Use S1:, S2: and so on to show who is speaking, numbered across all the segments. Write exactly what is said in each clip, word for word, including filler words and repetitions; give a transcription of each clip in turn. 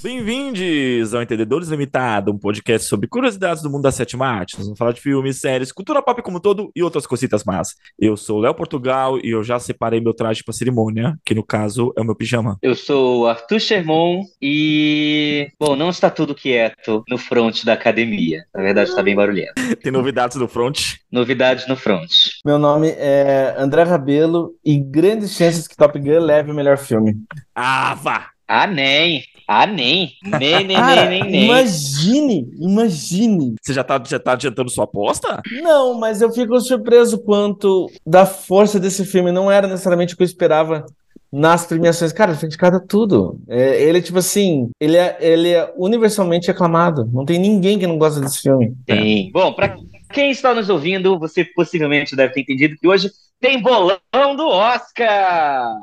S1: Bem-vindos ao Entendedores Limitado, um podcast sobre curiosidades do mundo da sétima arte. Nós vamos falar de filmes, séries, cultura pop como um todo e outras cositas más. Eu sou o Léo Portugal e eu já separei meu traje para cerimônia, que no caso é o meu pijama.
S2: Eu sou o Arthur Sherman e... Bom, não está tudo quieto no front da academia. Na verdade, está bem barulhento.
S1: Tem novidades no front?
S2: Novidades no front.
S3: Meu nome é André Rabelo e grandes chances que Top Gun leve o melhor filme.
S1: Ah, vá!
S2: Ah, nem! Ah, nem! Nem, nem,
S3: Cara,
S2: nem, nem, nem.
S3: imagine, imagine.
S1: Você já tá, já tá adiantando sua aposta?
S3: Não, mas eu fico surpreso quanto da força desse filme. Não era necessariamente o que eu esperava nas premiações. Cara, ele foi indicado a tudo. É, ele, tipo assim, ele é, ele é universalmente aclamado. Não tem ninguém que não gosta desse filme.
S2: Sim. Bom, para quem está nos ouvindo, você possivelmente deve ter entendido que hoje tem bolão do Oscar!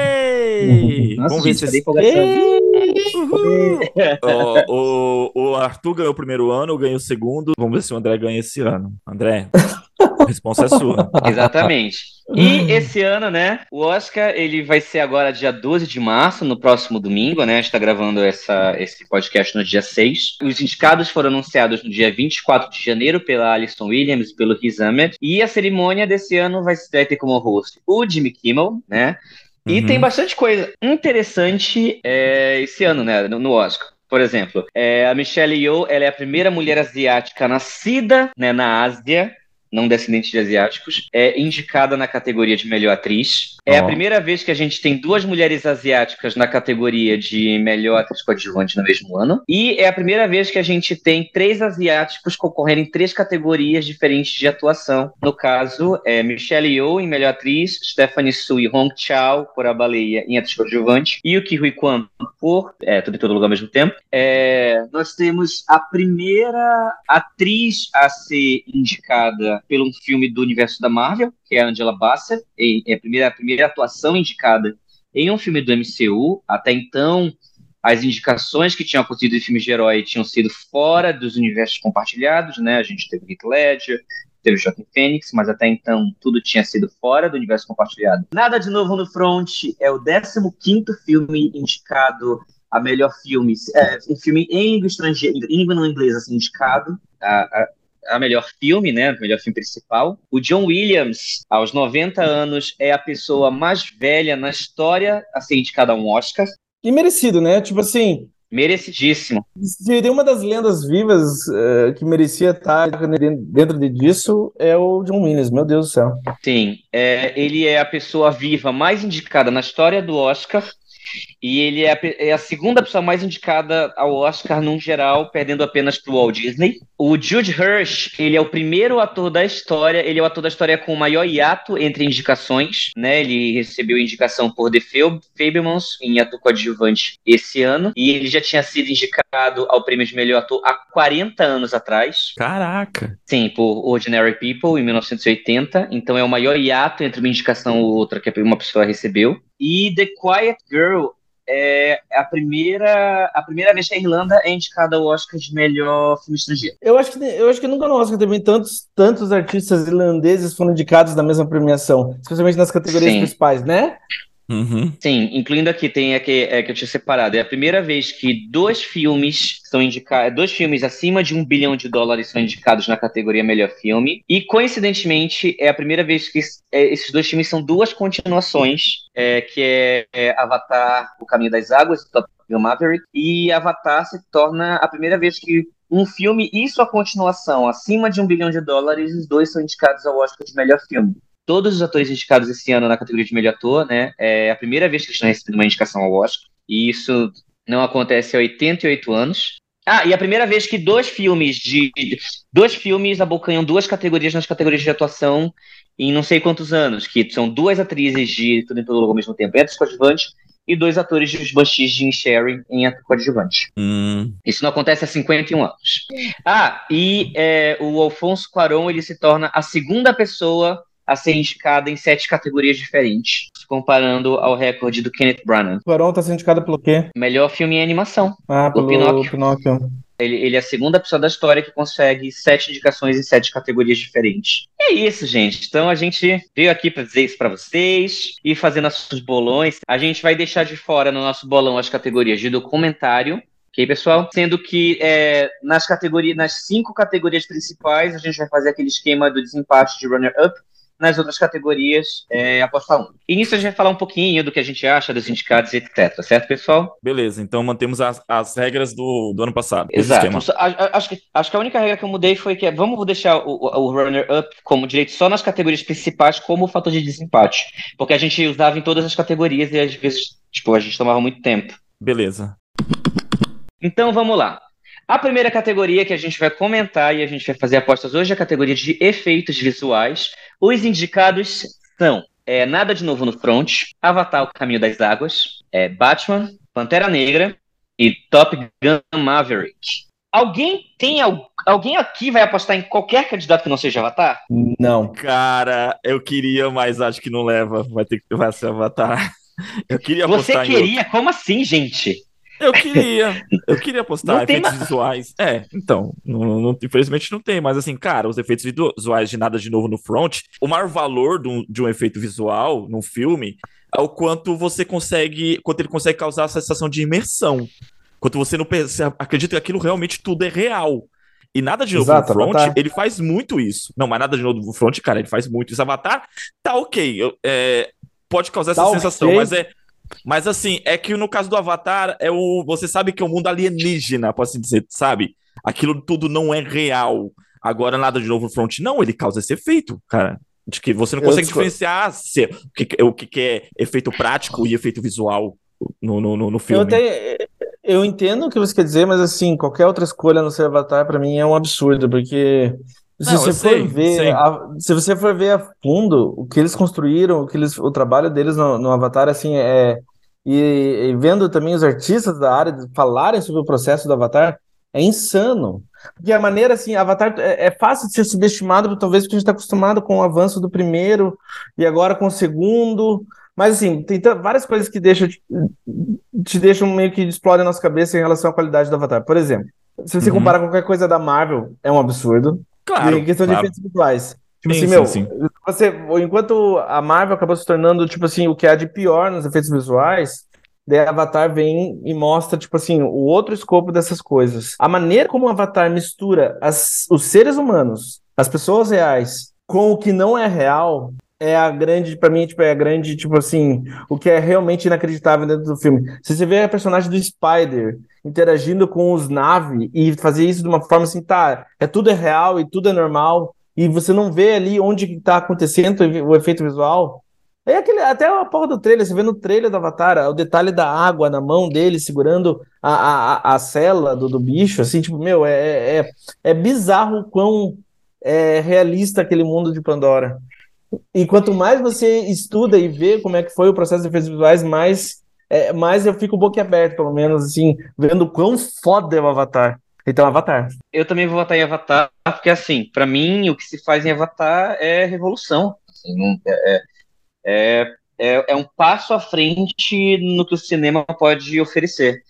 S1: Ei!
S2: Nossa,
S1: Vamos ver
S2: gente,
S1: se
S2: cadê a
S1: esse...
S2: empolgação?
S1: Uhul! Ó, o, o Arthur ganhou o primeiro ano, eu ganhei o segundo. Vamos ver se o André ganha esse ano. André, a resposta é sua.
S2: Exatamente. E esse ano, né, o Oscar, ele vai ser agora dia doze de março, no próximo domingo, né, a gente tá gravando essa, esse podcast no dia seis. Os indicados foram anunciados no dia vinte e quatro de janeiro pela Alison Williams e pelo Riz Ahmed, e a cerimônia desse ano vai, vai ter como host o Jimmy Kimmel, né, e
S1: Uhum.
S2: tem bastante coisa interessante é, esse ano, né, no, no Oscar. Por exemplo, é, a Michelle Yeoh, ela é a primeira mulher asiática nascida, né, na Ásia, não descendente de asiáticos, é indicada na categoria de melhor atriz. É a
S1: Ó.
S2: primeira vez que a gente tem duas mulheres asiáticas na categoria de melhor atriz coadjuvante no mesmo ano. E é a primeira vez que a gente tem três asiáticos concorrendo em três categorias diferentes de atuação. No caso, é Michelle Yeoh em melhor atriz, Stephanie Su e Hong Chau por A Baleia em atriz coadjuvante, e o Ke Huy Quan por é, Tudo em Todo Lugar ao mesmo tempo. É, nós temos a primeira atriz a ser indicada pelo um filme do universo da Marvel, que é a Angela Bassett, é a primeira, a primeira atuação indicada em um filme do M C U. Até então, as indicações que tinham acontecido em filmes de herói tinham sido fora dos universos compartilhados, né? A gente teve Heath Ledger, teve Joaquin Phoenix, mas até então tudo tinha sido fora do universo compartilhado. Nada de novo no front, é o décimo quinto filme indicado a melhor filme, é, um filme em língua estrangeira, em língua não inglesa, assim, indicado a, a a melhor filme, né, o melhor filme principal. O John Williams, aos noventa anos, é a pessoa mais velha na história a ser indicada a um Oscar.
S3: E merecido, né? Tipo assim,
S2: Merecidíssimo.
S3: se tem uma das lendas vivas uh, que merecia estar dentro de disso, é o John Williams, meu Deus do céu.
S2: Sim, é, ele é a pessoa viva mais indicada na história do Oscar. E ele é a, é a segunda pessoa mais indicada ao Oscar num geral, perdendo apenas para o Walt Disney. O Jude Hirsch, ele é o primeiro ator da história, ele é o ator da história com o maior hiato entre indicações, né? Ele recebeu indicação por The Fabelmans em ator coadjuvante esse ano, e ele já tinha sido indicado ao prêmio de melhor ator há quarenta anos atrás.
S1: Caraca!
S2: Sim, por Ordinary People, em mil novecentos e oitenta. Então é o maior hiato entre uma indicação e outra que uma pessoa recebeu. E The Quiet Girl é a primeira, a primeira vez que a Irlanda é indicada ao Oscar de melhor filme estrangeiro.
S3: Eu acho que, eu acho que nunca no Oscar também tantos, tantos artistas irlandeses foram indicados na mesma premiação, especialmente nas categorias
S2: Sim.
S3: principais, né?
S1: Uhum.
S2: Sim, incluindo aqui, tem aqui é, que eu tinha separado. É a primeira vez que dois filmes são indicados, dois filmes acima de um bilhão de dólares são indicados na categoria melhor filme. E, coincidentemente, é a primeira vez que é, esses dois filmes são duas continuações, é, que é, é Avatar, O Caminho das Águas, Top Gun Maverick, e Avatar se torna a primeira vez que um filme e sua continuação acima de um bilhão de dólares, os dois são indicados ao Oscar de melhor filme. Todos os atores indicados esse ano na categoria de melhor ator, né? É a primeira vez que eles estão recebendo uma indicação ao Oscar. E isso não acontece há oitenta e oito anos. Ah, e a primeira vez que dois filmes de. Dois filmes abocanham duas categorias nas categorias de atuação em não sei quantos anos, que são duas atrizes de Tudo em Todo Lugar ao mesmo tempo, atriz coadjuvante, e dois atores de Os Banshees de Inisherin em ator coadjuvante.
S1: Hum.
S2: Isso não acontece há cinquenta e um anos. Ah, e é, o Alfonso Cuarón, ele se torna a segunda pessoa a ser indicada em sete categorias diferentes, comparando ao recorde do Kenneth Branagh.
S3: O Cuarón tá sendo indicado pelo quê?
S2: Melhor filme em animação.
S3: Ah,
S2: pelo
S3: pelo
S2: Pinóquio.
S3: Pinóquio.
S2: Ele, ele é a segunda pessoa da história que consegue sete indicações em sete categorias diferentes. E é isso, gente. Então a gente veio aqui para dizer isso para vocês e fazer nossos bolões. A gente vai deixar de fora no nosso bolão as categorias de documentário, Ok, pessoal? Sendo que é, nas categorias, nas cinco categorias principais, a gente vai fazer aquele esquema do desempate de runner-up. Nas outras categorias, é, apostar um. E nisso a gente vai falar um pouquinho do que a gente acha dos indicados, etcétera. Certo, pessoal?
S1: Beleza, então mantemos as, as regras do, do ano passado. Esse
S2: Exato.
S1: esquema.
S2: A- a- Acho que, acho que a única regra que eu mudei foi que é, vamos deixar o, o- o runner-up como direito só nas categorias principais como fator de desempate. Porque a gente usava em todas as categorias e às vezes, tipo, a gente tomava muito tempo.
S1: Beleza.
S2: Então vamos lá. A primeira categoria que a gente vai comentar e a gente vai fazer apostas hoje é a categoria de efeitos visuais. Os indicados são é, Nada de Novo no Front, Avatar: O Caminho das Águas, é, Batman, Pantera Negra e Top Gun Maverick. Alguém tem al- alguém aqui vai apostar em qualquer candidato que não seja Avatar?
S3: Não.
S1: Cara, eu queria, mas acho que não leva. Vai ter que vai ser Avatar. Eu queria
S2: Você
S1: apostar em outro.
S2: queria? Como assim, gente?
S1: Eu queria. Eu queria apostar
S2: Não tem
S1: efeitos
S2: ma-
S1: visuais. É, então, não- não- infelizmente não tem, mas assim, cara, os efeitos visuais de Nada de Novo no Front, o maior valor de um, de um efeito visual num filme é o quanto você consegue, quanto ele consegue causar a sensação de imersão. Quanto você não pensa, acredita que aquilo realmente tudo é real. E Nada de Novo no
S3: Exato,
S1: Front,
S3: Avatar.
S1: ele faz muito isso. Não, mas Nada de Novo no Front, cara, ele faz muito isso. Avatar, tá ok. eu- é, pode causar essa
S3: Tá
S1: sensação,
S3: ok.
S1: mas é. Mas assim, é que no caso do Avatar, é o, você sabe que é um mundo alienígena, pode assim dizer, sabe? Aquilo tudo não é real. Agora, Nada de Novo no Front, não, ele causa esse efeito, cara. De que você não
S3: Eu
S1: consegue
S3: discordo.
S1: diferenciar se, o, que, o que é efeito prático e efeito visual no, no, no, no
S3: Eu,
S1: filme.
S3: até, eu entendo o que você quer dizer, mas assim, qualquer outra escolha no ser Avatar pra mim é um absurdo, porque se
S1: Não,
S3: você
S1: eu
S3: for
S1: sei,
S3: ver,
S1: sei.
S3: a- se você for ver a fundo o que eles construíram, o que eles, o trabalho deles no, no Avatar, assim, é e, e vendo também os artistas da área falarem sobre o processo do Avatar, é insano. Porque a maneira assim, Avatar é, é fácil de ser subestimado, talvez porque a gente está acostumado com o avanço do primeiro e agora com o segundo. Mas assim, tem ta- várias coisas que deixam te deixam meio que explodem a nossa cabeça em relação à qualidade do Avatar. Por exemplo, se você
S1: Uhum.
S3: comparar com qualquer coisa da Marvel, é um absurdo. E em
S1: Claro,
S3: questão de
S1: claro.
S3: efeitos visuais. Tipo
S1: Sim,
S3: assim,
S1: sim,
S3: meu,
S1: sim.
S3: você, enquanto a Marvel acabou se tornando, tipo assim, o que há de pior nos efeitos visuais, daí Avatar vem e mostra, tipo assim, o outro escopo dessas coisas. A maneira como o Avatar mistura as, os seres humanos, as pessoas reais, com o que não é real, é a grande, pra mim, tipo, é a grande, tipo assim, o que é realmente inacreditável dentro do filme. Se você vê a personagem do Spider interagindo com os Na'vi e fazer isso de uma forma assim, tá, é tudo é real e tudo é normal, e você não vê ali onde que tá acontecendo o efeito visual. É aquele, até a porra do trailer, você vê no trailer do Avatar, o detalhe da água na mão dele, segurando a, a, a a cela do, do bicho, assim, tipo, meu, é, é, é é bizarro o quão é, realista aquele mundo de Pandora. E quanto mais você estuda e vê como é que foi o processo de efeitos visuais, mais, é, mais eu fico boquiaberto, pelo menos, assim, vendo o quão foda é o Avatar. Então, Avatar.
S2: Eu também vou votar em Avatar, porque assim, pra mim, o que se faz em Avatar é revolução. Assim, não- é, é, é, é um passo à frente no que o cinema pode oferecer.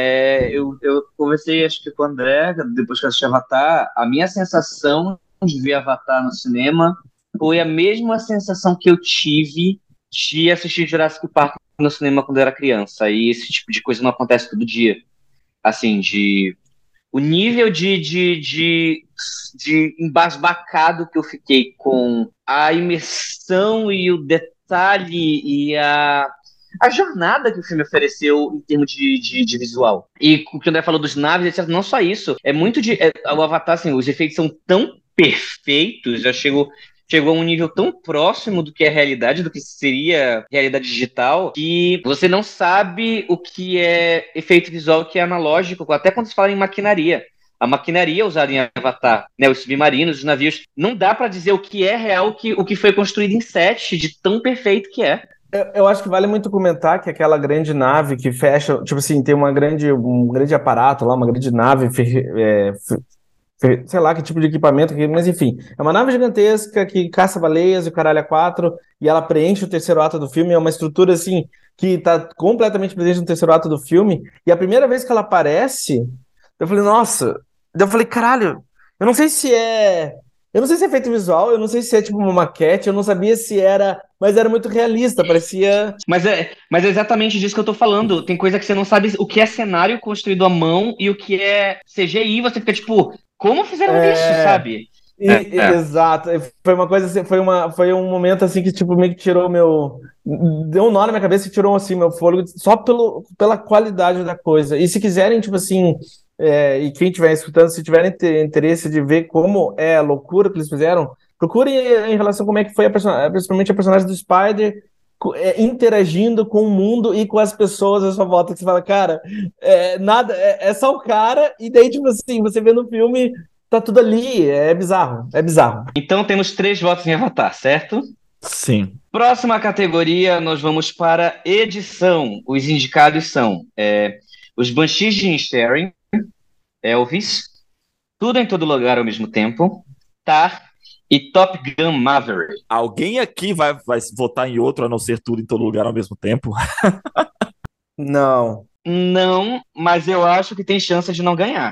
S2: É, eu, eu conversei, acho que com o André, depois que eu assisti Avatar, a minha sensação de ver Avatar no cinema foi a mesma sensação que eu tive de assistir Jurassic Park no cinema quando eu era criança. E esse tipo de coisa não acontece todo dia. Assim, de o nível de, de, de, de embasbacado que eu fiquei com a imersão e o detalhe e a, a jornada que o filme ofereceu em termos de, de, de visual. E o que o André falou dos naves, etcétera, não só isso, é muito de... É, o Avatar, assim, os efeitos são tão perfeitos, já chegou... Chegou a um nível tão próximo do que é a realidade, do que seria realidade digital, que você não sabe o que é efeito visual, que é analógico, até quando se fala em maquinaria. A maquinaria usada em Avatar, né, os submarinos, os navios, não dá pra dizer o que é real, o que, o que foi construído em set, de tão perfeito que é.
S3: Eu, eu acho que vale muito comentar que aquela grande nave que fecha, tipo assim, tem uma grande, um grande aparato lá, uma grande nave, fe- é, fe- fe- sei lá que tipo de equipamento, que- mas enfim, é uma nave gigantesca que caça baleias e o caralho é quatro, e ela preenche o terceiro ato do filme, é uma estrutura assim, que tá completamente presente no terceiro ato do filme, e a primeira vez que ela aparece, eu falei, nossa, daí eu falei, caralho, eu não sei se é. Eu não sei se é efeito visual, eu não sei se é tipo uma maquete, eu não sabia se era, mas era muito realista, parecia...
S2: Mas é, mas é exatamente disso que eu tô falando. Tem coisa que você não sabe o que é cenário construído à mão e o que é C G I. Você fica tipo, como fizeram
S3: É...
S2: isso, sabe?
S3: E-
S2: É,
S3: e-
S2: é.
S3: Exato, foi uma coisa assim, foi, uma, foi um momento assim que tipo meio que tirou meu, deu um nó na minha cabeça e tirou assim meu fôlego só pelo, pela qualidade da coisa. E se quiserem tipo assim, é, e quem estiver escutando, se tiverem te- interesse de ver como é a loucura que eles fizeram, procurem em relação a como é que foi a person- principalmente a personagem do Spider co- é, interagindo com o mundo e com as pessoas à sua volta, que você fala, cara, é, nada, é, é só o cara, e daí tipo assim, você vê no filme. Tá tudo ali, é bizarro, é bizarro.
S2: Então temos três votos em Avatar, certo?
S1: Sim.
S2: Próxima categoria, nós vamos para edição. Os indicados são é, os Banshees de Inisherin, Elvis, Tudo em Todo Lugar ao Mesmo Tempo, Tar e Top Gun Maverick.
S1: Alguém aqui vai, vai votar em outro a não ser tudo em todo lugar ao mesmo tempo?
S3: Não.
S2: Não, mas eu acho que tem chance de não ganhar.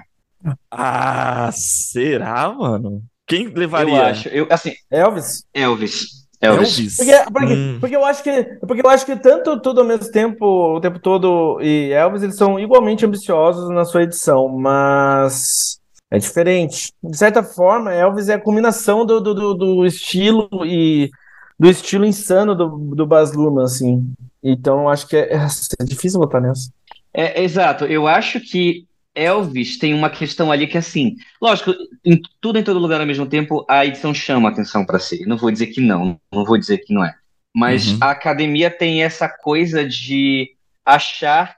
S1: Ah, será, mano? Quem
S2: Eu
S1: levaria?
S2: acho. Eu, assim,
S3: Elvis?
S2: Elvis. Elvis.
S1: Elvis?
S3: Porque, porque,
S1: Hum.
S3: porque eu acho que, porque eu acho que tanto tudo ao mesmo tempo, o tempo todo, e Elvis, eles são igualmente ambiciosos na sua edição, mas é diferente. De certa forma, Elvis é a combinação do, do, do, do estilo e do estilo insano do, do Baz Luhrmann, assim. Então, eu acho que é, é difícil votar nessa.
S2: É, exato. Eu acho que Elvis tem uma questão ali que, assim, lógico, em tudo em todo lugar ao mesmo tempo, a edição chama a atenção para si. Não vou dizer que não, não vou dizer que não é. Mas
S1: Uhum.
S2: a academia tem essa coisa de achar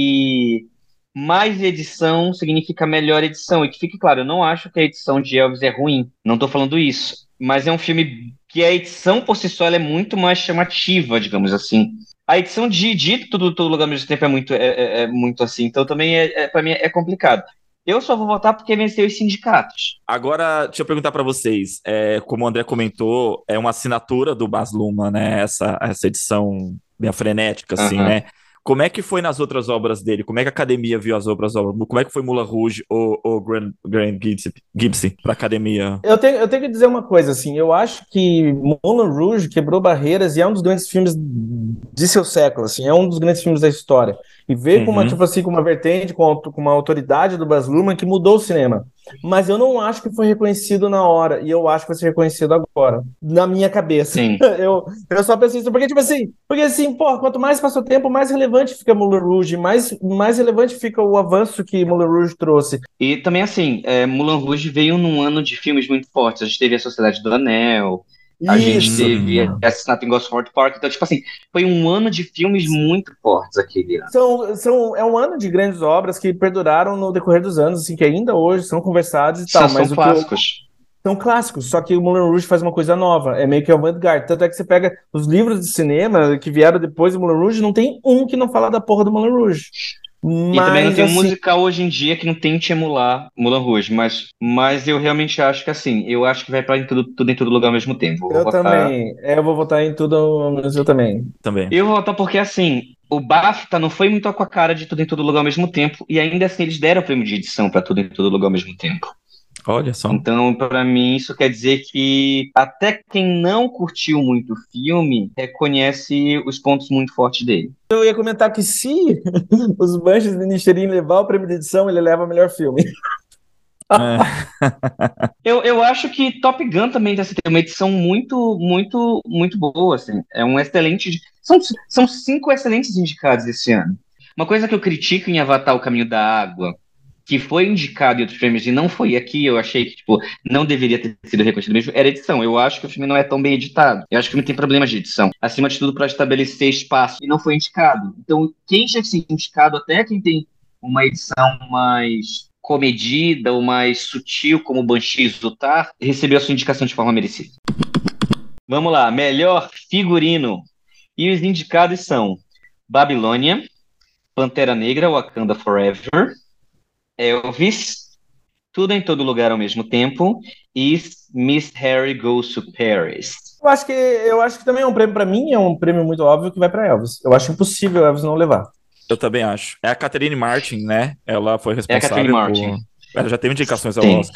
S2: que mais edição significa melhor edição. E que fique claro, eu não acho que a edição de Elvis é ruim. Não tô falando isso. Mas é um filme que a edição por si só ela é muito mais chamativa, digamos assim. A edição de, de tudo, todo lugar ao mesmo tempo é muito, é, é- é muito assim. Então também, é, é, para mim, é complicado. Eu só vou votar porque venceu os sindicatos.
S1: Agora, deixa eu perguntar pra vocês. É, como o André comentou, é uma assinatura do Baz Luhrmann, né? Essa, essa edição bem frenética, assim,
S2: Aham.
S1: né? Como é que foi nas outras obras dele? Como é que a academia viu as outras obras? Como é que foi Moulin Rouge ou, ou Grand, Grand Gibson, Gibson pra academia?
S3: Eu tenho, eu tenho que dizer uma coisa, assim, eu acho que Moulin Rouge quebrou barreiras e é um dos grandes filmes de seu século, assim, é um dos grandes filmes da história. E veio com uma,
S1: Uhum.
S3: tipo assim, com uma vertente, com, auto- com uma autoridade do Baz Luhrmann que mudou o cinema. Mas eu não acho que foi reconhecido na hora, e eu acho que vai ser reconhecido agora, na minha cabeça.
S2: Sim.
S3: Eu, eu só penso isso, porque, tipo assim, porque assim, pô, quanto mais passa o tempo, mais relevante fica Moulin Rouge, mais, mais relevante fica o avanço que Moulin Rouge trouxe.
S2: E também, assim, é, Moulin Rouge veio num ano de filmes muito fortes. A gente teve A Sociedade do Anel, a gente
S3: Isso.
S2: teve
S1: Hum.
S2: Assassinato em Gosford Park. Então, tipo assim, foi um ano de filmes muito fortes aquele ano.
S3: São, são, é um ano de grandes obras que perduraram no decorrer dos anos, assim, que ainda hoje são conversados e
S2: São,
S3: tal,
S2: são
S3: mas o que eu,
S2: clássicos.
S3: são clássicos, só que o Moulin Rouge faz uma coisa nova, é meio que avant-garde. Tanto é que você pega os livros de cinema que vieram depois do Moulin Rouge, não tem um que não fala da porra do Moulin Rouge.
S2: E também não
S3: Mas,
S2: tem um
S3: assim,
S2: musical hoje em dia que não tente emular Moulin Rouge, mas, mas eu realmente acho que assim, eu acho que vai para tudo, tudo em todo lugar ao mesmo tempo. Eu vou
S3: eu
S2: votar.
S3: também, é, eu vou votar em tudo, mas eu também.
S1: Também.
S2: Eu vou votar porque assim, o BAFTA não foi muito com a cara de tudo em todo lugar ao mesmo tempo, e ainda assim eles deram o prêmio de edição para tudo em todo lugar ao mesmo tempo.
S1: Olha só.
S2: Então, para mim, isso quer dizer que até quem não curtiu muito o filme reconhece os pontos muito fortes dele.
S3: Eu ia comentar que se os Banshees de Inisherin levar o prêmio de edição, ele leva o melhor filme.
S1: É.
S2: Eu, eu acho que Top Gun também deve ter uma edição muito, muito, muito boa, assim. É um excelente... São, são cinco excelentes indicados esse ano. Uma coisa que eu critico em Avatar: O Caminho da Água, que foi indicado em outros prêmios e não foi aqui, eu achei que, tipo, não deveria ter sido reconhecido mesmo, era a edição. Eu acho que o filme não é tão bem editado. Eu acho que o filme tem problemas de edição. Acima de tudo, para estabelecer espaço. E não foi indicado. Então, quem tinha que ser indicado, até quem tem uma edição mais comedida ou mais sutil, como o Banshees do Tar, recebeu a sua indicação de forma merecida. Vamos lá. Melhor figurino. E os indicados são Babilônia, Pantera Negra, Wakanda Forever, Elvis, Tudo em Todo Lugar ao Mesmo Tempo e Miss Harry Goes to Paris.
S3: Eu acho que, eu acho que também é um prêmio, pra mim, é um prêmio muito óbvio que vai pra Elvis. Eu acho impossível Elvis não levar.
S1: Eu também acho. É a Catherine Martin, né? Ela foi
S2: É a Catherine
S1: responsável
S2: Martin.
S1: por... Ela já teve indicações ao
S2: Sim.
S1: Oscar.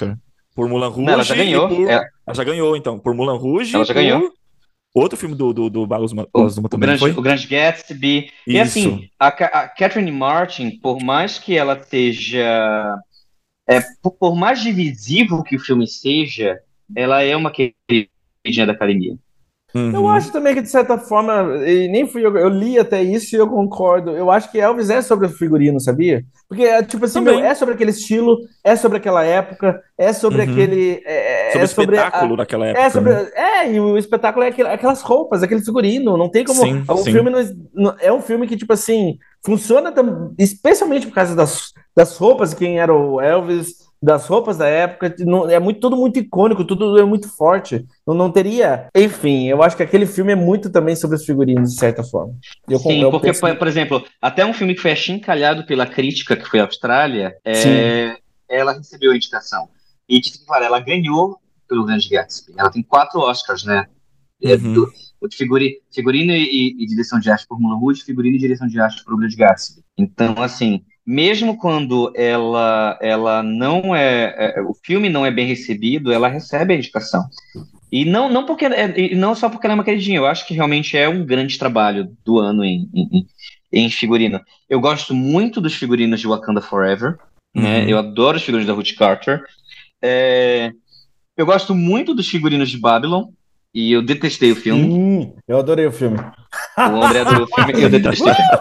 S1: Por Moulin Rouge
S2: Não, ela já ganhou.
S1: e por...
S2: Ela,
S1: Ela já ganhou, então. Por Moulin Rouge
S2: ela
S1: e
S2: já ganhou.
S1: por outro filme do, do, do Baz Luhrmann
S2: O, o,
S1: também, não
S2: grande,
S1: foi?
S2: o Grande Gatsby. E
S1: Isso.
S2: assim, a, a Catherine Martin, por mais que ela seja... É, por, por mais divisivo que o filme seja, ela é uma queridinha da academia.
S3: Eu
S1: Uhum.
S3: acho também que, de certa forma, e nem fui eu, eu li até isso e eu concordo. Eu acho que Elvis é sobre o figurino, sabia? Porque, é, tipo assim, meu,
S1: Também.
S3: é sobre aquele estilo, é sobre aquela época, é sobre
S1: Uhum.
S3: aquele. É,
S1: Sobre
S3: é
S1: o
S3: sobre
S1: espetáculo
S3: a,
S1: daquela
S3: é
S1: época,
S3: sobre.
S1: né?
S3: É, e o espetáculo é aquele- aquelas roupas, aquele figurino. Não tem como.
S1: Sim,
S3: O
S1: sim.
S3: filme não, não- é um filme que, tipo assim, funciona tam- especialmente por causa das, das roupas, quem era o Elvis, das roupas da época. Não, é muito, tudo muito icônico, tudo é muito forte. Não, não teria. Enfim, eu acho que aquele filme é muito também sobre os figurinos, de certa forma. Eu, con-
S2: Sim,
S3: eu
S2: porque,
S3: penso.
S2: por por exemplo, até um filme que foi achincalhado pela crítica, que foi a Austrália,
S3: Sim.
S2: é, ela recebeu a indicação. E, tipo, claro, ela ganhou pelo Grande Gatsby. Ela tem quatro Oscars, né? É,
S1: Uhum.
S2: do, o de figuri, figurino e, e direção de arte por Moulin Rouge, figurino e direção de arte por O Grande Gatsby. Então, assim, mesmo quando ela, ela não é, é, o filme não é bem recebido, ela recebe a indicação. E não, não porque e não só porque ela é uma queridinha, eu acho que realmente é um grande trabalho do ano em, em, em figurino. Eu gosto muito dos figurinos de Wakanda Forever, né? Eu
S1: Uhum.
S2: adoro os figurinos da Ruth Carter. É, eu gosto muito dos figurinos de Babylon, e eu detestei o filme.
S3: Sim, eu adorei o filme.
S2: O André adorou o filme, eu detestei o filme.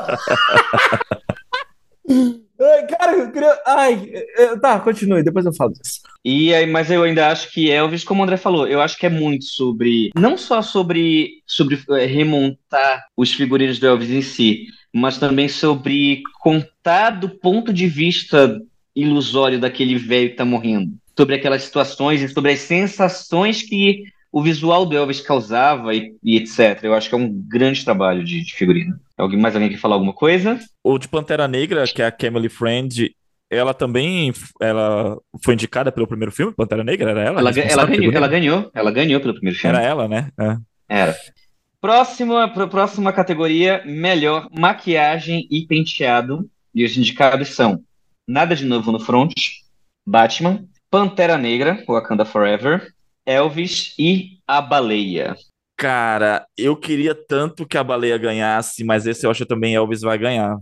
S3: Ai, cara, eu queria. Ai, eu- tá, continue, depois eu falo disso.
S2: E aí, mas eu ainda acho que Elvis, como o André falou, eu acho que é muito sobre, não só sobre, sobre é, remontar os figurinos do Elvis em si, mas também sobre contar do ponto de vista ilusório daquele velho que tá morrendo, sobre aquelas situações e sobre as sensações que o visual do Elvis causava e, e etcétera. Eu acho que é um grande trabalho de, de figurino. Alguém, mais alguém quer falar alguma coisa?
S1: O de Pantera Negra, que é a Emily Friend, ela também ela foi indicada pelo primeiro filme, Pantera Negra? Era ela
S2: Ela, ga- ela
S1: responsável pelo
S2: ganhou, ela
S1: figurino?
S2: ganhou, ela ganhou pelo primeiro
S1: Era
S2: filme.
S1: ela, né? É.
S2: Era. Próxima, pro- próxima categoria, melhor maquiagem e penteado. E os indicados são Nada de Novo no Front, Batman, Pantera Negra, Wakanda Forever, Elvis e A Baleia.
S1: Cara, eu queria tanto que a Baleia ganhasse, mas esse eu acho que também Elvis vai ganhar.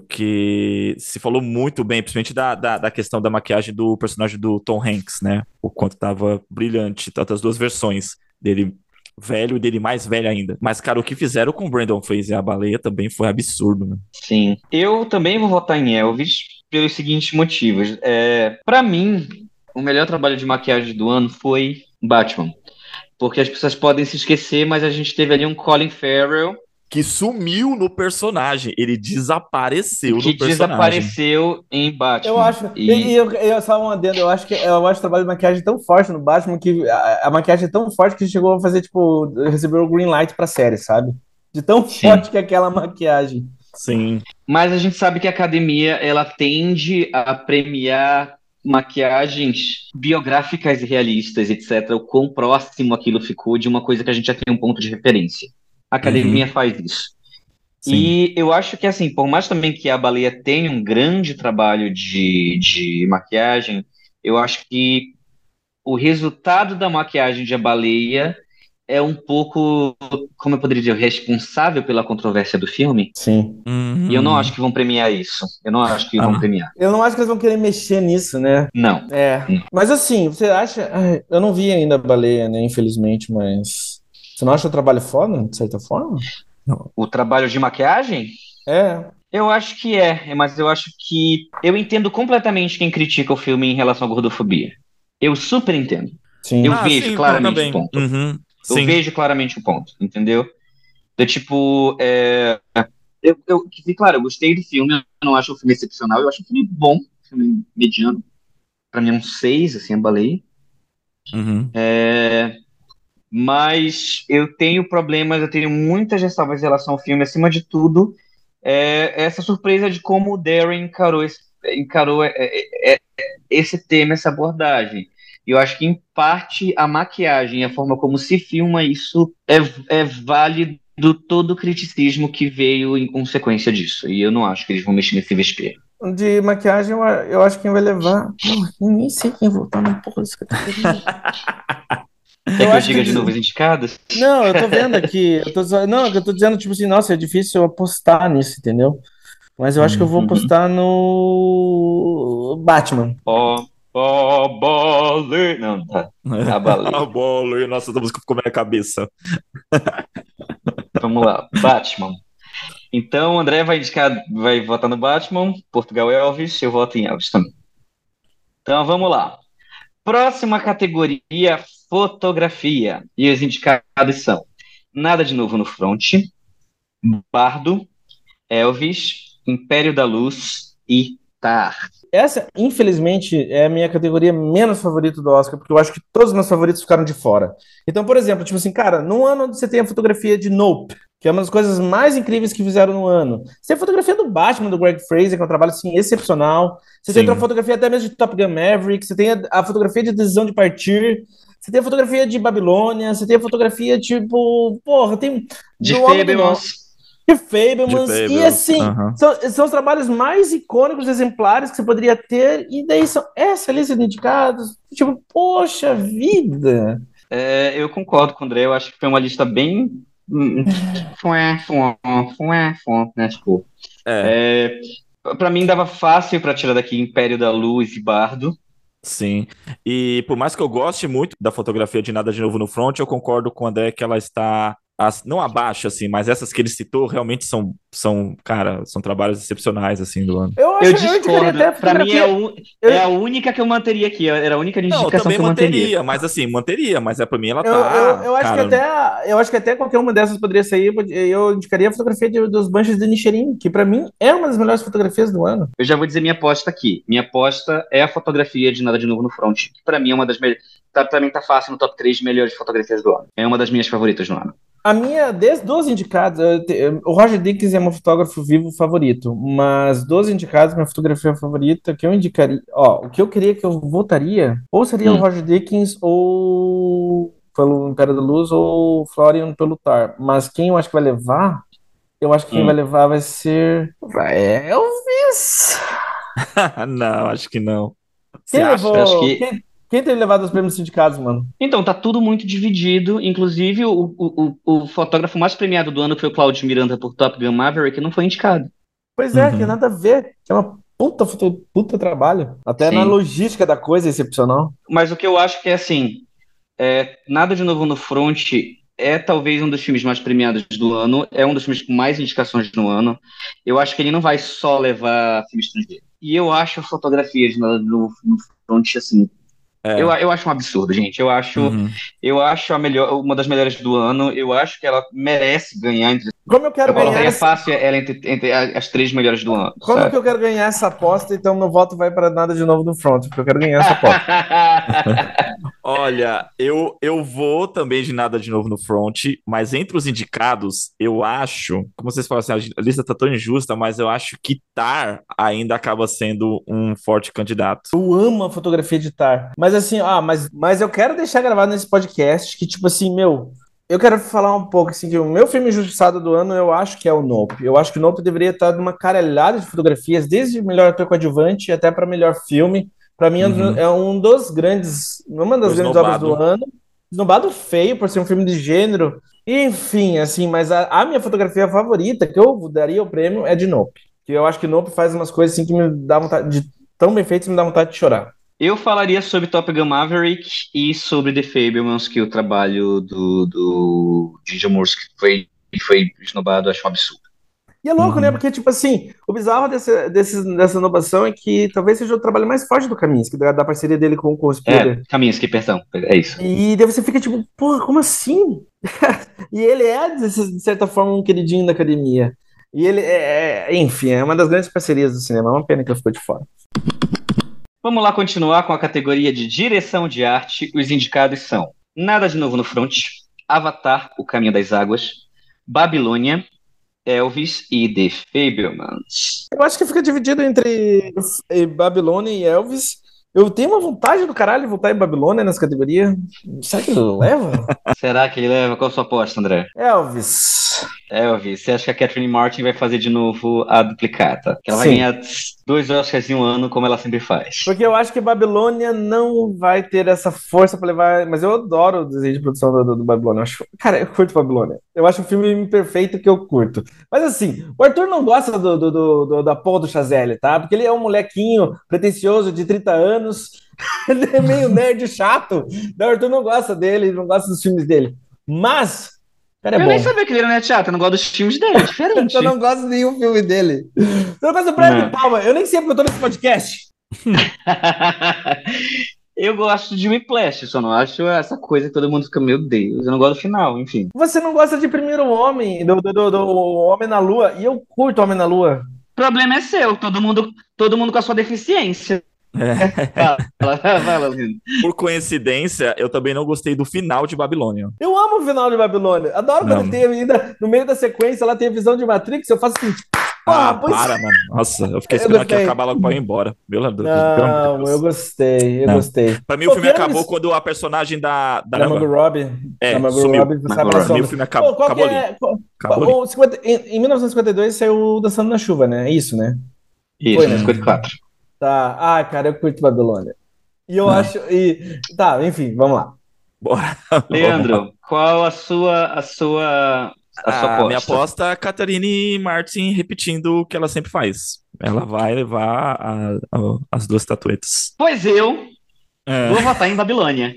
S1: Porque se falou muito bem, principalmente da, da, da questão da maquiagem do personagem do Tom Hanks, né? O quanto tava brilhante, tanto as duas versões dele velho e dele mais velho ainda. Mas, cara, o que fizeram com o Brandon Fraser e a Baleia também foi absurdo, né?
S2: Sim. Eu também vou votar em Elvis pelos seguintes motivos. É, para mim, o melhor trabalho de maquiagem do ano foi Batman. Porque as pessoas podem se esquecer, mas a gente teve ali um Colin Farrell
S1: Que sumiu no personagem. Ele desapareceu no
S2: que
S1: personagem.
S2: desapareceu em
S3: Eu
S2: Batman.
S3: acho, e, e
S2: E
S3: eu, eu só um adendo, eu acho que eu acho o trabalho de maquiagem tão forte no Batman que a, a maquiagem é tão forte que chegou a fazer, tipo, receber o green light pra série, sabe? De tão
S2: sim.
S3: forte que é aquela maquiagem.
S1: Sim.
S2: Mas a gente sabe que a academia ela tende a premiar maquiagens biográficas e realistas, etcétera. O quão próximo aquilo ficou de uma coisa que a gente já tem um ponto de referência. A academia
S1: Uhum.
S2: faz isso.
S1: Sim.
S2: E eu acho que, assim, por mais também que a Baleia tenha um grande trabalho de, de maquiagem, eu acho que o resultado da maquiagem de A Baleia é um pouco, como eu poderia dizer, responsável pela controvérsia do filme.
S3: Sim.
S2: E eu não
S1: Uhum.
S2: acho que vão premiar isso. Eu não acho que
S1: Ah,
S2: vão
S1: não.
S2: premiar.
S3: Eu não acho que eles vão querer mexer nisso, né?
S2: Não.
S3: É. Mas assim, você acha. Ai, eu não vi ainda a baleia, né? Infelizmente, mas. Você não acha o trabalho foda, de certa forma?
S1: Não.
S2: O trabalho de maquiagem?
S3: É.
S2: Eu acho que é, mas eu acho que. Eu entendo completamente quem critica o filme em relação à gordofobia. Eu super entendo. Eu
S3: Sim.
S1: Ah,
S2: vejo
S1: sim, não,
S2: claramente o
S1: também.
S2: ponto.
S1: Uhum.
S2: Eu
S1: Sim.
S2: vejo claramente o ponto, entendeu? Então, tipo, é... eu, eu, que, claro, eu gostei do filme, eu não acho o filme excepcional, eu acho o filme bom, filme mediano. Pra mim é um seis, assim, a baleia.
S1: Uhum.
S2: É... Mas eu tenho problemas, eu tenho muitas ressalvas em relação ao filme. Acima de tudo, é essa surpresa de como o Darren encarou esse, encarou é, é, é, esse tema, essa abordagem. E eu acho que, em parte, a maquiagem, a forma como se filma isso, é, é válido todo o criticismo que veio em consequência disso. E eu não acho que eles vão mexer nesse vespeiro.
S3: De maquiagem, eu, eu acho que quem vai levar. Porra, eu nem sei quem votar na porra dessa categoria.
S2: Quer
S3: Eu
S2: que eu
S3: acho
S2: diga
S3: que.
S2: de novo os indicados?
S3: Não, eu tô vendo aqui. Eu tô... só- Não, eu tô dizendo, tipo assim, nossa, é difícil eu apostar nisso, entendeu? Mas eu acho que eu vou
S1: Hum.
S2: Uhum.
S3: apostar no. Batman.
S2: Ó, ó, baleia. Não, tá. A
S1: A
S2: baleia.
S1: bola, nossa, essa música ficou na minha cabeça.
S2: Vamos lá. Batman. Então, o André vai indicar, vai votar no Batman, Portugal Elvis, eu voto em Elvis também. Então, vamos lá. Próxima categoria, fotografia. E os indicados são Nada de Novo no Front, Bardo, Elvis, Império da Luz e Tar.
S3: Essa, infelizmente, é a minha categoria menos favorita do Oscar, porque eu acho que todos os meus favoritos ficaram de fora. Então, por exemplo, tipo assim, cara, num ano onde você tem a fotografia de Nope, que é uma das coisas mais incríveis que fizeram no ano. Você tem a fotografia do Batman, do Greg Fraser, que é um trabalho, assim, excepcional. Você tem a
S1: Sim.
S3: fotografia até mesmo de Top Gun Maverick, você tem a, a fotografia de Decisão de Partir, você tem a fotografia de Babilônia, você tem a fotografia, tipo, porra, tem
S2: De
S3: do Homem do Norte.
S2: Fablemans.
S3: De
S1: De
S3: Fablemans, e
S1: Fables.
S3: assim,
S1: Aham.
S3: são, são os trabalhos mais icônicos, exemplares que você poderia ter, e daí são essa lista de indicados, tipo, poxa vida.
S2: É, eu concordo com o André, eu acho que foi uma lista bem. hum, fué, fué, fué, fué, né? Tipo,
S1: É,
S2: é, pra mim dava fácil pra tirar daqui Império da Luz e Bardo.
S1: sim. E por mais que eu goste muito da fotografia de Nada de Novo no Front, eu concordo com o André que ela está, as- não abaixo, assim, mas essas que ele citou realmente são, são, cara, são trabalhos excepcionais, assim, do ano.
S3: Eu
S2: Eu
S3: acho, eu indicaria até a
S2: discordo. Pra mim é,
S3: fotografia.
S2: o,
S3: Eu,
S2: é a única que eu manteria aqui. Era a única
S1: Não, eu
S2: indicação
S1: também
S2: que eu manteria.
S1: manteria, mas assim, manteria, mas é pra mim ela
S3: eu, eu,
S1: tá,
S3: eu acho que
S1: cara,
S3: até eu acho que até qualquer uma dessas poderia sair. Eu indicaria a fotografia de- dos Banshees de Inisherin, que pra mim é uma das melhores fotografias do ano.
S2: Eu já vou dizer minha aposta aqui. Minha aposta é a fotografia de Nada de Novo no Front, que pra mim é uma das melhores. Tá, pra mim tá fácil no top três de melhores fotografias do ano. É uma das minhas favoritas do ano.
S3: A minha, desde dos indicados, eu te- o Roger Dickens é meu fotógrafo vivo favorito, mas dos indicados, minha fotografia favorita, que eu indicaria, ó, o que eu queria que eu votaria, ou seria o
S2: Hum.
S3: Roger Dickens, ou pelo Império da Luz, ou Florian pelo Tar. Mas quem eu acho que vai levar, eu acho que quem vai
S2: Hum.
S3: levar vai ser vai Elvis.
S1: não, acho que não. Você
S3: Quem
S1: acha?
S2: Eu acho
S3: levou?
S2: que.
S3: Quem, quem tem levado os prêmios sindicados, mano?
S2: Então, tá tudo muito dividido. Inclusive, o, o, o, o fotógrafo mais premiado do ano, que foi o Claudio Miranda por Top Gun Maverick, não foi indicado.
S3: Pois é, que
S1: Uhum.
S3: nada a ver. Que é uma puta, foto- puta trabalho. Até na
S2: Sim.
S3: logística da coisa é excepcional.
S2: Mas o que eu acho que é assim: é, Nada de Novo no Front é talvez um dos filmes mais premiados do ano, é um dos filmes com mais indicações no ano. Eu acho que ele não vai só levar filme estrangeiro. E eu acho a fotografia de Nada de Novo no Front, assim,
S1: É.
S2: eu, eu acho um absurdo, gente. Eu acho,
S1: Uhum.
S2: eu acho a melhor, uma das melhores do ano. Eu acho que ela merece ganhar. Entre,
S3: Como eu quero
S2: eu
S3: ganhar
S2: colocaria
S3: essa,
S2: fácil ela entre, entre as três melhores do ano,
S3: como que
S2: sabe?
S3: eu quero ganhar essa aposta, então meu voto vai para nada de novo no front, porque eu quero ganhar essa aposta.
S1: Olha, eu, eu vou também de Nada de Novo no Front, mas entre os indicados, eu acho, como vocês falam assim, a lista tá tão injusta, mas eu acho que Tar ainda acaba sendo um forte candidato.
S3: Eu amo a fotografia de Tar. Mas assim, ah, mas, mas eu quero deixar gravado nesse podcast que, tipo assim, meu, eu quero falar um pouco assim, que o meu filme injustiçado do ano, eu acho que é o Nope. Eu acho que o Nope deveria estar numa caralhada de fotografias, desde melhor ator coadjuvante até para melhor filme. Para mim,
S1: Uhum.
S3: é um dos grandes, uma das
S1: Foi
S3: grandes obras do
S1: esnobado.
S3: ano. Esnobado feio por ser um filme de gênero. Enfim, assim, mas a, a minha fotografia favorita, que eu daria o prêmio, é de Nope. Que eu acho que Nope faz umas coisas assim que me dá vontade de, tão bem feitas, me dá vontade de chorar.
S2: Eu falaria sobre Top Gun Maverick e sobre The Fabelmans, que o trabalho do, do Ginger Morse que foi, que foi esnobado, eu acho um absurdo.
S3: E é louco, né?
S1: Uhum.
S3: Porque, tipo assim, o bizarro desse, desse, dessa inovação é que talvez seja o trabalho mais forte do Kaminski, da, da parceria dele com, com o Spielberg.
S2: É, Kaminsky, perdão, é isso.
S3: E daí você fica tipo, porra, como assim? E ele é, de certa forma, um queridinho da academia. E ele é, é, enfim, é uma das grandes parcerias do cinema. É uma pena que ele ficou de fora.
S2: Vamos lá continuar com a categoria de direção de arte. Os indicados são Nada de Novo no Front, Avatar, O Caminho das Águas, Babilônia, Elvis e The Fabelmans.
S3: Eu acho que fica dividido entre eh, Babilônia e Elvis. Eu tenho uma vontade do caralho de voltar em Babilônia nessa categoria. Será que ele leva?
S2: Será que ele leva? Qual a sua aposta, André?
S3: Elvis.
S2: Elvis, você acha que a Catherine Martin vai fazer de novo a duplicata? Que ela vai
S3: Sim.
S2: ganhar dois Oscars em um ano, como ela sempre faz.
S3: Porque eu acho que Babilônia não vai ter essa força pra levar. Mas eu adoro o desenho de produção do, do, do Babilônia. Eu acho... Cara, eu curto Babilônia. Eu acho um filme imperfeito que eu curto. Mas assim, o Arthur não gosta do, do, do, do- da porra do Chazelle, tá? Porque ele é um molequinho pretencioso de trinta anos. Ele é meio nerd chato. O Arthur não gosta dele, ele não gosta dos filmes dele. Mas, cara, é
S2: eu
S3: bom.
S2: nem sabia que ele era net chato, eu não gosto dos filmes dele, é diferente.
S3: Eu não gosto de nenhum filme dele. Você não gosta do Brian
S2: Não.
S3: De Palma. Eu nem sei porque eu tô nesse podcast.
S2: Eu gosto de Whiplash, só não acho essa coisa que todo mundo fica, meu Deus, eu não gosto do final, enfim.
S3: Você não gosta de Primeiro Homem, do, do, do, do Homem na Lua. E eu curto Homem na Lua.
S2: O problema é seu, todo mundo, todo mundo com a sua deficiência. Fala, fala, Lino.
S1: Por coincidência, eu também não gostei do final de Babilônia.
S3: Eu amo o final de Babilônia. Adoro
S1: Não.
S3: quando ele tem ainda, no meio da sequência, lá tem a visão de Matrix. Eu faço assim.
S1: Ah,
S3: Ah, pois-
S1: para, mano. Nossa, eu fiquei
S3: Eu
S1: esperando que ia
S3: gostei.
S1: acabar logo pra eu ir embora. Pelo Deus, pelo amor de
S3: Não,
S1: Deus.
S3: eu gostei, eu
S1: Não.
S3: gostei.
S1: Pra mim,
S3: Pô,
S1: o filme
S3: que ano
S1: acabou
S3: eles-
S1: quando a personagem da, da
S3: Da Margot Robbie.
S1: É,
S3: da Margot
S1: sumiu.
S3: Robbie,
S2: Margot
S3: sabe,
S2: Robbie.
S3: ela some.
S1: Pra mim, o filme acabou,
S3: Pô, qual
S1: acabou
S3: que
S1: ali.
S3: é- qual-
S1: Acabou ali.
S3: o cinquenta em, em mil novecentos e cinquenta e dois saiu Dançando na Chuva, né? É isso, né?
S2: Isso,
S3: Foi, né?
S2: cinquenta e quatro.
S3: Tá. Ah, cara, eu curto Babilônia. E eu
S1: Não.
S3: acho. E... Tá, enfim, vamos lá.
S1: Bora.
S2: Leandro, qual a sua, a sua, a sua
S1: A
S2: aposta?
S1: minha aposta é a Catherine Martin repetindo o que ela sempre faz. Ela vai levar a- a- as duas estatuetas.
S2: Pois eu
S1: É.
S2: vou votar em Babilônia.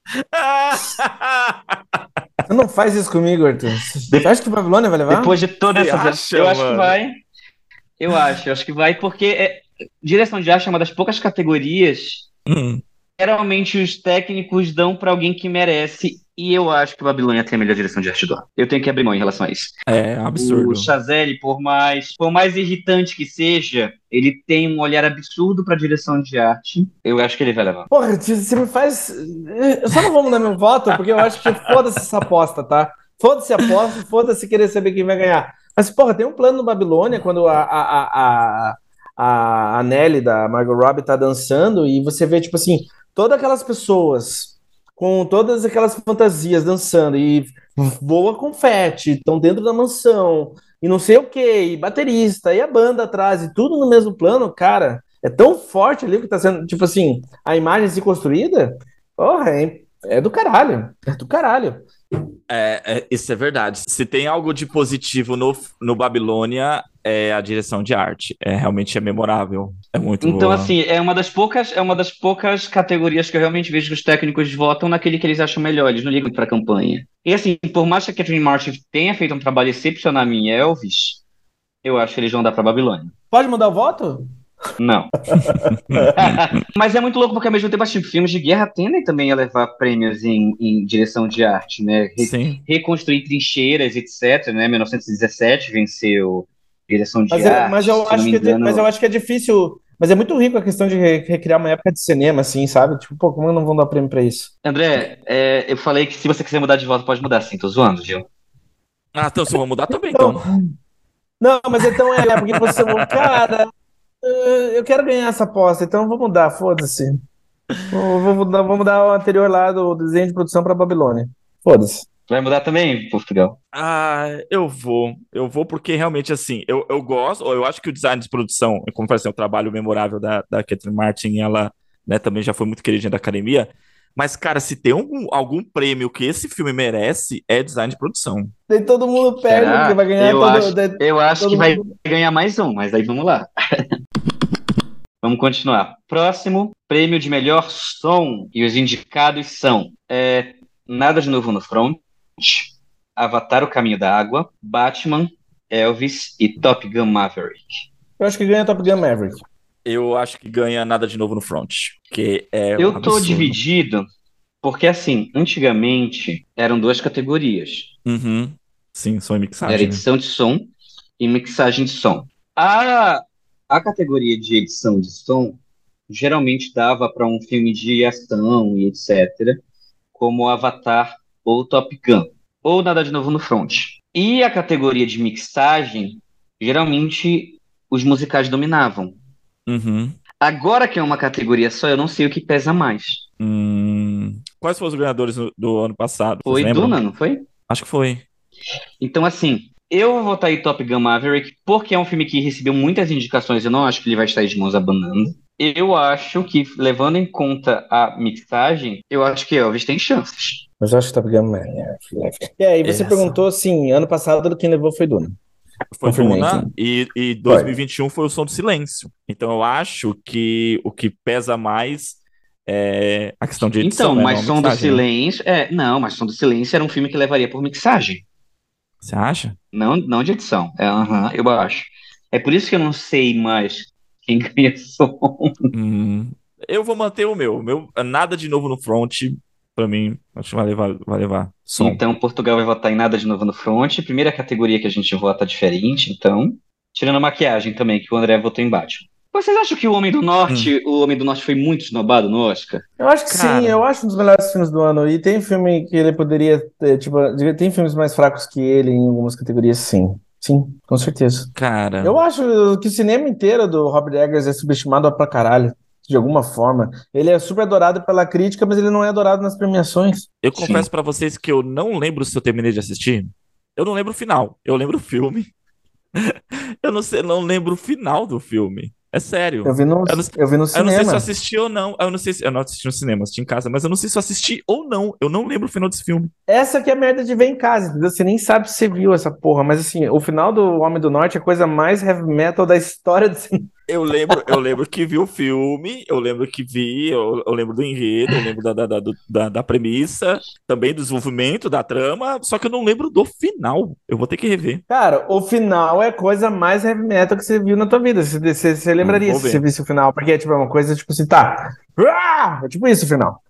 S3: Você não faz isso comigo, Arthur. Você acha que Babilônia vai levar?
S2: Depois de toda
S1: Você
S2: essa...
S1: acha,
S2: eu acho
S1: mano?
S2: que vai. Eu acho, eu acho que vai, porque é- direção de arte é uma das poucas categorias
S1: Hum,
S2: geralmente os técnicos dão pra alguém que merece, e eu acho que Babilônia tem a melhor direção de arte do ano. Eu tenho que abrir mão em relação a isso.
S1: é um absurdo.
S2: O Chazelle, por mais, por mais irritante que seja, ele tem um olhar absurdo pra direção de arte. Eu acho que ele vai levar.
S3: Porra, você me faz. Eu só não vou mudar meu voto, porque eu acho que foda-se essa aposta, tá? Foda-se a aposta, foda-se querer saber quem vai ganhar. Mas, porra, tem um plano no Babilônia quando a, a, a, a, a, a Nelly da Margot Robbie tá dançando e você vê, tipo assim, todas aquelas pessoas com todas aquelas fantasias dançando e voa confete, estão dentro da mansão e não sei o que, e baterista, e a banda atrás, e tudo no mesmo plano, cara. É tão forte ali o que tá sendo, tipo assim, a imagem se construída, porra, é, é do caralho. É do caralho.
S1: É, é, isso é verdade. Se tem algo de positivo no, no Babilônia, é a direção de arte. É realmente é memorável. É muito
S2: Então,
S1: boa.
S2: assim, é uma das poucas, é uma das poucas categorias que eu realmente vejo que os técnicos votam naquele que eles acham melhor, eles não ligam pra campanha. E assim, por mais que a Catherine Martin tenha feito um trabalho excepcional em Elvis, eu acho que eles vão dar pra Babilônia.
S3: Pode mudar o voto?
S2: Não. Mas é muito louco porque ao mesmo tempo, assim, filmes de guerra tendem também a levar prêmios em, em direção de arte, né? Re-
S1: Sim.
S2: reconstruir trincheiras, etcétera, né? mil novecentos e dezessete venceu direção de
S3: Mas, é-
S2: arte,
S3: mas, eu
S2: se não
S3: acho
S2: me
S3: que, é de-
S2: engano.
S3: mas eu acho que é difícil. Mas é muito rico a questão de re- recriar uma época de cinema, assim, sabe? Tipo, pô, como não vão dar prêmio pra isso?
S2: André, é, eu falei que se você quiser mudar de voto, pode mudar sim, tô zoando, Gil.
S1: Ah, então se eu vou mudar também, então.
S3: Não, mas então é, porque você. Cara, eh, eu quero ganhar essa aposta, então eu vou mudar, foda-se. Vou, vou mudar, vou mudar o anterior lá do desenho de produção pra Babilônia. Foda-se.
S2: Vai mudar também, Portugal?
S1: Ah, eu vou. Eu vou porque realmente, assim, eu, eu gosto, ou eu acho que o design de produção, como eu falei assim, é um trabalho memorável da, da Catherine Martin, ela, né, também já foi muito queridinha da academia. Mas, cara, se tem algum, algum prêmio que esse filme merece, é design de produção.
S3: Daí todo mundo perde,
S2: Será?
S3: porque vai ganhar
S2: eu
S3: todo.
S2: acho,
S3: daí
S2: eu acho
S3: todo
S2: que vai
S3: mundo-
S2: ganhar mais um, mas aí vamos lá. Vamos continuar. Próximo, prêmio de melhor som. E os indicados são é, Nada de Novo no Front, Avatar, O Caminho da Água, Batman, Elvis e Top Gun Maverick.
S3: Eu acho que ganha Top Gun Maverick.
S1: Eu acho que ganha nada de novo no front, que é um
S2: Eu tô
S1: absurdo.
S2: dividido porque, assim, antigamente eram duas categorias.
S1: Uhum. Sim, som e
S2: Era
S1: mixagem. né?
S2: edição de som e mixagem de som. A, a categoria de edição de som geralmente dava para um filme de ação e etcétera, como Avatar ou Top Gun, ou Nada de Novo no Front. E a categoria de mixagem, geralmente os musicais dominavam.
S1: Uhum.
S2: Agora que é uma categoria só, eu não sei o que pesa mais.
S1: Hum, quais foram os ganhadores do, do ano passado? Vocês
S2: Foi
S1: lembram?
S2: Duna, não foi?
S1: Acho que foi.
S2: Então, assim, eu vou votar em Top Gun Maverick porque é um filme que recebeu muitas indicações. Eu não acho que ele vai estar de mãos abanando. Eu acho que, levando em conta a mixagem, eu acho que Elvis tem chances.
S3: Mas eu acho que Top Gun é. É, e você
S1: Essa.
S3: perguntou assim, ano passado quem levou foi Duna.
S1: Foi
S3: Confirmei
S1: Duna
S3: aqui.
S1: e, e dois mil e vinte e um foi o Som do Silêncio. Então eu acho que o que pesa mais é a questão de edição,
S2: Então,
S1: né?
S2: mas
S1: Não a
S2: Som do
S1: mixagem, né?
S2: Silêncio. É, não, mas Som do Silêncio era um filme que levaria por mixagem.
S1: Você acha?
S2: Não, não de edição. É, aham, eu acho. É por isso que eu não sei mais quem ganha som.
S1: Hum, eu vou manter o meu. O meu, nada de novo no front. Pra mim, acho que vai levar, vai levar som.
S2: Então, Portugal vai votar em Nada de Novo no Front. Primeira categoria que a gente vota diferente, então. Tirando a maquiagem também, que o André votou em Batman. Vocês acham que o Homem do Norte, o Homem do Norte foi muito esnobado no Oscar?
S3: Eu acho que
S1: Cara.
S3: sim, eu acho um dos melhores filmes do ano. E tem filme que ele poderia ter, tipo, tem filmes mais fracos que ele em algumas categorias, sim. Sim, com certeza.
S1: Cara,
S3: Eu acho que o cinema inteiro do Robert Eggers é subestimado pra caralho, de alguma forma. Ele é super adorado pela crítica, mas ele não é adorado nas premiações.
S1: eu
S2: Sim.
S1: confesso pra vocês que eu não lembro se eu terminei de assistir. Eu não lembro o final. Eu lembro o filme. Eu não sei, não lembro o final do filme. É sério.
S3: Eu vi no,
S1: Eu não,
S3: eu vi no
S1: eu não sei se eu
S3: cinema.
S1: assisti ou não. Eu não sei se eu não assisti no cinema, assisti em casa, mas eu não sei se eu assisti ou não. Eu não lembro o final desse filme.
S3: Essa que é a merda de ver em casa, entendeu? Você nem sabe se você viu essa porra, mas assim, o final do Homem do Norte é a coisa mais heavy metal da história do cinema.
S1: Eu lembro, eu lembro que vi o filme, eu lembro que vi, eu, eu lembro do enredo, eu lembro da, da, da, do- da, da premissa, também do desenvolvimento da trama, só que eu não lembro do final. Eu vou ter que rever.
S3: Cara, o final é a coisa mais heavy metal que você viu na tua vida. Você, você, você lembraria
S1: Vou
S3: se
S1: ver.
S3: você visse o final, porque é tipo é uma coisa tipo assim, tá. Ah! É tipo isso o final.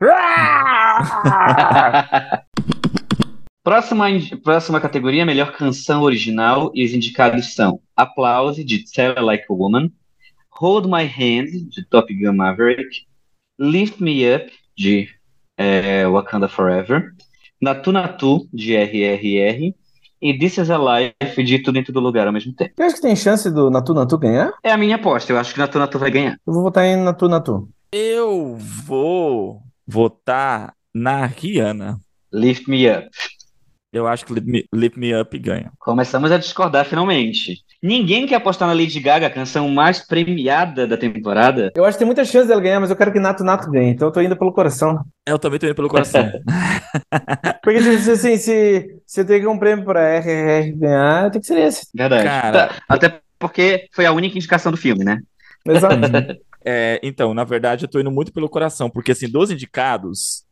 S3: Ah!
S2: Próxima, in- próxima categoria, melhor canção original, e os indicados são Aplause, de Sarah Like a Woman, Hold My Hand, de Top Gun Maverick, Lift Me Up, de eh, Wakanda Forever, Natu Natu, de R R R, e This Is a Life, de Tudo em Todo Lugar ao mesmo tempo.
S3: Você acha que tem chance do Natu Natu ganhar?
S2: É a minha aposta, eu acho que Natu Natu vai ganhar.
S3: Eu vou votar em Natu Natu.
S1: Eu vou votar na Rihanna.
S2: Lift Me Up.
S1: Eu acho que Lift Me, Lift Me Up ganha.
S2: Começamos a discordar finalmente. Ninguém quer apostar na Lady Gaga, a canção mais premiada da temporada.
S3: Eu acho que tem muita chance dela ganhar, mas eu quero que Natu Natu ganhe, então eu tô indo pelo coração.
S1: Eu também tô indo pelo coração.
S3: Porque tipo, assim, se, se tem um prêmio pra R R R ganhar, tem que ser esse.
S2: Verdade.
S1: Cara,
S2: Tá, até porque foi a única indicação do filme, né?
S3: Exato.
S1: É, então, na verdade, eu tô indo muito pelo coração, porque assim, dos indicados,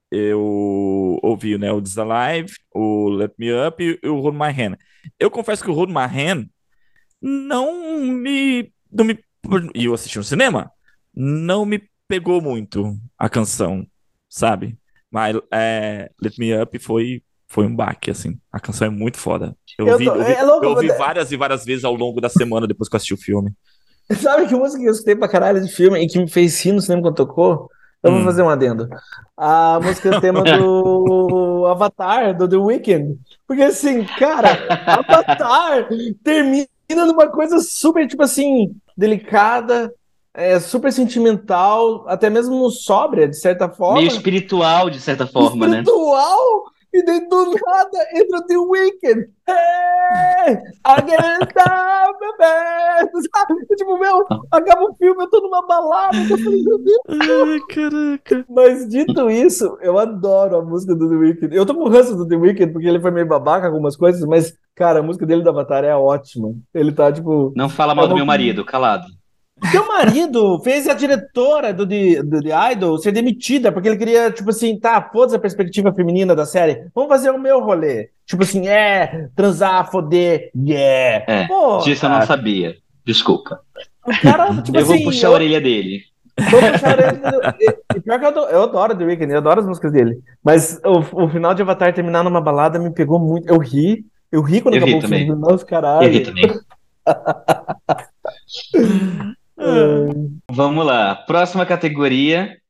S1: eu ouvi, né, o This Alive, o Let Me Up e o Hold My Hand. Eu confesso que o Hold My Hand não me, não me, e eu assisti no cinema, não me pegou muito a canção, sabe? Mas é, Let Me Up foi, foi um baque, assim. A canção é muito foda. Eu
S3: Eu
S1: ouvi,
S3: tô-
S1: eu ouvi,
S3: é louco,
S1: eu ouvi
S3: mas-
S1: várias e várias vezes ao longo da semana depois que eu assisti o filme.
S3: Sabe que música que eu escutei pra caralho de filme e que me fez rir no cinema quando tocou? Eu vou
S1: Hum.
S3: fazer um adendo. A música tema do Avatar, do The Weeknd. Porque assim, cara, Avatar termina numa coisa super, tipo assim, delicada, é, super sentimental, até mesmo sóbria, de certa forma.
S2: Meio espiritual, de certa forma, né?
S3: Espiritual, e daí do nada entra The Weeknd. Hey, against the best. Sabe? E, tipo, meu, acaba o filme, eu tô numa balada, eu falei, meu Deus.
S1: Ai, caraca.
S3: Mas dito isso, eu adoro a música do The Weeknd. Eu tô com ranço do The Weeknd porque ele foi meio babaca com algumas coisas, mas, cara, a música dele do Avatar é ótima. Ele tá, tipo...
S2: Não fala mal
S3: É
S2: do
S3: uma-
S2: meu marido, calado.
S3: Seu marido fez a diretora do The, do The Idol ser demitida porque ele queria, tipo assim, tá, foda-se a perspectiva feminina da série, vamos fazer o meu rolê. Tipo assim, é, transar, foder, yeah.
S2: É,
S3: Pô,
S2: disso eu não
S3: cara,
S2: sabia. Desculpa.
S3: o cara, tipo
S2: Eu vou
S3: assim,
S2: puxar a orelha dele.
S3: vou puxar a orelha. E, e pior que eu adoro, eu adoro The Weeknd, eu adoro as músicas dele. Mas o, o final de Avatar terminar numa balada me pegou muito. Eu ri, eu ri quando
S2: Eu
S3: acabou
S2: ri
S3: o filme.
S2: também.
S3: Nossa, caralho.
S2: Eu ri também. Vamos lá. Próxima categoria.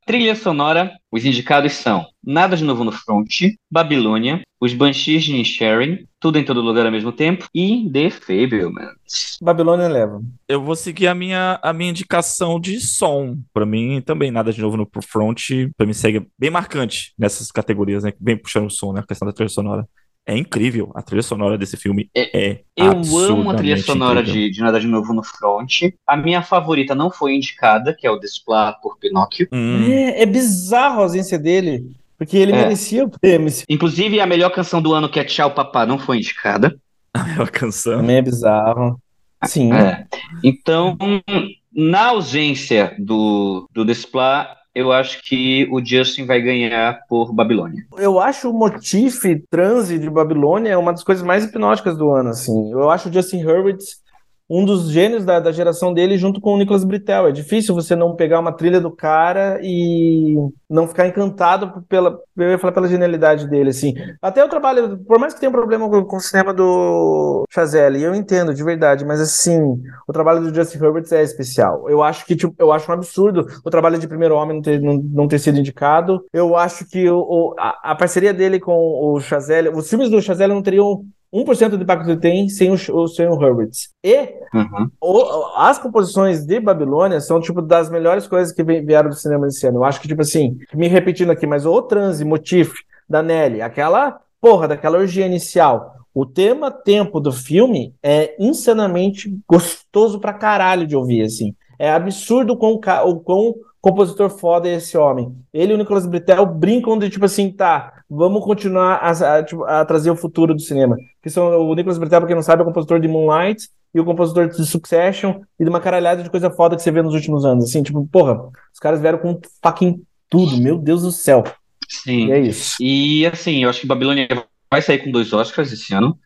S2: trilha sonora, os indicados são Nada de Novo no Front, Babilônia, Os Banshees de Inisherin, Tudo em Todo Lugar ao Mesmo Tempo e The Fabelmans.
S3: Babilônia leva.
S1: Eu vou seguir a minha, a minha indicação de som. Pra mim, também Nada de Novo no Front. Pra mim, segue bem marcante nessas categorias, né? Bem puxando o som, né? A questão da trilha sonora. É incrível. A trilha sonora desse filme é
S2: Eu amo a trilha
S1: absurdamente
S2: sonora
S1: incrível.
S2: de, de Nada de Novo no Front. A minha favorita não foi indicada, que é o Desplat por Pinóquio.
S1: Hum,
S3: É, é bizarro a ausência dele, porque ele
S2: É.
S3: merecia o prêmio.
S2: Inclusive, a melhor canção do ano, que é Tchau Papá, não foi indicada.
S1: é uma canção.
S3: Também é bizarro. Sim.
S2: É. Então, na ausência do, do Desplat, eu acho que o Justin vai ganhar por Babilônia.
S3: Eu acho o motif transe de Babilônia uma das coisas mais hipnóticas do ano, assim. Eu acho o Justin Hurwitz um dos gênios da, da geração dele junto com o Nicholas Britell. É difícil você não pegar uma trilha do cara e não ficar encantado pela, eu ia falar pela genialidade dele, assim. Até o trabalho, por mais que tenha um problema com, com o cinema do Chazelle, eu entendo, de verdade, mas assim, o trabalho do Justin Hurwitz é especial. Eu acho que, tipo, eu acho um absurdo o trabalho de Primeiro Homem não ter, não, não ter sido indicado. Eu acho que o, o, a, a parceria dele com o Chazelle, os filmes do Chazelle não teriam um por cento do impacto que tem sem o, sem o Hurwitz. E
S2: Uhum.
S3: o, as composições de Babilônia são, tipo, das melhores coisas que vieram do cinema esse ano. Eu acho que, tipo assim, me repetindo aqui, mas o transe, motif da Nelly, aquela porra daquela orgia inicial, o tema tempo do filme é insanamente gostoso pra caralho de ouvir, assim. É absurdo o quão, o quão compositor foda é esse homem. Ele e o Nicholas Britell brincam de, tipo assim, tá, vamos continuar a, a, tipo, a trazer o futuro do cinema. Que são, o Nicholas Britell, pra quem não sabe, é o compositor de Moonlight e o compositor de Succession e de uma caralhada de coisa foda que você vê nos últimos anos. Assim, tipo, porra, os caras vieram com fucking tudo, meu Deus do céu.
S2: Sim.
S3: E é isso.
S2: E assim, eu acho que Babilônia vai sair com dois Oscars esse ano.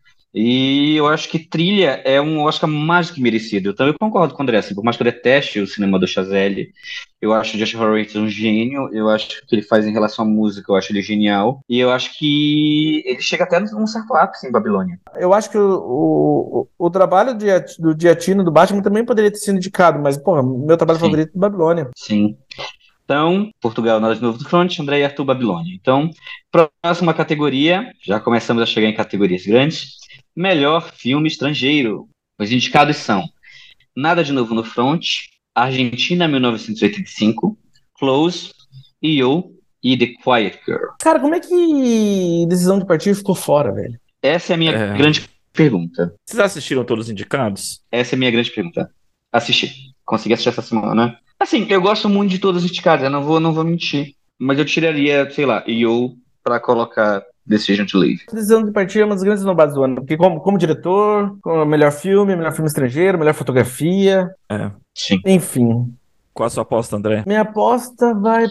S2: E eu acho que Trilha é um Oscar mais que merecido. Eu também concordo com o André. Assim, por mais que eu deteste o cinema do Chazelle, eu acho o Justin Hurwitz um gênio. Eu acho que o que ele faz em relação à música, eu acho ele genial. E eu acho que ele chega até num certo ápice em Babilônia.
S3: Eu acho que o, o, o trabalho de, do Giacchino do Batman também poderia ter sido indicado, mas, porra, meu trabalho
S2: Sim.
S3: favorito é Babilônia.
S2: Sim. Então, Portugal, Nada de Novo no Front, André e Arthur, Babilônia. Então, próxima categoria, já começamos a chegar em categorias grandes. Melhor filme estrangeiro. Os indicados são Nada de Novo no Front, Argentina mil novecentos e oitenta e cinco, Close, E O e The Quiet Girl.
S3: Cara, como é que Decisão de Partir ficou fora, velho?
S2: Essa é a minha
S1: É.
S2: grande pergunta.
S1: Vocês assistiram todos os indicados?
S2: Essa é a minha grande pergunta. Assisti. Consegui assistir essa semana. Assim, eu gosto muito de todos os indicados, eu não vou, não vou mentir. Mas eu tiraria, sei lá, E O pra colocar Decision to Leave.
S3: Decisão de Partir é uma das grandes nobadas do ano, porque como, como diretor, como melhor filme, melhor filme estrangeiro, melhor fotografia,
S1: É.
S2: Sim.
S3: enfim.
S1: Qual a sua aposta, André?
S3: Minha aposta vai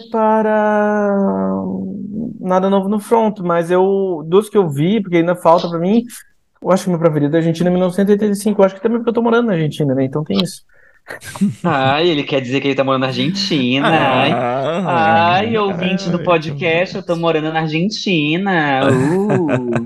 S3: para Nada Novo no Front, mas eu, dos que eu vi, porque ainda falta pra mim, eu acho que o meu preferido é Argentina mil novecentos e oitenta e cinco, eu acho que também porque eu tô morando na Argentina, né, então tem isso.
S2: Ai, ele quer dizer que ele tá morando na Argentina. Ai,
S1: Ah,
S2: ai, ouvintes do podcast, eu tô morando na Argentina. Uh.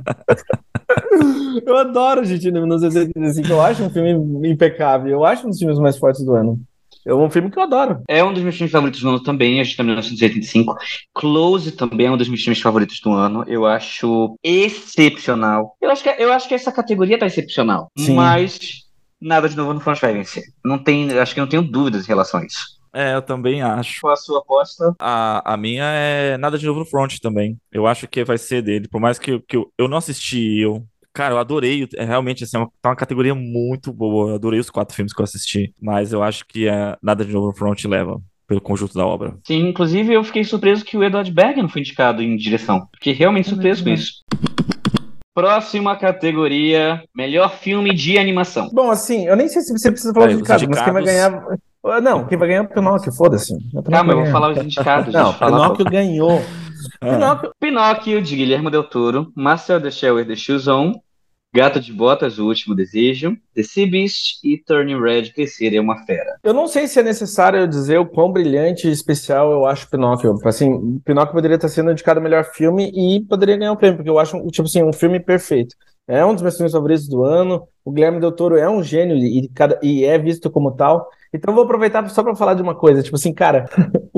S3: Eu adoro Argentina mil novecentos e oitenta e cinco, eu acho um filme impecável, eu acho um dos filmes mais fortes do ano. É um filme que eu adoro.
S2: É um dos meus filmes favoritos do ano também, a gente tá em mil novecentos e oitenta e cinco. Close também é um dos meus filmes favoritos do ano. Eu acho excepcional. Eu acho que, eu acho que essa categoria tá excepcional.
S3: Sim.
S2: Mas Nada de Novo no Front vai vencer. Não tem, acho que não tenho dúvidas em relação a isso.
S1: É, eu também acho.
S2: Qual a sua aposta?
S1: A, a minha é Nada de Novo no Front também. Eu acho que vai ser dele. Por mais que, eu- que eu, eu não assisti, eu. Cara, eu adorei. É realmente assim, é uma, tá uma categoria muito boa. Eu adorei os quatro filmes que eu assisti. Mas eu acho que é Nada de Novo no Front leva pelo conjunto da obra.
S2: Sim, inclusive eu fiquei surpreso que o Edward Berger não foi indicado em direção. Fiquei realmente surpreso com isso. Próxima categoria, melhor filme de animação.
S3: Bom, assim, eu nem sei se você precisa falar
S1: É,
S3: dos
S1: os
S3: indicados, mas quem vai
S1: indicados-
S3: ganhar... Ah, não, quem vai ganhar é o Pinóquio, foda-se. É o Pinóquio
S2: Calma, eu
S3: vai
S2: vou
S3: ganhar.
S2: falar os indicados. deixa
S3: Não,
S2: eu falar.
S3: Pinóquio ganhou.
S1: Ah,
S3: Pinóquio...
S2: Pinóquio, de Guilherme Del Toro, Marcel the Shell with the Shoes On, Gato de Botas, O Último Desejo, The Sea Beast e Turning Red, Crescer é uma Fera.
S3: Eu não sei se é necessário eu dizer o quão brilhante e especial eu acho Pinóquio. Assim, Pinóquio poderia estar sendo indicado ao melhor filme e poderia ganhar o prêmio, porque eu acho, tipo assim, um filme perfeito. É um dos meus filmes favoritos do ano. O Guilherme Del Toro é um gênio e, cada, e é visto como tal. Então eu vou aproveitar só para falar de uma coisa. Tipo assim, cara, o,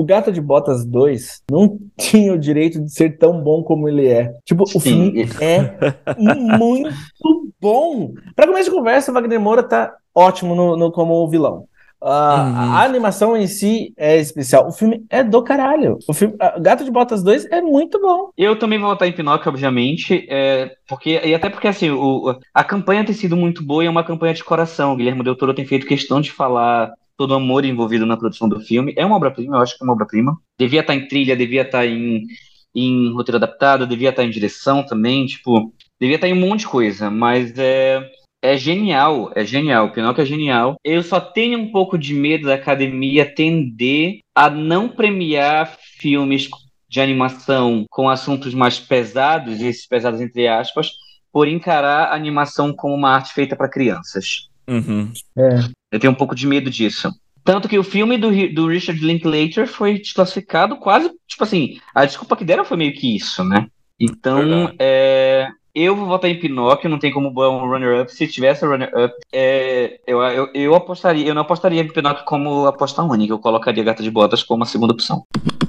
S3: Gato de Botas dois não tinha o direito de ser tão bom como ele é. Tipo, o
S2: Sim.
S3: filme é muito bom. Pra começo de conversa, o Wagner Moura tá ótimo no, no- como vilão. Ah,
S1: Uhum.
S3: a animação em si é especial. O filme é do caralho. O filme, ah, Gato de Botas dois é muito bom.
S2: Eu também vou votar em Pinóquio, obviamente, é, porque, e até porque assim, o, a campanha tem sido muito boa e é uma campanha de coração. O Guilherme Del Toro tem feito questão de falar todo o amor envolvido na produção do filme. É uma obra-prima, eu acho que é uma obra-prima. Devia estar em trilha, devia estar em, em roteiro adaptado, devia estar em direção também, tipo, devia estar em um monte de coisa, mas é, é genial, é genial. Pinóquio é genial. Eu só tenho um pouco de medo da academia tender a não premiar filmes de animação com assuntos mais pesados, e esses pesados entre aspas, por encarar a animação como uma arte feita para crianças.
S1: Uhum.
S3: É.
S2: Eu tenho um pouco de medo disso. Tanto que o filme do, Ri- do Richard Linklater foi desclassificado quase, tipo assim, a desculpa que deram foi meio que isso, né? Então,
S1: Verdade.
S2: é, eu vou votar em Pinóquio, não tem como botar um runner-up. Se tivesse um runner-up, é, eu, eu, eu apostaria, eu não apostaria em Pinóquio como aposta única, eu colocaria Gata de Botas como a segunda opção.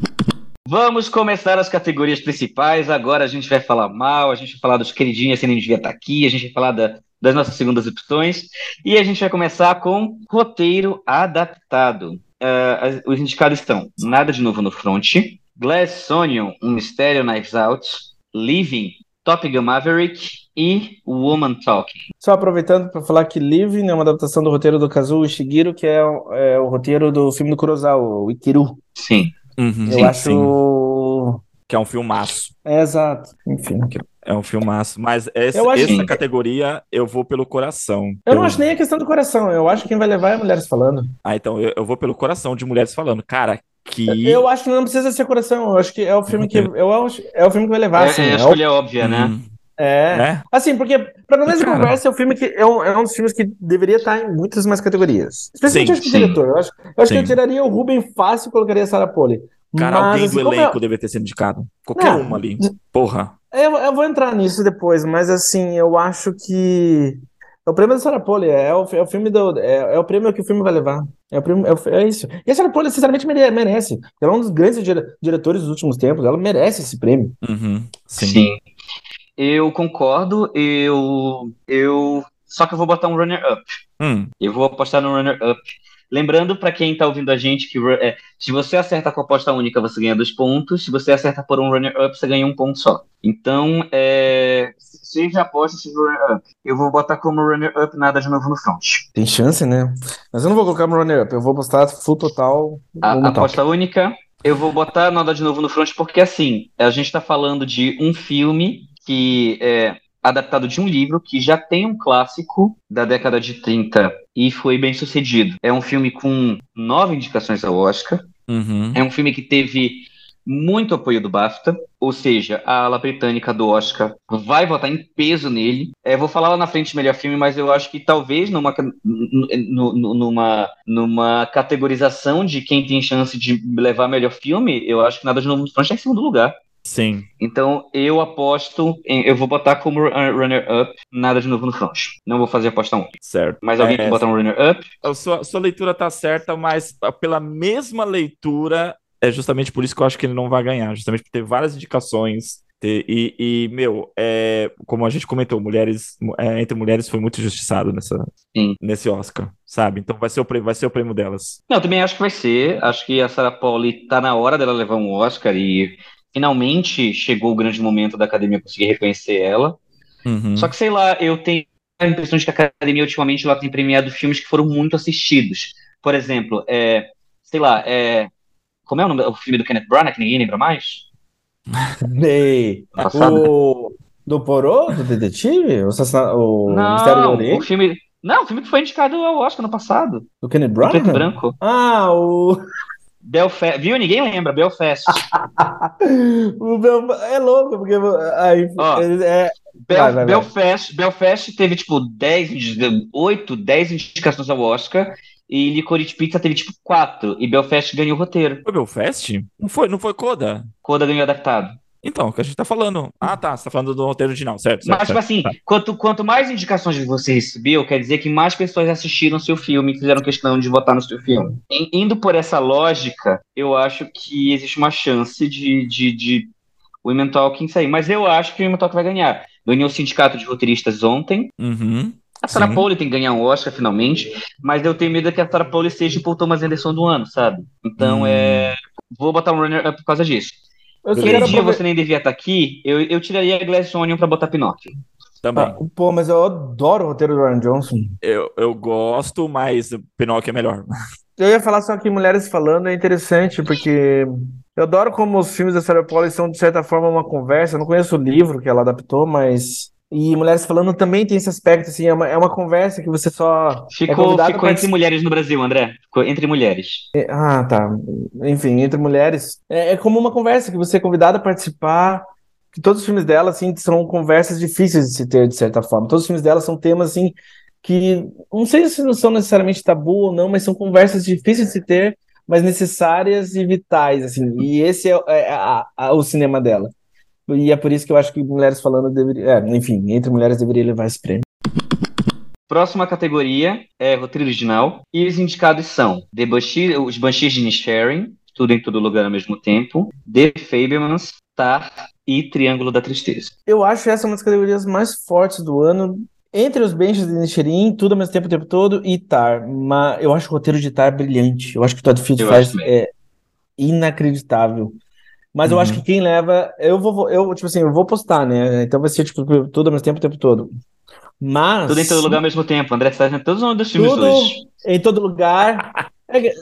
S2: Vamos começar as categorias principais. Agora a gente vai falar mal, a gente vai falar dos queridinhos que nem devia estar aqui, a gente vai falar da- das nossas segundas opções. E a gente vai começar com roteiro adaptado. Ah, as- os indicados estão Nada de Novo no Front, Glass Onion, Um Mistério, Knives Out, Living, Top Gun Maverick e Woman Talking.
S3: Só aproveitando para falar que Living é uma adaptação do roteiro do Kazuo Ishiguro, que é, o- é o roteiro do filme do Kurosawa, o Ikiru.
S2: Sim.
S1: Uhum.
S3: Eu
S2: Sim,
S3: acho.
S1: Que é um filmaço.
S3: É, exato. Enfim.
S1: É um filmaço. Mas essa,
S3: Eu acho
S1: essa
S2: que-
S1: categoria eu vou pelo coração.
S3: Eu não acho nem a questão do coração. Eu acho que quem vai levar é Mulheres Falando.
S1: Ah, então eu, eu vou pelo coração de mulheres falando. Cara, que.
S3: Eu acho que não precisa ser coração. Eu acho que é o filme que. Eu acho, é o filme que vai levar, assim.
S2: É, é a
S3: É, o-
S2: escolha óbvia, né?
S1: Hum,
S3: é.
S1: né?
S3: Assim, porque, pra começo de
S1: Cara.
S3: conversa, é um filme que é um, é um dos filmes que deveria estar em muitas mais categorias. Especialmente,
S1: Sim,
S3: acho que o
S2: sim.
S3: diretor. Eu acho, eu acho que eu
S1: Sim.
S3: tiraria o Ruben fácil e colocaria a Sarah Polley.
S1: Cara,
S3: Mas,
S1: alguém
S3: assim,
S1: do
S3: como
S1: elenco
S3: é-
S1: deveria ter sido indicado. Qualquer
S3: Não,
S1: uma ali. Porra.
S3: Eu, eu vou entrar nisso depois, mas assim, eu acho que é o prêmio da Sarah Polley, é o, é o filme do, é, é o prêmio que o filme vai levar. É, o prêmio, é, o- é isso. E a Sarah Polley, sinceramente, mere- merece. Ela é um dos grandes dire- diretores dos últimos tempos, ela merece esse prêmio.
S1: Uhum, sim.
S2: Sim. Eu concordo, eu, eu. Só que eu vou botar um runner-up.
S1: Hum,
S2: Eu vou apostar no runner-up. Lembrando para quem tá ouvindo a gente que é, se você acerta com a aposta única, você ganha dois pontos. Se você acerta por um runner-up, você ganha um ponto só. Então, é, seja aposta, seja runner-up. Eu vou botar como runner-up Nada de Novo no Front.
S3: Tem chance, né? Mas eu não vou colocar no runner-up, eu vou postar full total.
S2: A,
S3: Woman
S2: aposta
S3: Talking.
S2: única, eu vou botar Nada de Novo no Front porque, assim, a gente tá falando de um filme que é adaptado de um livro que já tem um clássico da década de trinta e foi bem sucedido. É um filme com nove indicações ao Oscar.
S1: uhum.
S2: É um filme que teve muito apoio do BAFTA, ou seja, a ala britânica do Oscar vai votar em peso nele. É, vou falar lá na frente melhor filme, mas eu acho que talvez numa, nu- nu- numa, numa categorização de quem tem chance de levar melhor filme, eu acho que Nada de Novo no Front está em segundo lugar.
S1: Sim.
S2: Então eu aposto, em- eu vou botar como uh, runner-up Nada de Novo no Front. Não vou fazer aposta única.
S1: Certo.
S2: Mas alguém
S1: É,
S2: que bota um runner-up?
S1: a sua, sua leitura tá certa, mas pela mesma leitura, é justamente por isso que eu acho que ele não vai ganhar. Justamente por ter várias indicações. ter- e, e, meu, é, como a gente comentou, mulheres, é, entre mulheres foi muito injustiçado nessa,
S2: Sim.
S1: nesse Oscar, sabe? Então vai ser, o prêmio, vai ser o prêmio delas.
S2: Não, eu também acho que vai ser. Acho que a Sarah Polley tá na hora dela levar um Oscar e finalmente chegou o grande momento da academia conseguir reconhecer ela.
S1: Uhum.
S2: Só que, sei lá, eu tenho a impressão de que a academia ultimamente ela tem premiado filmes que foram muito assistidos. Por exemplo, é, sei lá, é, como é o nome do o filme do Kenneth Branagh, que ninguém lembra mais?
S3: Ei,
S2: Ano passado?
S3: o do Porô, do detetive? O, assassina- o Mistério do
S2: Não, o
S3: Oriente?
S2: filme. Não, o filme que foi indicado ao Oscar no passado.
S3: Do Kenneth
S2: Em preto e
S3: Branagh?
S2: branco.
S3: Ah, o.
S2: Belfast. Viu? Ninguém lembra. Belfast.
S3: o Bel- É louco, porque. Aí,
S2: Ó,
S3: ele é...
S2: Bel-
S3: Vai, vai, vai.
S2: Belfast, Belfast teve, tipo, dez, oito, dez indicações ao Oscar. E Licorice Pizza teve, tipo, quatro. E Belfast ganhou o roteiro.
S1: Foi Belfast? Não foi, não foi Coda?
S2: Coda ganhou adaptado.
S1: Então, o que a gente tá falando. Ah, tá, você tá falando do roteiro original, certo? certo
S2: Mas, tipo
S1: certo.
S2: assim,
S1: Tá.
S2: quanto, quanto mais indicações você recebeu, quer dizer que mais pessoas assistiram o seu filme e fizeram questão de votar no seu filme. Em- indo por essa lógica, eu acho que existe uma chance de, de, de o Women Talking sair. Mas eu acho que o Women Talking vai ganhar. Ganhou o Sindicato de Roteiristas ontem.
S1: Uhum,
S2: A Sarah
S1: sim.
S2: Polley tem que ganhar um Oscar, finalmente. Mas eu tenho medo que a Sarah Polley seja o Paul Thomas Anderson do ano, sabe? Então,
S1: Hum,
S2: é... vou botar um runner-up por causa disso.
S3: Eu só
S1: Beleza.
S3: quero
S2: Queridinha,
S3: aproveitar.
S2: você nem devia estar aqui. Eu, eu tiraria a Glass Onion pra botar Pinóquio.
S1: Também.
S3: Pô, mas eu adoro o roteiro do Ryan Johnson.
S1: Eu, eu gosto, mas Pinóquio é melhor.
S3: Eu ia falar só que Mulheres Falando é interessante, porque eu adoro como os filmes da Sarah Polley são, de certa forma, uma conversa. Eu não conheço o livro que ela adaptou, mas... E Mulheres Falando também tem esse aspecto, assim, é uma, é uma conversa que você só é
S2: Ficou,
S3: convidado
S2: ficou
S3: a
S2: entre mulheres no Brasil, André. Ficou entre mulheres.
S3: Ah, tá. Enfim, entre mulheres. É, é como uma conversa que você é convidado a participar. Que todos os filmes dela, assim, são conversas difíceis de se ter, de certa forma. Todos os filmes dela são temas, assim, que não sei se não são necessariamente tabu ou não, mas são conversas difíceis de se ter, mas necessárias e vitais, assim. E esse é, é a- a- o cinema dela. E é por isso que eu acho que Mulheres Falando deveria. É, enfim, Entre Mulheres deveria levar esse prêmio.
S2: Próxima categoria é roteiro original. E os indicados são The Banshees, os Banshees de Inisherin, Tudo em Todo Lugar ao Mesmo Tempo, The Fabelmans, Tar e Triângulo da Tristeza.
S3: Eu acho essa uma das categorias mais fortes do ano. Entre os Benches de Nichirin, Tudo ao Mesmo Tempo, o tempo todo e Tar. Mas eu acho o roteiro de Tar brilhante. Eu acho que o Todd Field
S2: Eu
S3: faz
S2: acho também.
S3: é inacreditável. Mas eu acho que
S1: Uhum.
S3: quem leva, eu vou, eu tipo assim, eu vou postar, né? Então vai ser tipo Tudo ao Mesmo Tempo, o tempo todo. Mas
S2: Tudo em Todo Lugar ao Mesmo Tempo. André está fazendo todos os nomes dos filmes
S3: tudo
S2: hoje.
S3: em todo lugar, é que-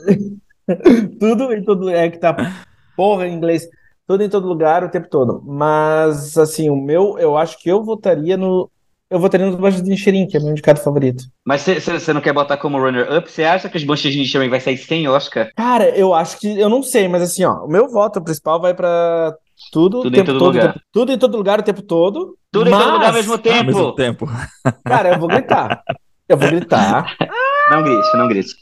S3: tudo em todo é que tá porra em inglês. Tudo em todo lugar o tempo todo. Mas assim, o meu, eu acho que eu votaria no eu votaria nos Baixos de Nichirin, que é meu indicado favorito.
S2: Mas você não quer botar como runner-up? Você acha que os Banshees de Inisherin vai sair sem Oscar?
S3: Cara, eu acho que eu não sei, mas assim, ó, o meu voto principal vai pra tudo o
S2: Tudo em
S3: tempo
S2: Todo
S3: todo, o
S2: Lugar.
S3: tempo- tudo em todo lugar o tempo todo.
S2: Tudo em Todo Lugar ao Mesmo
S3: Mas,
S1: Ah, ao mesmo
S2: Tempo!
S1: tempo.
S3: cara, eu vou gritar. Eu vou gritar.
S2: Não grite, não grite.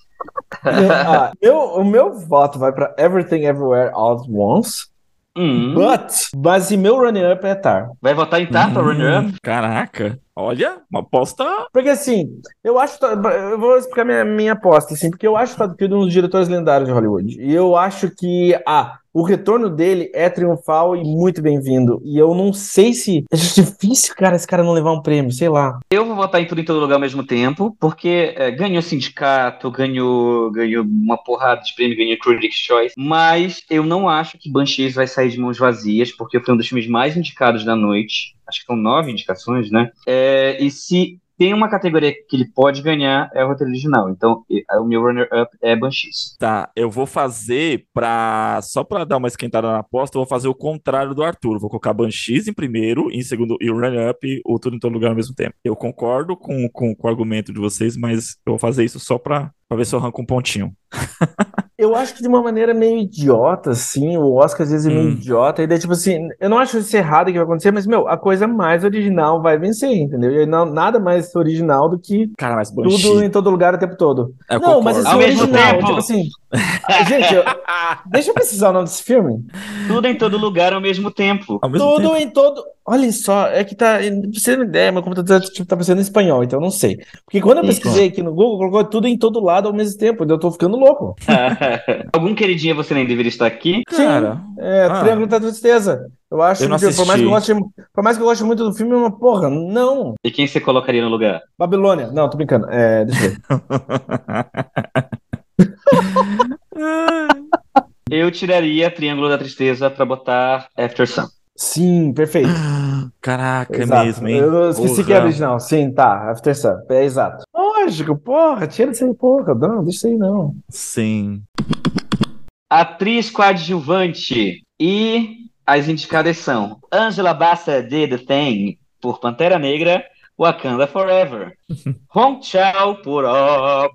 S3: Ah, eu, o meu voto vai pra Everything Everywhere All at Once.
S2: Hum,
S3: But, mas e meu running-up é Tar.
S2: vai votar em Tar pra runner-up?
S1: Hum, caraca. Olha, uma aposta.
S3: Porque assim, eu acho. Eu vou explicar minha, minha aposta, assim, porque eu acho o Todd Field um dos diretores lendários de Hollywood. E eu acho que ah, o retorno dele é triunfal e muito bem-vindo. E eu não sei se. É difícil, cara, esse cara não levar um prêmio, sei lá.
S2: Eu vou votar em Tudo em Todo Lugar ao Mesmo Tempo, porque é, ganhou sindicato, ganhou, ganhou uma porrada de prêmio, ganhou Critics' Choice, mas eu não acho que Banshees vai sair de mãos vazias, porque foi um dos filmes mais indicados da noite. Acho que são nove indicações, né? É, e se tem uma categoria que ele pode ganhar, é o roteiro original. Então, e- o meu runner-up é Banshees.
S1: Tá, eu vou fazer pra. Só pra dar uma esquentada na aposta, eu vou fazer o contrário do Arthur. Vou colocar Banshees em primeiro, em segundo, e o Run-Up, o Tudo em Todo Lugar ao mesmo tempo. Eu concordo com, com, com o argumento de vocês, mas eu vou fazer isso só pra, pra ver se eu arranco um pontinho.
S3: Eu acho que de uma maneira meio idiota, assim, o Oscar às vezes é meio
S1: Hum.
S3: idiota, e daí, tipo assim, eu não acho isso errado que vai acontecer, mas, meu, a coisa mais original vai vencer, entendeu? E não, nada mais original do que
S1: Cara, mas
S3: tudo
S1: Banshee.
S3: em todo lugar o tempo todo.
S1: Eu
S3: não, mas assim,
S2: Ao mesmo
S3: original,
S2: tempo.
S3: tipo assim. ah, gente, eu- deixa eu precisar o nome desse filme.
S2: Tudo em Todo Lugar ao Mesmo Tempo.
S1: Ao mesmo
S3: Tudo
S1: tempo.
S3: em todo. Olha só, é que tá. Pra você ter uma ideia, meu computador tipo, tá pensando em espanhol, então eu não sei. Porque quando eu
S2: Isso.
S3: pesquisei aqui no Google, colocou tudo em todo lado ao mesmo tempo, então eu tô ficando louco.
S2: Algum queridinha você nem deveria estar aqui?
S1: Cara,
S3: É,
S1: ah,
S3: Triângulo da Tristeza. Eu acho
S1: Eu não
S3: que, por mais que eu
S1: assisti.
S3: goste, por mais que eu goste muito do filme, é uma porra, não.
S2: E quem você colocaria no lugar?
S3: Babilônia. Não, tô brincando. É, deixa eu ver.
S2: Eu tiraria Triângulo da Tristeza pra botar After Sun.
S3: Sim, perfeito.
S1: Caraca, é
S3: Exato.
S1: mesmo, hein?
S3: Eu esqueci
S1: Porra.
S3: que é original. Sim, tá. After Sun. É exato. Lógico, porra, tira isso aí, porra. Não, deixa isso aí, não.
S1: Sim.
S2: Atriz coadjuvante. E as indicadas são Angela Bassett de The Thing, por Pantera Negra, Wakanda Forever. Hong Chau por A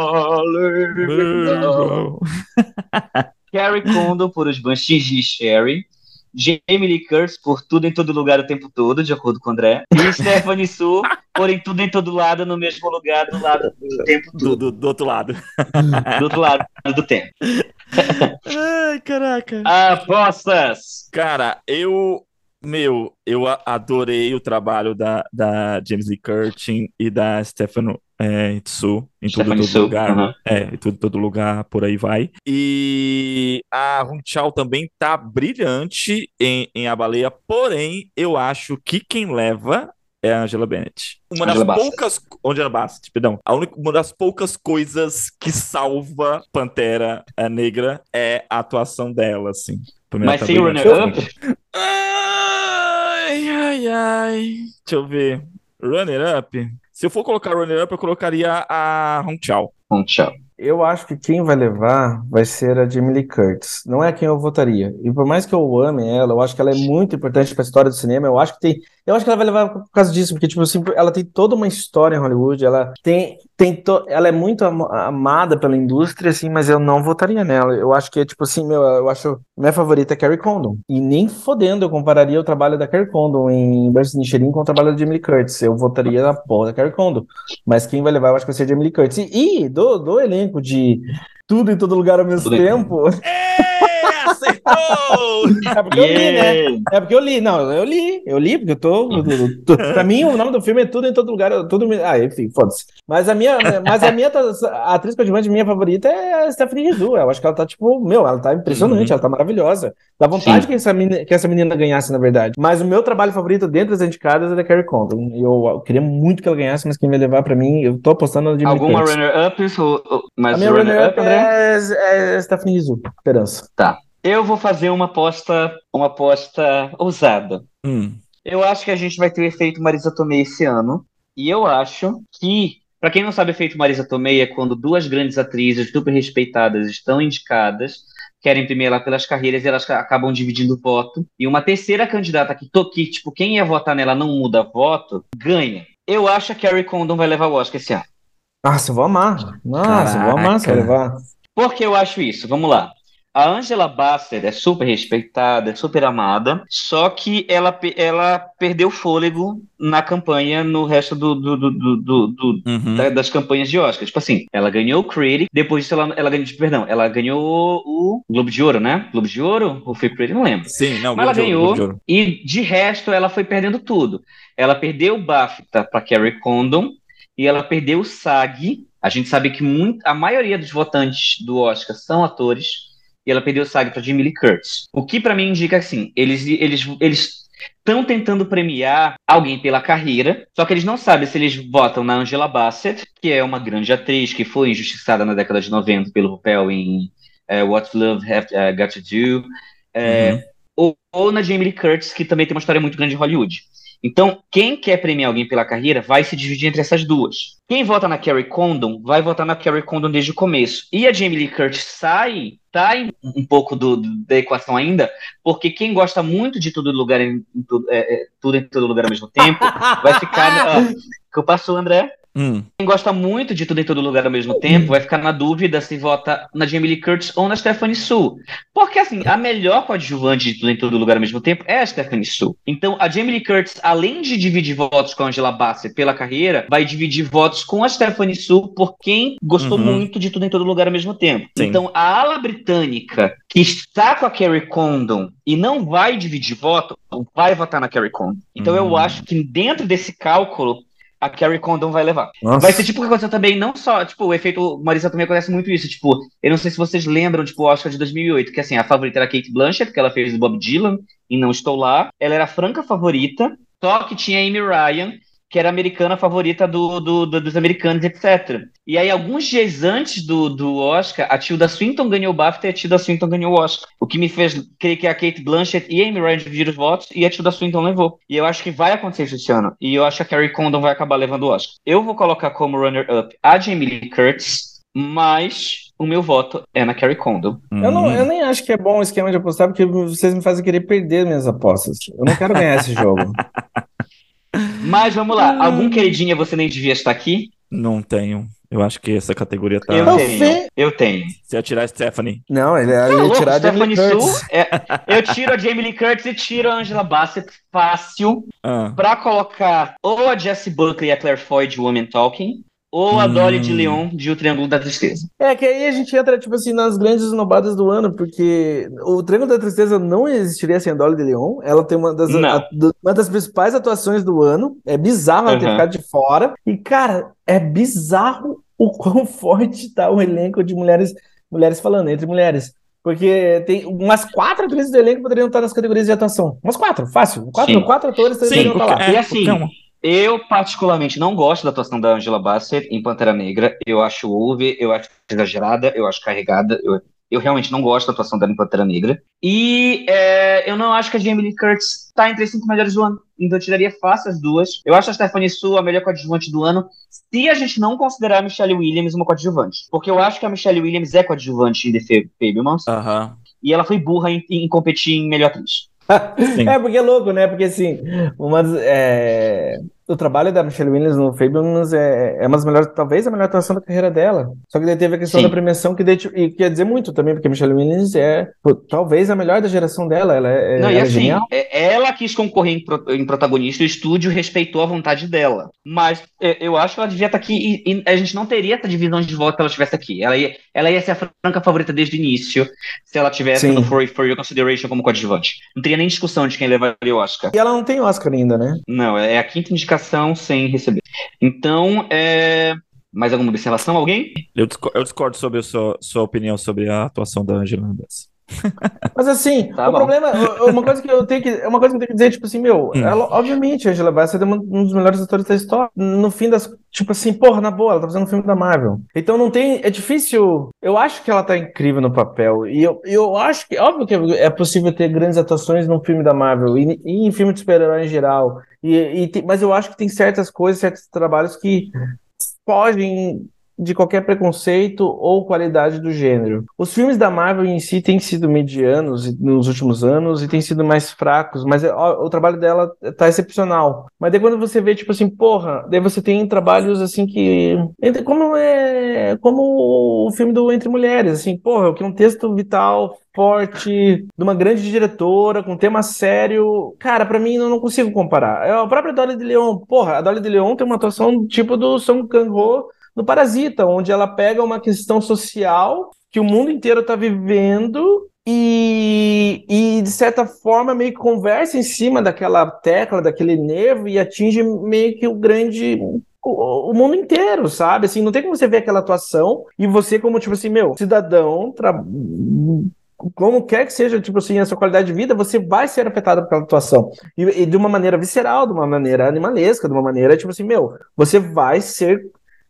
S2: Baleia. Carrie Condon por Os Banshees de Sherry. Jamie Lee Curtis por Tudo em Todo Lugar o Tempo Todo, de acordo com o André. E Stephanie Su por Em Tudo em Todo Lado, no mesmo lugar, do lado do tempo
S1: Do,
S2: todo.
S1: do, do outro lado.
S2: Do outro lado do tempo.
S1: Ai, caraca.
S2: Apostas!
S1: Cara, eu Meu, eu a- adorei o trabalho da, da James Lee Curtin e da Stefano é, Tsu em tudo e
S2: Stephanie
S1: todo
S2: Su.
S1: lugar.
S2: Aham.
S1: É, em tudo e todo lugar, por aí vai. E a Hong Chau também tá brilhante em, em A Baleia, porém, eu acho que quem leva é a Angela Bennett. Uma das
S2: Angela Bassett.
S1: poucas. Angela Bassett, perdão. A única, uma das poucas coisas que salva Pantera é, Negra é a atuação dela, assim. Pra mim, ela
S2: Mas
S1: tá
S2: sem o
S1: brilhante.
S2: runner-up,
S1: Ai, ai, ai. Deixa eu ver. Runner-up. Se eu for colocar runner-up, eu colocaria a Hong Chau.
S2: um tchau.
S3: Eu acho que quem vai levar vai ser a Jamie Lee Curtis. Não é quem eu votaria. E por mais que eu ame ela, eu acho que ela é muito importante para a história do cinema. Eu acho que tem, eu acho que ela vai levar por causa disso, porque tipo assim, ela tem toda uma história em Hollywood. Ela tem, tem to, ela é muito am- amada pela indústria, assim, mas eu não votaria nela. Eu acho que é tipo assim, meu, eu acho minha favorita é Carrie Condon. E nem fodendo eu compararia o trabalho da Carrie Condon em Berço de Nichirin com o trabalho da Jamie Lee Curtis. Eu votaria na porra da Carrie Condon. Mas quem vai levar, eu acho que vai ser a Jamie Lee Curtis. E, e do, do elenco de Tudo em Todo Lugar ao Mesmo
S2: Tudo bem.
S3: Tempo,
S1: É, acertou!
S3: é porque eu li, né?
S2: Yeah!
S3: É porque eu li. Não, eu li. Eu li, porque eu tô... eu tô- eu tô- pra mim, o nome do filme é Tudo em Todo Lugar. eu- Tudo, ah, enfim, foda-se. Mas a minha, mas a minha a atriz coadjuvante minha favorita é a Stephanie Hsu. Eu acho que ela tá, tipo... Meu, ela tá impressionante.
S1: Uhum.
S3: Ela tá maravilhosa. Dá vontade
S2: Sim.
S3: que essa, menina, que essa menina ganhasse, na verdade. Mas o meu trabalho favorito dentre as indicadas é da Carrie Condon. Eu, eu queria muito que ela ganhasse, mas quem vai levar pra mim... Eu tô apostando na Jamie Lee
S2: Alguma
S3: Curtis.
S2: runner-up? ou- ou-
S3: A
S2: Mas
S3: minha
S2: o
S3: runner-up
S2: runner-up, André?
S3: é, é Stephanie Hsu. Esperança.
S2: Tá. Eu vou fazer uma aposta, uma aposta ousada.
S1: Hum.
S2: Eu acho que a gente vai ter o efeito Marisa Tomei esse ano. E eu acho que, pra quem não sabe, o efeito Marisa Tomei é quando duas grandes atrizes super respeitadas estão indicadas, querem premiar pelas carreiras e elas ca- acabam dividindo o voto. E uma terceira candidata que, to- que tipo, quem ia votar nela não muda voto, ganha. Eu acho que a Carrie Condon vai levar o Oscar esse ano.
S3: Nossa, eu vou amar. Nossa, eu vou amar se vai
S1: Caraca.
S3: levar.
S2: Por que eu acho isso? Vamos lá. A Angela Bassett é super respeitada, é super amada, só que ela, pe- ela perdeu fôlego na campanha no resto do, do- do- do- do- do-
S1: Uhum.
S2: da- das campanhas de Oscar. Tipo assim, ela ganhou o Critic, depois disso ela, ela ganhou, perdão, ela ganhou o Globo de Ouro, né? Globo de Ouro? Ou foi Critic? Não lembro.
S1: Sim, não,
S2: Mas ela
S1: Globo de Ouro, Globo de
S2: ganhou
S1: Ouro.
S2: e de resto ela foi perdendo tudo. Ela perdeu o BAFTA para Carrie Condon e ela perdeu o SAG. A gente sabe que muito, a maioria dos votantes do Oscar são atores e ela perdeu o SAG para Jamie Lee Curtis. O que para mim indica assim, eles eles eles estão tentando premiar alguém pela carreira, só que eles não sabem se eles votam na Angela Bassett, que é uma grande atriz que foi injustiçada na década de noventa pelo papel em eh, What Love Have uh, Got to Do, eh,
S1: Uhum.
S2: ou, ou na Jamie Lee Curtis, que também tem uma história muito grande em Hollywood. Então, quem quer premiar alguém pela carreira vai se dividir entre essas duas. Quem vota na Carrie Condon vai votar na Carrie Condon desde o começo. E a Jamie Lee Curtis sai, tá em um pouco do, do- da equação ainda, porque quem gosta muito de tudo em lugar em, em tudo, é, é, tudo em todo lugar ao mesmo tempo vai ficar. Ah, que eu passo, André?
S1: Hum.
S2: Quem gosta muito de tudo em todo lugar ao mesmo tempo vai ficar na dúvida se vota na Jamie Lee Curtis ou na Stephanie Hsu. Porque, assim, a melhor coadjuvante de tudo em todo lugar ao mesmo tempo é a Stephanie Hsu. Então, a Jamie Lee Curtis, além de dividir votos com a Angela Bassett pela carreira, vai dividir votos com a Stephanie Hsu por quem gostou
S1: Uhum.
S2: muito de tudo em todo lugar ao mesmo tempo.
S1: Sim.
S2: Então, a ala britânica que está com a Carrie Condon e não vai dividir voto, vai votar na Carrie Condon. Então, eu
S1: Hum.
S2: acho que dentro desse cálculo, a Carrie Condon vai levar.
S3: Nossa.
S2: Vai ser tipo o que aconteceu também, não só, tipo, o efeito Marisa também acontece muito isso, tipo, eu não sei se vocês lembram, tipo, o Oscar de dois mil e oito, que assim, a favorita era a Kate Blanchett, que ela fez do Bob Dylan, e Não Estou Lá, ela era a franca favorita, só que tinha a Amy Ryan, que era a americana favorita do, do- do- dos americanos, etcétera. E aí, alguns dias antes do, do Oscar, a Tilda Swinton ganhou o BAFTA e a Tilda Swinton ganhou o Oscar. O que me fez crer que a Kate Blanchett e a Amy Ryan dividiram os votos e a Tilda Swinton levou. E eu acho que vai acontecer isso esse ano. E eu acho que a Carrie Condon vai acabar levando o Oscar. Eu vou colocar como runner-up a Jamie Lee Curtis, mas o meu voto é na Carrie Condon.
S3: Eu, não,
S1: Hum.
S3: eu nem acho que é bom o esquema de apostar, porque vocês me fazem querer perder minhas apostas. Eu não quero ganhar esse jogo.
S2: Mas vamos lá, algum queridinha você nem devia estar aqui?
S1: Não tenho. Eu acho que essa categoria tá.
S2: Eu
S3: Não,
S2: tenho,
S3: Fê-
S2: eu tenho.
S1: Se eu tirar a Stephanie.
S3: Não, ele,
S2: Tá
S3: ele ia
S2: louco,
S3: tirar a Jamie Lee
S2: Stephanie
S3: Curtis.
S2: Hsu, é, eu tiro a Jamie Lee Curtis e tiro a Angela Bassett fácil
S1: Ah.
S2: pra colocar ou a Jessie Buckley e a Claire Foy de Woman Talking, ou a
S1: Hum.
S2: Dolly de Leon de O Triângulo da Tristeza.
S3: É que aí a gente entra, tipo assim, nas grandes esnobadas do ano, porque o Triângulo da Tristeza não existiria sem a Dolly de Leon. Ela tem uma das,
S2: Não.
S3: a- do- uma das principais atuações do ano. É bizarro ela ter
S2: Uhum.
S3: ficado de fora. E, cara, é bizarro o quão forte tá o elenco de mulheres, mulheres falando, entre mulheres. Porque tem umas quatro atrizes do elenco que poderiam estar nas categorias de atuação. Umas quatro, fácil. Quatro,
S2: Sim.
S3: quatro atores
S1: Sim,
S3: poderiam estar
S1: porque-
S3: lá.
S1: é,
S2: E assim,
S1: calma.
S2: eu particularmente não gosto da atuação da Angela Bassett em Pantera Negra. Eu acho over, eu acho exagerada, eu acho carregada. Eu, eu realmente não gosto da atuação dela em Pantera Negra. E é, eu não acho que a Jamie Lee Curtis está entre as cinco melhores do ano. Então eu tiraria fácil as duas. Eu acho a Stephanie Su a melhor coadjuvante do ano, se a gente não considerar a Michelle Williams uma coadjuvante. Porque eu acho que a Michelle Williams é coadjuvante em The Fabelmans.
S1: Aham.
S2: E ela foi burra em, em competir em melhor atriz.
S1: Sim.
S3: É, porque é louco, né? Porque assim, uma, das- é, o trabalho da Michelle Williams no Fabelmans é, é uma das melhores, talvez a melhor atuação da carreira dela. Só que daí teve a questão
S2: Sim.
S3: da premiação, que daí, tipo, e quer dizer muito também, porque a Michelle Williams é pô, talvez a melhor da geração dela. Ela é,
S2: Não,
S3: ela
S2: e
S3: é
S2: assim,
S3: genial.
S2: é- ela quis concorrer em, pro- em protagonista, o estúdio respeitou a vontade dela. Mas é, eu acho que ela devia estar aqui e, e a gente não teria essa divisão de voto se ela estivesse aqui. Ela ia, ela ia ser a franca favorita desde o início se ela tivesse
S3: Sim.
S2: no For, For Your Consideration como coadjuvante. Não teria nem discussão de quem levaria o Oscar.
S3: E ela não tem Oscar ainda, né?
S2: Não, é a quinta indicação sem receber. Então, é... mais alguma observação? Alguém?
S1: Eu, disco- eu discordo sobre a sua, sua opinião sobre a atuação da Angela Bassett.
S3: Mas assim,
S2: Tá
S3: o
S2: bom.
S3: problema, uma coisa que eu tenho que, é uma coisa que eu tenho que dizer, tipo assim, meu,
S1: Hum.
S3: ela, obviamente, a Angela Bassett é uma- um dos melhores atores da história. No fim das, tipo assim, porra, na boa, ela tá fazendo um filme da Marvel. Então não tem, é difícil, eu acho que ela tá incrível no papel, e eu, eu acho que, óbvio que é possível ter grandes atuações num filme da Marvel, e, e em filme de super-herói em geral, e, e tem- mas eu acho que tem certas coisas, certos trabalhos que fogem de qualquer preconceito ou qualidade do gênero. Os filmes da Marvel em si têm sido medianos nos últimos anos e têm sido mais fracos, mas ó, o trabalho dela tá excepcional. Mas daí quando você vê, tipo assim, porra, daí você tem trabalhos assim que... entre- Como é... Como o filme do Entre Mulheres, assim, porra, que é um texto vital, forte, de uma grande diretora, com tema sério. Cara, pra mim, eu não consigo comparar. É a própria Dolly de Leon. Porra, a Dolly de Leon tem uma atuação tipo do Song Kang-ho no Parasita, onde ela pega uma questão social que o mundo inteiro está vivendo e, e, de certa forma, meio que conversa em cima daquela tecla, daquele nervo e atinge meio que o grande... O, o mundo inteiro, sabe? Assim, não tem como você ver aquela atuação e você como, tipo assim, meu, cidadão... Tra... como quer que seja, tipo assim, a sua qualidade de vida, você vai ser afetado pela atuação. E, e de uma maneira visceral, de uma maneira animalesca, de uma maneira, tipo assim, meu, você vai ser...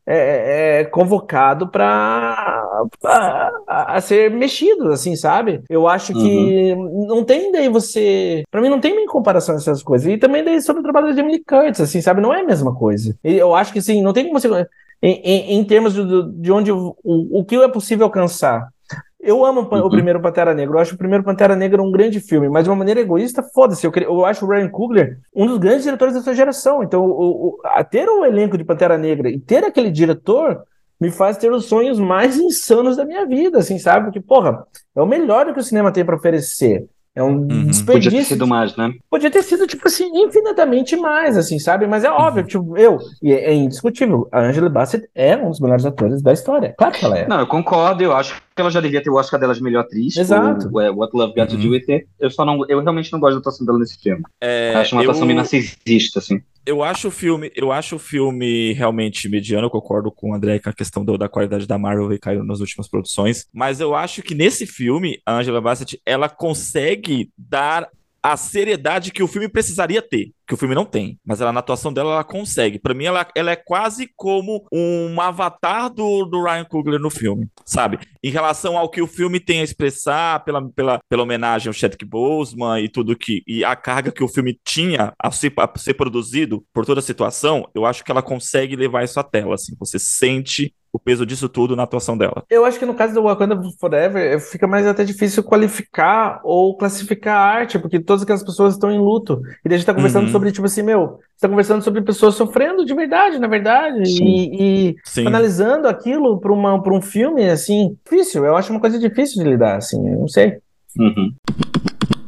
S3: É, é convocado para a, a ser mexido, assim, sabe? Eu acho que uhum. não tem daí você... Pra mim não tem nem comparação essas coisas. E também daí sobre o trabalho da Jamie Lee Curtis, assim, sabe? Não é a mesma coisa. E eu acho que, assim, não tem como você... Em, em, em termos de, de onde o, o que é possível alcançar. Eu amo uhum. o primeiro Pantera Negra, eu acho o primeiro Pantera Negra um grande filme, mas de uma maneira egoísta, foda-se, eu, eu acho o Ryan Coogler um dos grandes diretores dessa geração, então o, o, a ter um elenco de Pantera Negra e ter aquele diretor me faz ter os sonhos mais insanos da minha vida, assim, sabe? Porque, porra, é o melhor que o cinema tem para oferecer. É um uhum. desperdício.
S2: Podia ter sido mais, né?
S3: Podia ter sido, tipo assim, infinitamente mais, assim, sabe? Mas é óbvio, uhum. tipo, eu, e é, é indiscutível, a Angela Bassett é um dos melhores atores da história. Claro que ela é.
S2: Não, eu concordo, eu acho que ela já devia ter o Oscar dela de melhor atriz.
S3: Exato.
S2: O, o What Love Got to Do With It. Eu só não, eu realmente não gosto da atuação dela nesse filme.
S1: É,
S2: acho uma
S1: eu...
S2: atuação meio narcisista, assim.
S1: Eu acho o filme, eu acho o filme realmente mediano, eu concordo com o André com a questão do, da qualidade da Marvel que caiu nas últimas produções, mas eu acho que nesse filme, a Angela Bassett, ela consegue dar a seriedade que o filme precisaria ter, que o filme não tem, mas ela na atuação dela, ela consegue. Pra mim, ela, ela é quase como um avatar do, do Ryan Coogler no filme, sabe? Em relação ao que o filme tem a expressar, pela, pela, pela homenagem ao Chadwick Boseman e tudo que, e a carga que o filme tinha a ser, a ser produzido por toda a situação, eu acho que ela consegue levar isso à tela, assim, você sente o peso disso tudo na atuação dela.
S3: Eu acho que no caso do Wakanda Forever fica mais até difícil qualificar ou classificar a arte, porque todas aquelas pessoas estão em luto. E daí a gente tá conversando uhum. sobre, tipo assim, meu, você tá conversando sobre pessoas sofrendo de verdade, na verdade, Sim. e, e Sim. analisando aquilo para um filme, assim, difícil. Eu acho uma coisa difícil de lidar, assim, eu não sei.
S2: Uhum.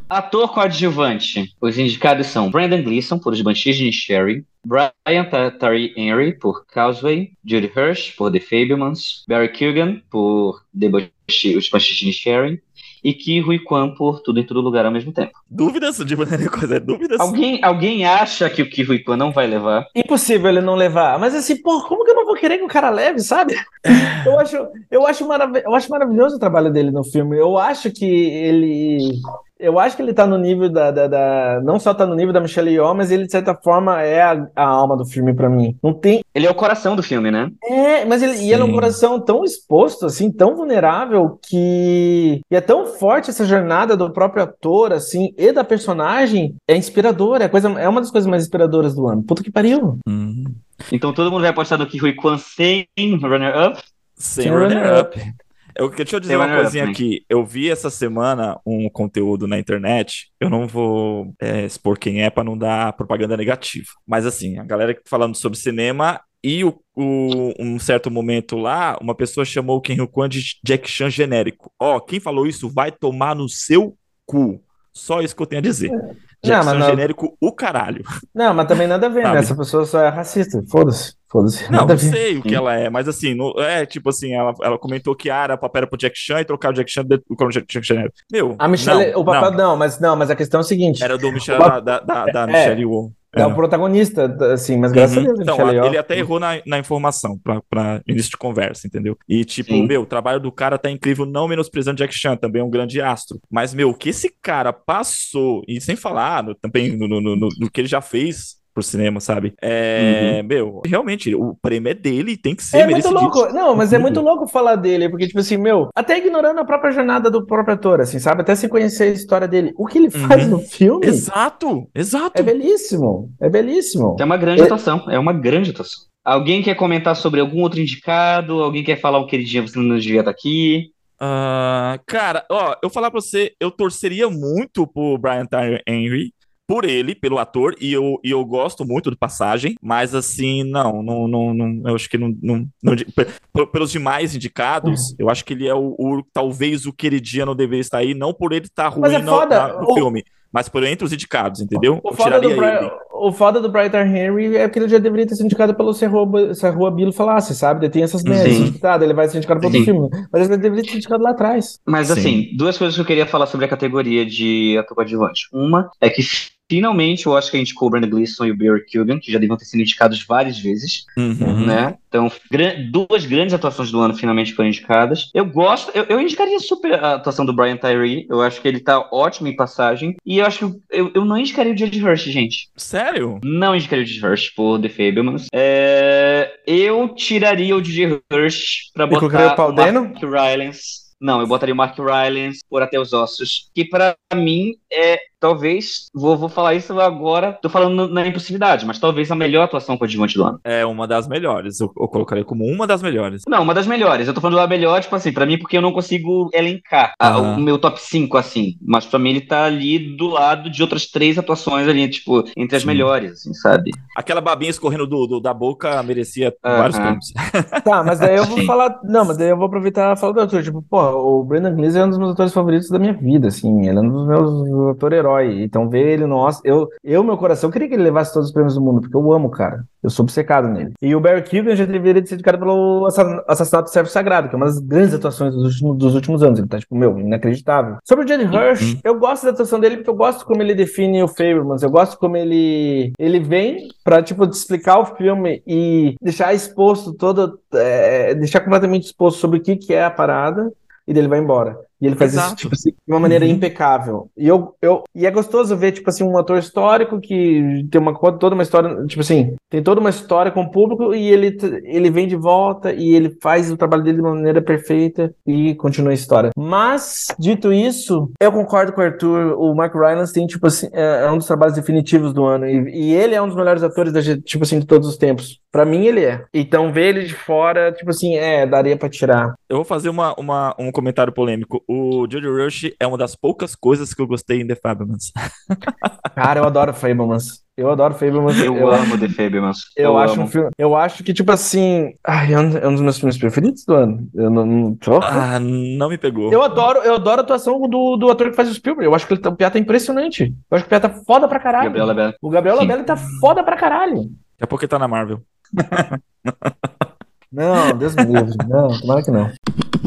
S2: Ator coadjuvante. Os indicados são Brendan Gleeson, por Os Banshees de Inisherin, Brian Tyree Henry, por Causeway, Judy Hirsch, por The Fabelmans, Barry Keoghan, por The Banshee, Os Banshees de Inisherin, e Ke Huy Quan, por Tudo em Todo Lugar ao mesmo tempo.
S1: Dúvidas? De maneira coisa, dúvidas?
S2: Alguém, alguém acha que o Ke Huy Quan não vai levar?
S3: Impossível ele não levar. Mas assim, pô, como que eu não vou querer que o cara leve, sabe? Eu acho, eu acho, marav- eu acho maravilhoso o trabalho dele no filme. Eu acho que ele... Eu acho que ele tá no nível da, da, da- não só tá no nível da Michelle Yeoh, mas ele, de certa forma, é a, a alma do filme pra mim. Não tem...
S2: Ele é o coração do filme, né?
S3: É, mas ele, e ele é um
S1: Sim.
S3: coração tão exposto, assim, tão vulnerável, que... E é tão forte essa jornada do próprio ator, assim, e da personagem, é inspiradora, é, coisa, é uma das coisas mais inspiradoras do ano. Puta que pariu.
S1: Hum.
S2: Então todo mundo vai apostar no Ke Huy Quan sem runner-up?
S1: Sem
S3: Sem
S1: runner-up. Eu, deixa eu dizer
S2: Sem
S1: uma
S2: runner-up,
S1: coisinha
S2: né?
S1: aqui. Eu vi essa semana um conteúdo na internet. Eu não vou é, expor quem é para não dar propaganda negativa. Mas assim, a galera falando sobre cinema e o, o- um certo momento lá, uma pessoa chamou o Ke Huy Quan de Jack Chan genérico. Ó, quem falou isso vai tomar no seu cu. Só isso que eu tenho a dizer. Jack
S3: Não, mas
S1: Chan
S3: não-
S1: genérico, o caralho.
S3: Não, mas também nada a ver, né?
S1: Sabe?
S3: Essa pessoa só é racista. Foda-se. Foda-se.
S1: Não,
S3: Nada
S1: não
S3: a ver.
S1: sei o que ela é, mas assim, no- é tipo assim, ela, ela comentou que ah, era papel era pro Jack Chan e trocar o Jack Chan de, com o Jack, Jack Chan. Meu,
S3: A Michelle,
S1: não,
S3: o papel
S1: não.
S3: não, mas não, mas a questão é o seguinte:
S1: Era do
S3: o
S1: Michel,
S3: pa-
S1: da, da, da
S3: é,
S1: Michelle Yeoh.
S3: é o
S1: É.
S3: protagonista, assim, mas graças
S1: Uhum.
S3: a Deus, a
S1: Então,
S3: Michelle
S1: a-
S3: Yeoh.
S1: ele até errou na, na informação pra, pra início de conversa, entendeu? E tipo,
S2: Sim.
S1: meu, o trabalho do cara tá incrível, não menosprezando Jack Chan, também é um grande astro. Mas, meu, o que esse cara passou, e sem falar no- também no, no, no, no- no que ele já fez pro cinema, sabe? É, meu, realmente, o prêmio é dele e tem que ser
S3: É muito
S1: merecidíssimo.
S3: louco, não, mas é muito
S1: Tudo.
S3: louco falar dele, porque, tipo assim, meu, até ignorando a própria jornada do próprio ator, assim, sabe? Até sem conhecer a história dele. O que ele faz
S1: Uhum.
S3: no filme
S1: Exato, exato.
S3: é belíssimo, é belíssimo.
S2: É uma grande
S3: É-
S2: atuação, é uma grande atuação. Alguém quer comentar sobre algum outro indicado? Alguém quer falar um queridinho, você não devia estar aqui?
S1: Ah, cara, ó, eu falar pra você, eu torceria muito pro Brian Tyree Henry, por ele, pelo ator, e eu, e eu gosto muito do Passagem, mas assim, não, não, não, não eu acho que não, não, não- pe- pe- pelos demais indicados, eu acho que ele é o, o- talvez o queridinho não deveria estar aí, não por ele estar
S3: Mas
S1: ruim
S3: é
S1: no,
S3: foda,
S1: na- no
S3: o-
S1: filme, mas por entre os indicados, entendeu?
S3: O
S1: Eu
S3: foda, do
S1: tiraria
S3: Brian,
S1: ele.
S3: o foda do Brian Tyree Henry é que ele já deveria ter sido indicado pelo Se a Rua, Se a Rua Bill falasse, sabe? Ele tem essas merdas.
S2: Sim.
S3: Tá, ele vai ser indicado para outro
S2: Sim.
S3: filme. Mas ele deveria ter sido indicado lá atrás.
S2: Mas
S1: Sim.
S2: assim, duas coisas que eu queria falar sobre a categoria de ator coadjuvante. Uma é que finalmente eu acho que indicou o Brendan Gleeson e o Barry Keoghan, que já deviam ter sido indicados várias vezes,
S1: Uhum.
S2: né? Então, gran- duas grandes atuações do ano finalmente foram indicadas. Eu gosto, eu, eu indicaria super a atuação do Brian Tyree. Eu acho que ele tá ótimo em Passagem. E eu acho que eu, eu não indicaria o Judd Hirsch, gente.
S1: Sério?
S2: Não indicaria o Judd Hirsch por The Fabelmans. É, eu tiraria o Judd Hirsch pra
S3: E colocaria o
S2: botar
S3: Paul
S2: o Mark
S3: Dano?
S2: Rylance. Não, eu botaria o Mark Rylance por Até os Ossos. Que pra mim é, talvez, vou, vou falar isso agora, tô falando na impulsividade, mas talvez a melhor atuação coadjuvante do ano.
S1: É uma das melhores, eu, eu colocaria como uma das melhores.
S2: Não, uma das melhores. Eu tô falando da melhor, tipo assim, pra mim, porque eu não consigo elencar a-
S1: Aham.
S2: o meu top cinco, assim. Mas pra mim ele tá ali do lado de outras três atuações ali, tipo, entre as
S1: Sim.
S2: melhores, assim, sabe?
S1: Aquela babinha escorrendo do, do- da boca merecia
S2: Aham.
S1: vários prêmios.
S3: Tá, mas daí eu vou
S2: Sim.
S3: falar. Não, mas daí eu vou aproveitar e falar do ator. Tipo, pô, o Brendan Gleeson é um dos meus atores favoritos da minha vida, assim. Ele é um dos meus atores herói. Então, ver ele no Oscar. Eu, eu, meu coração, queria que ele levasse todos os prêmios do mundo, porque eu amo o cara. Eu sou obcecado nele. E o Barry Keoghan já deveria ser indicado pelo Assa- Assassinato do Servo Sagrado, que é uma das grandes atuações dos últimos, dos últimos anos. Ele tá, tipo, meu, inacreditável. Sobre o Judd Hirsch,
S1: Uhum.
S3: eu gosto da atuação dele porque eu gosto como ele define o Fabelmans. Eu gosto como ele, ele vem pra, tipo, te explicar o filme e deixar exposto todo, é, deixar completamente exposto sobre o que, que é a parada, e dele vai embora. E ele faz
S1: Exato.
S3: isso, tipo assim, de uma maneira
S1: Uhum.
S3: impecável. E, eu, eu, e é gostoso ver, tipo assim, um ator histórico que tem uma, toda uma história, tipo assim, tem toda uma história com o público e ele, ele vem de volta e ele faz o trabalho dele de uma maneira perfeita e continua a história. Mas, dito isso, eu concordo com o Arthur, o Mark Rylance tem, tipo assim, é, é um dos trabalhos definitivos do ano. E, e ele é um dos melhores atores, da, tipo assim, de todos os tempos. Pra mim, ele é. Então, ver ele de fora, tipo assim, é, daria pra tirar.
S1: Eu vou fazer uma, uma- um comentário polêmico. O Judd Hirsch é uma das poucas coisas que eu gostei em The Fabelmans.
S3: Cara, eu adoro Fabelmans. Eu adoro Fabelmans.
S2: Eu, eu amo The Fabelmans.
S3: Eu,
S2: eu
S3: acho
S2: amo.
S3: um filme. Eu acho que, tipo assim. Ai, é um, é um dos meus filmes preferidos do ano. Eu não. não
S1: Ah, não me pegou.
S3: Eu adoro, eu adoro a atuação do, do ator que faz o Spielberg. Eu acho que ele tá, o Piá tá impressionante. Eu acho que o Piá tá foda pra caralho.
S2: Gabriel Labelle.
S3: O Gabriel
S2: Sim.
S3: Labelle tá foda pra caralho.
S1: Daqui a pouco ele tá na Marvel.
S3: Não, Deus me livre. Não, tomara que não.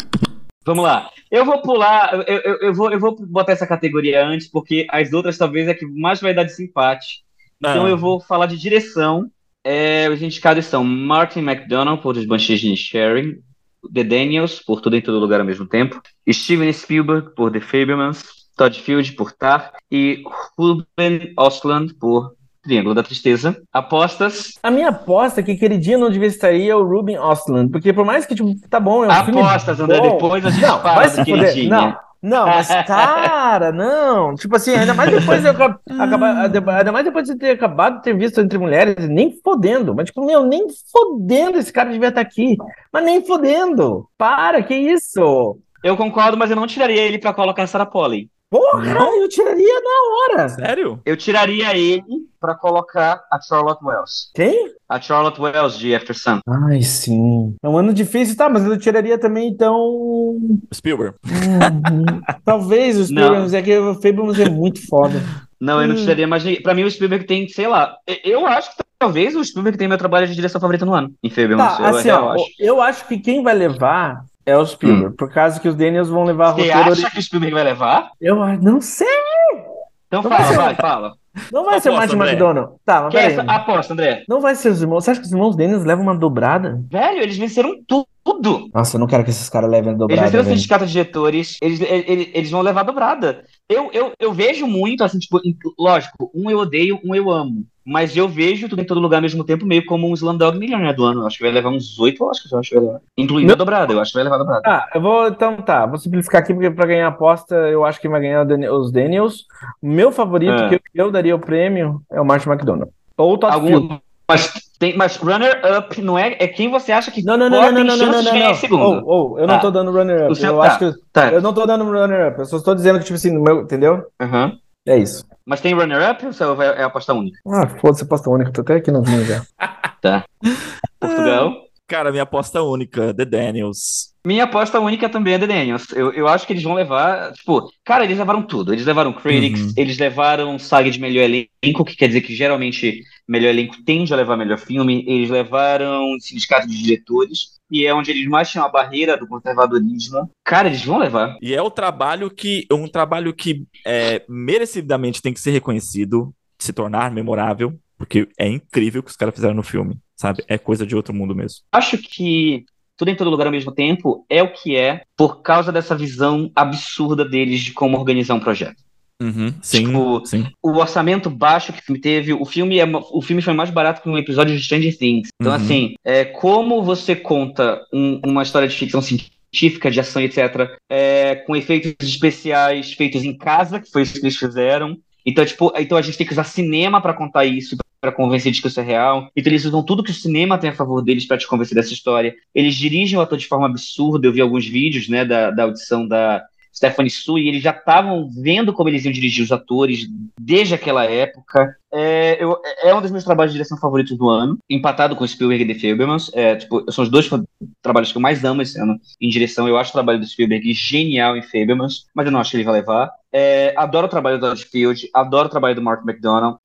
S2: Vamos lá. Eu vou pular, eu, eu, eu, vou, eu vou botar essa categoria antes, porque as outras talvez é que mais vai dar desempate. Então
S1: Ah.
S2: eu vou falar de direção. É, os indicados são Martin McDonagh, por Os Banshees de Inisherin, The Daniels, por Tudo em Todo Lugar ao Mesmo Tempo, Steven Spielberg, por The Fabelmans, Todd Field, por Tar, e Ruben Östlund, por Triângulo da Tristeza. Apostas?
S3: A minha aposta é que aquele dia não devia estar aí é o Ruben Östlund, porque por mais que, tipo, tá bom, é um filme
S2: Apostas, André,
S3: bom.
S2: depois a gente
S3: Não,
S2: fala
S3: vai se
S2: do
S3: fuder.
S2: queridinho.
S3: Não, não, mas cara, não. Tipo assim, ainda mais depois de eu acab- acabar, ainda mais depois de ter acabado de ter visto Entre Mulheres, nem fodendo. Mas, tipo, meu, nem fodendo esse cara devia estar aqui. Mas nem fodendo. Para, que isso?
S2: Eu concordo, mas eu não tiraria ele pra colocar a Sarah Polley.
S3: Porra,
S1: Não?
S3: eu tiraria na hora.
S1: Sério?
S2: Eu tiraria ele pra colocar a Charlotte Wells.
S3: Quem?
S2: A Charlotte Wells de After Sun.
S3: Ai, sim. É um ano difícil, tá? Mas eu tiraria também, então.
S1: Spielberg.
S3: Uhum. Talvez os
S2: Não.
S3: Spielberg, é que o Fabelmans é muito foda.
S2: Não, eu não
S3: Hum.
S2: tiraria mais ninguém. Pra mim, o Spielberg tem, sei lá. Eu acho que talvez o Spielberg tenha meu trabalho de direção favorito no ano. Em Fabelmans.
S3: Tá,
S2: eu,
S3: assim,
S2: eu
S3: ó,
S2: acho.
S3: eu acho que quem vai levar é o Spielberg, por causa que os Daniels vão levar
S2: Você
S3: roteiro.
S2: acha que o Spielberg vai levar?
S3: Eu a- não sei,
S2: Então
S3: Não
S2: fala,
S3: vai ser-
S2: vai, fala.
S3: não vai ser o
S1: Aposta,
S3: Martin
S1: André.
S3: McDonagh. Tá, mas
S2: Que é
S3: peraí.
S2: essa aposta, André?
S3: Não vai ser os irmãos. Você acha que os irmãos Daniels levam uma dobrada?
S2: Velho, eles venceram tudo.
S3: Nossa, eu não quero que esses caras levem a
S2: Eles
S3: dobrada,
S2: venceram o
S3: velho.
S2: sindicato de diretores, eles, eles, eles vão levar dobrada. Eu, eu, eu vejo muito, assim, tipo, em- lógico, um eu odeio, um eu amo. Mas eu vejo Tudo em Todo Lugar ao Mesmo Tempo meio como um Slumdog Millionaire do ano. Eu acho que vai levar uns oito, eu acho que eu acho que vai levar. Incluindo
S3: Meu-
S2: a dobrada, eu acho que vai levar a dobrada.
S3: Tá, eu vou. Então tá, vou simplificar aqui, porque pra ganhar a aposta, eu acho que vai ganhar o Dan- os Daniels. Meu favorito,
S2: É.
S3: que eu, eu daria o prêmio, é o Martin McDonagh. Ou o Todd Field.
S2: Algum, mas, tem, mas runner-up não é, é quem você acha que
S3: Não, não, não,
S2: pode
S3: não,
S2: ter
S3: não, não,
S2: chance
S3: não,
S2: de
S3: não,
S2: ganhar
S3: não.
S2: em segundo.
S3: Ou, ou, eu não
S2: Tá.
S3: tô dando runner-up.
S2: O seu-
S3: Eu
S2: tá,
S3: acho que
S2: tá.
S3: eu não tô dando runner-up. Eu só estou dizendo que, tipo assim, no meu, entendeu?
S2: Aham.
S3: É isso.
S2: Mas tem runner-up ou só vai- é aposta única?
S3: Ah, foda-se, aposta única. Tô até aqui no vinho já.
S2: Tá. Portugal.
S1: Cara, minha aposta única, The Daniels.
S2: Minha aposta única também é The Daniels. Eu, eu acho que eles vão levar. Tipo, cara, eles levaram tudo. Eles levaram Critics,
S1: Uhum.
S2: eles levaram saga de melhor elenco, que quer dizer que geralmente melhor elenco tende a levar melhor filme. Eles levaram sindicato de diretores, e é onde eles mais tinham a barreira do conservadorismo. Cara, eles vão levar.
S1: E é o trabalho que, um trabalho que é, merecidamente tem que ser reconhecido, se tornar memorável, porque é incrível o que os caras fizeram no filme, sabe? É coisa de outro mundo mesmo.
S2: Acho que Tudo em Todo Lugar ao Mesmo Tempo é o que é por causa dessa visão absurda deles de como organizar um projeto.
S1: Uhum, sim,
S2: Tipo,
S1: sim.
S2: O orçamento baixo que o filme teve, o filme, é, o filme foi mais barato que um episódio de Stranger Things. Então,
S1: Uhum.
S2: assim, é, como você conta um- uma história de ficção científica, de ação, etcétera, é, com efeitos especiais feitos em casa, que foi isso que eles fizeram. Então, tipo, então a gente tem que usar cinema pra contar isso, pra convencer de que isso é real. Então eles usam tudo que o cinema tem a favor deles pra te convencer dessa história. Eles dirigem o ator de forma absurda. Eu vi alguns vídeos, né, da, da audição da Stephanie Su, e eles já estavam vendo como eles iam dirigir os atores desde aquela época. É, eu, é um dos meus trabalhos de direção favoritos do ano, empatado com Spielberg e The Fabelmans. É, tipo, são os dois fa- trabalhos que eu mais amo esse ano em direção. Eu acho o trabalho do Spielberg genial em Fabelmans, mas eu não acho que ele vai levar. É, adoro o trabalho do Todd Field, adoro o trabalho do Mark McDonagh.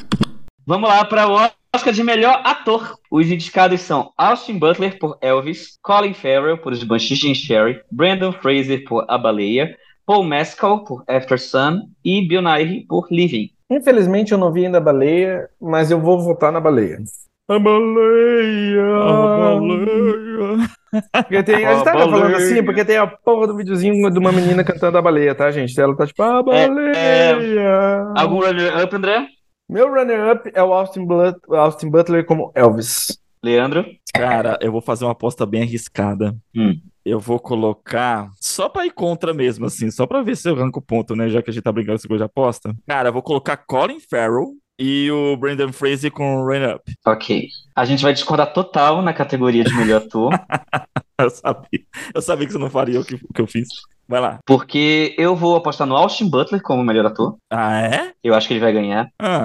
S2: Vamos lá para o Oscar de melhor ator. Os indicados são Austin Butler por Elvis, Colin Farrell por Os Banshees de Inisherin, Brendan Fraser por A Baleia, Paul Mescal por After Sun e Bill Nighy por Living.
S3: Infelizmente eu não vi ainda a baleia, mas eu vou votar na baleia. A baleia! Porque tem, a gente tá
S2: A baleia.
S3: falando assim, porque tem a porra do videozinho de uma menina cantando a baleia, tá, gente? Ela tá tipo, a baleia!
S2: Algum runner-up, André?
S3: Meu runner-up é o Austin, Blut- Austin Butler como Elvis.
S2: Leandro?
S1: Cara, eu vou fazer uma aposta bem arriscada.
S2: Hum.
S1: Eu vou colocar, só pra ir contra mesmo, assim, só pra ver se eu arranco o ponto, né? Já que a gente tá brincando com essa coisa de aposta. Cara, eu vou colocar Colin Farrell e o Brendan Fraser com Rain Up.
S2: Ok. A gente vai discordar total na categoria de melhor ator,
S1: Eu sabia. Eu sabia que você não faria o que, o que eu fiz. Vai lá.
S2: porque eu vou apostar no Austin Butler como melhor ator.
S1: Ah, é?
S2: Eu acho que ele vai ganhar.
S1: Ah,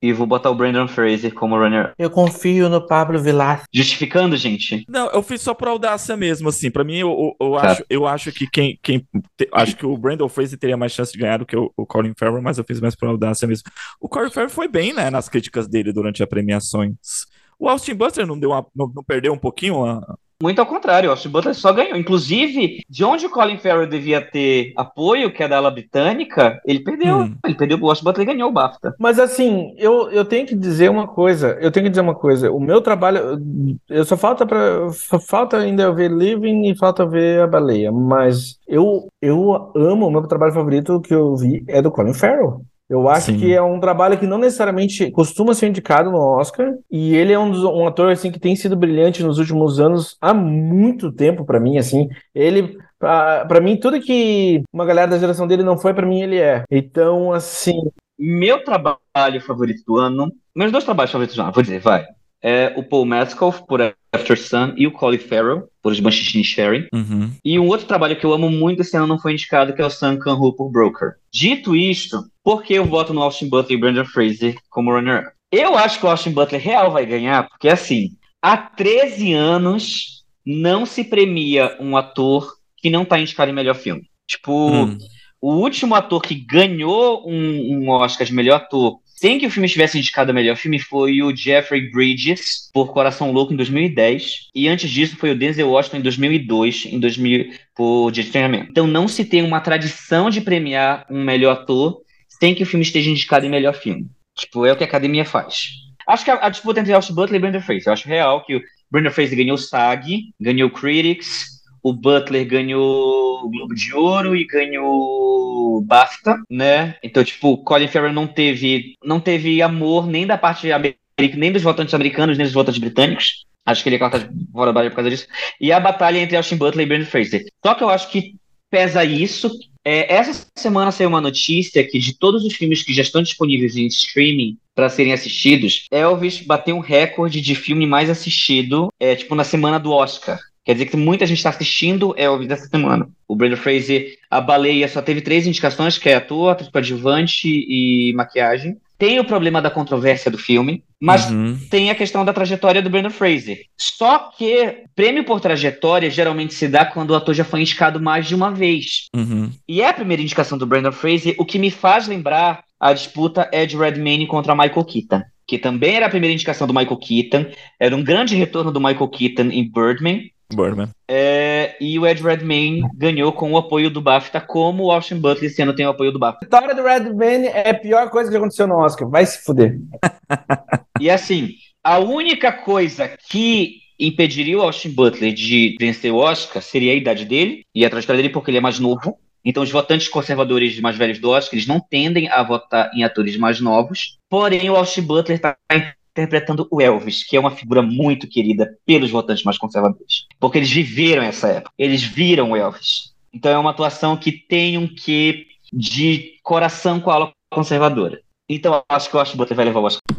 S2: e vou botar o Brendan Fraser como runner.
S3: Eu confio no Pablo Vilar.
S2: Justificando, gente?
S1: Não, eu fiz só por audácia mesmo, assim. Pra mim, eu, eu, eu
S2: Tá.
S1: acho, eu acho que quem. quem te- acho que o Brendan Fraser teria mais chance de ganhar do que o, o Colin Farrell, mas eu fiz mais por audácia mesmo. O Colin Farrell foi bem, né, nas críticas dele durante as premiações. O Austin Butler não, deu uma, não, não perdeu um pouquinho a.
S2: Muito ao contrário, o Austin Butler só ganhou. Inclusive, de onde o Colin Farrell devia ter apoio, que é da ala britânica, ele perdeu.
S1: Hum.
S2: Ele perdeu, o Austin Butler ganhou o BAFTA.
S3: Mas assim, eu, eu tenho que dizer uma coisa. Eu tenho que dizer uma coisa. O meu trabalho, eu só falta para falta ainda eu ver Living e falta ver A Baleia. Mas eu eu amo o meu trabalho favorito que eu vi é do Colin Farrell. Eu acho
S1: Sim.
S3: que é um trabalho que não necessariamente costuma ser indicado no Oscar, e ele é um, dos- um ator assim que tem sido brilhante nos últimos anos, há muito tempo pra mim, assim. Ele, pra pra mim, tudo que uma galera da geração dele não foi, pra mim ele é. Então, assim,
S2: Meu trabalho favorito do ano, meus dois trabalhos favoritos do ano, vou dizer, vai, é o Paul Mescal por After Sun e o Colin Farrell por Os Banshees de Inisherin.
S1: Uhum.
S2: E um outro trabalho que eu amo muito esse ano não foi indicado, que é o Sun Kang-ho por Broker. Dito isto, por que eu voto no Austin Butler e Brendan Fraser como runner-up? Eu acho que o Austin Butler real vai ganhar, porque assim, há treze anos não se premia um ator que não tá indicado em melhor filme. Tipo,
S1: Hum.
S2: o último ator que ganhou um, um Oscar de melhor ator sem que o filme estivesse indicado a melhor filme foi o Jeffrey Bridges por Coração Louco em dois mil e dez, e antes disso foi o Denzel Washington em dois mil e dois, em dois mil, por Dia de Treinamento. Então não se tem uma tradição de premiar um melhor ator sem que o filme esteja indicado em melhor filme. Tipo, é o que a academia faz. Acho que a, a disputa entre Austin Butler e Brendan Fraser. Eu acho real que o Brendan Fraser ganhou o SAG, ganhou o Critics, o Butler ganhou o Globo de Ouro e ganhou o BAFTA, né? Então, tipo, Colin Farrell não teve, não teve amor nem da parte americana, nem dos votantes americanos, nem dos votantes britânicos. Acho que ele é cortado fora da batalha por causa disso. E a batalha entre Austin Butler e Brendan Fraser. Só que eu acho que pesa isso. É, essa semana saiu uma notícia que de todos os filmes que já estão disponíveis em streaming para serem assistidos, Elvis bateu um recorde de filme mais assistido, é, tipo, na semana do Oscar. Quer dizer que muita gente está assistindo Elvis essa semana. O Brendan Fraser, A Baleia, só teve três indicações, que é ator, atriz coadjuvante e maquiagem. Tem o problema da controvérsia do filme, mas
S1: Uhum.
S2: tem a questão da trajetória do Brendan Fraser. Só que prêmio por trajetória geralmente se dá quando o ator já foi indicado mais de uma vez.
S1: Uhum.
S2: E é a primeira indicação do Brendan Fraser, o que me faz lembrar a disputa Ed Redmayne contra Michael Keaton, que também era a primeira indicação do Michael Keaton, era um grande retorno do Michael Keaton em Birdman,
S1: Birdman.
S2: é, e o Ed Redmayne ganhou com o apoio do BAFTA, como o Austin Butler esse ano tem o apoio do BAFTA.
S3: a vitória do Redman é a pior coisa que aconteceu no Oscar. Vai se fuder.
S2: E assim, a única coisa que impediria o Austin Butler de vencer o Oscar seria a idade dele e a trajetória dele, porque ele é mais novo. Então os votantes conservadores mais velhos do Oscar, eles não tendem a votar em atores mais novos. Porém, o Austin Butler está interpretando o Elvis, que é uma figura muito querida pelos votantes mais conservadores. Porque eles viveram essa época. Eles viram o Elvis. Então é uma atuação que tem um quê de coração com a ala conservadora. Então eu acho que o Austin Butler vai levar o Oscar.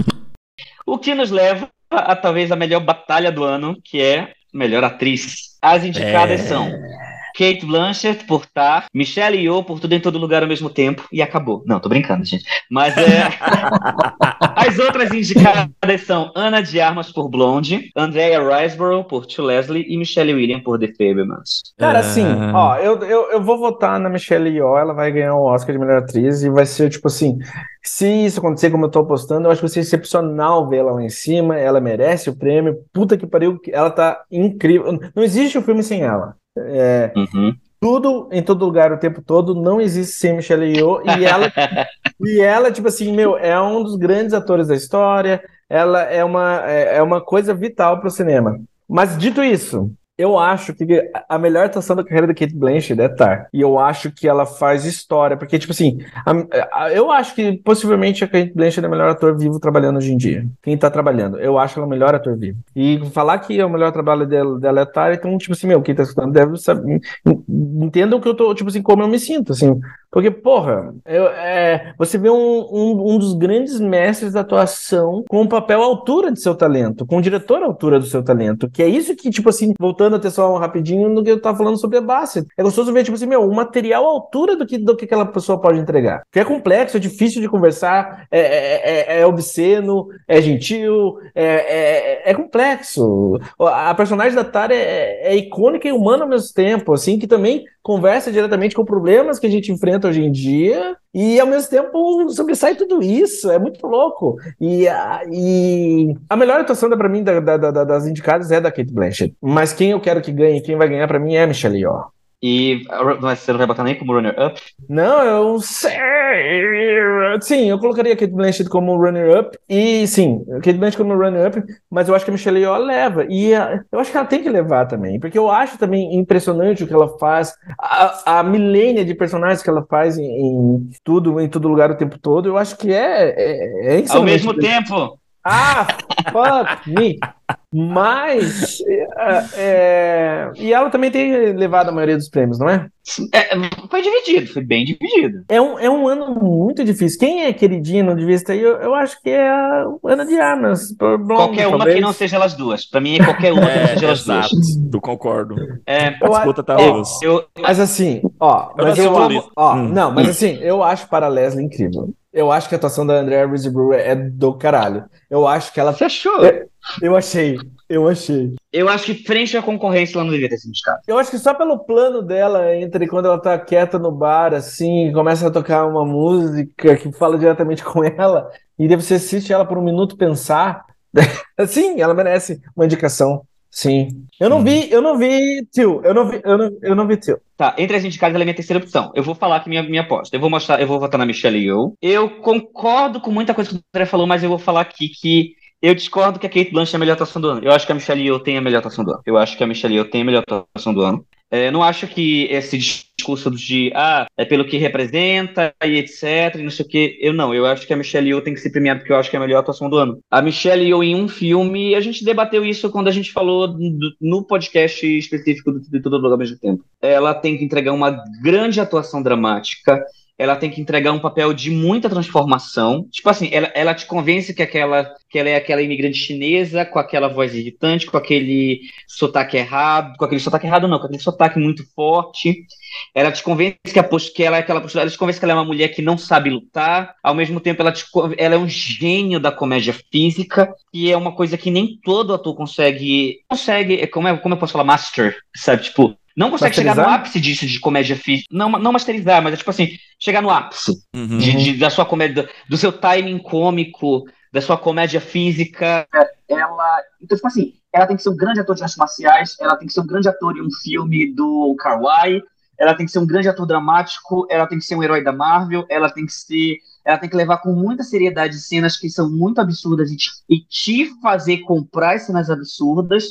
S2: O que nos leva a, a talvez a melhor batalha do ano, que é melhor atriz. As indicadas
S1: É.
S2: são Cate Blanchett por Tar, Michelle Yeoh por Tudo em Todo Lugar ao Mesmo Tempo, e acabou. Não, tô brincando, gente. Mas é... As outras indicadas são Ana de Armas por Blonde, Andrea Riseborough por To Leslie e Michelle Williams por The Fabelmans.
S3: Cara,
S1: É.
S3: assim, ó, eu, eu, eu vou votar na Michelle Yeoh, ela vai ganhar o Oscar de melhor atriz e vai ser, tipo assim, se isso acontecer como eu tô apostando, eu acho que vai ser excepcional ver ela lá em cima, ela merece o prêmio, puta que pariu, ela tá incrível, não existe o filme sem ela. É,
S2: Uhum.
S3: tudo em todo lugar o tempo todo não existe sem Michelle Yeoh e ela e ela tipo assim, meu, é um dos grandes atores da história, ela é uma é, é uma coisa vital pro cinema. Mas dito isso, eu acho que a melhor atuação da carreira da Cate Blanchett é Tar. E eu acho que ela faz história, porque tipo assim, a, a, eu acho que possivelmente a Cate Blanchett é o melhor ator vivo trabalhando hoje em dia. Quem tá trabalhando, eu acho ela o melhor ator vivo. E falar que é o melhor trabalho dela, dela é Tar, então tipo assim, meu, quem tá escutando deve saber, entendam que eu tô, tipo assim, como eu me sinto, assim. Porque, porra, eu- é, você vê um, um, um dos grandes mestres da atuação com um papel à altura de seu talento, com um diretor à altura do seu talento, que é isso que, tipo assim, voltando até só um rapidinho no que eu tava falando sobre a Bassett. É gostoso ver, tipo assim, meu, um material à altura do que, do que aquela pessoa pode entregar. Que é complexo, é difícil de conversar, é, é, é- é obsceno, é gentil, é, é, é complexo. A personagem da Tara é, é icônica e humana ao mesmo tempo, assim, que também conversa diretamente com problemas que a gente enfrenta hoje em dia e, ao mesmo tempo, sobressai tudo isso. É muito louco. E a, e a melhor atuação pra mim da- da- da- das indicadas é da Cate Blanchett. Mas quem eu quero que ganhe, quem vai ganhar pra mim é a Michelle Yeoh.
S2: E mas você não vai botar nem como runner-up?
S3: Não, eu sei. Sim, eu colocaria a Cate Blanchett como runner-up. E sim, a Cate Blanchett como runner-up, mas eu acho que a Michelle Yeoh leva. E a- eu acho que ela tem que levar também, porque eu acho também impressionante o que ela faz, a, a milênia de personagens que ela faz em, em tudo, em todo lugar o tempo todo. Eu acho que é, é, é
S2: Ao
S3: insanamente.
S2: mesmo tempo,
S3: Ah, fuck me. Mas é, é, e ela também tem levado a maioria dos prêmios, não é?
S2: é, foi dividido, foi bem dividido.
S3: É um, é um ano muito difícil. Quem é queridinha no devia estar aí? Eu, eu acho que é a Ana de Armas, por Blonde,
S2: Qualquer uma
S3: talvez.
S2: que não seja elas duas. Pra mim é qualquer uma que não
S1: É,
S2: seja elas duas.
S1: exato. Eu concordo.
S2: É,
S1: A
S3: Eu, a-
S1: disputa tá
S3: ó,
S1: osso.
S2: eu,
S3: mas assim, ó,
S1: Eu
S3: mas
S1: já
S3: eu
S1: sou
S3: amo,
S1: lista.
S3: ó,
S1: Hum.
S3: não, mas assim, eu acho para a Leslie incrível. Eu acho que a atuação da Andrea Riseborough é do caralho. Eu acho que ela,
S2: você achou?
S3: eu, eu achei, eu achei.
S2: Eu acho que frente à concorrência ela não devia ter sido indicada.
S3: Eu acho que só pelo plano dela, entre quando ela tá quieta no bar, assim, começa a tocar uma música que fala diretamente com ela, e daí você assiste ela por um minuto pensar, sim, ela merece uma indicação. Sim. Eu não
S1: Hum.
S3: vi, eu não vi Tio, eu não vi, eu não, eu não vi Tio.
S2: Tá, entre as indicadas ela é minha terceira opção. Eu vou falar aqui minha, minha aposta. Eu vou mostrar, eu vou votar na Michelle Yeoh. Eu concordo com muita coisa que o André falou, mas eu vou falar aqui que eu discordo que a Cate Blanchett é a melhor atuação do ano. Eu acho que a Michelle Yeoh tem a melhor atuação do ano. Eu acho que a Michelle Yeoh tem a melhor atuação do ano. É, não acho que esse discurso de ah, é pelo que representa e etc, e não sei o que, eu não, eu acho que a Michelle Yeoh tem que ser premiada porque eu acho que é a melhor atuação do ano. A Michelle Yeoh em um filme, a gente debateu isso quando a gente falou do, no podcast específico do, de Tudo ao mesmo tempo. Ela tem que entregar uma grande atuação dramática, ela tem que entregar um papel de muita transformação. Tipo assim, ela, ela te convence que, aquela, que ela é aquela imigrante chinesa com aquela voz irritante, com aquele sotaque errado, com aquele sotaque errado não, com aquele sotaque muito forte. Ela te convence que, a, que ela é aquela postura, ela te convence que ela é uma mulher que não sabe lutar, ao mesmo tempo ela, te, ela é um gênio da comédia física, que é uma coisa que nem todo ator consegue, consegue, como, é, como eu posso falar, master, sabe, tipo, não consegue chegar no ápice disso de comédia física. Não, não masterizar, mas é tipo assim, chegar no ápice
S1: Uhum.
S2: de, de, da sua comédia, do seu timing cômico, da sua comédia física. Ela. Então, tipo assim, ela tem que ser um grande ator de artes marciais, ela tem que ser um grande ator em um filme do Karwai, ela tem que ser um grande ator dramático, ela tem que ser um herói da Marvel, ela tem que ser. Ela tem que levar com muita seriedade cenas que são muito absurdas e te, e te fazer comprar cenas absurdas.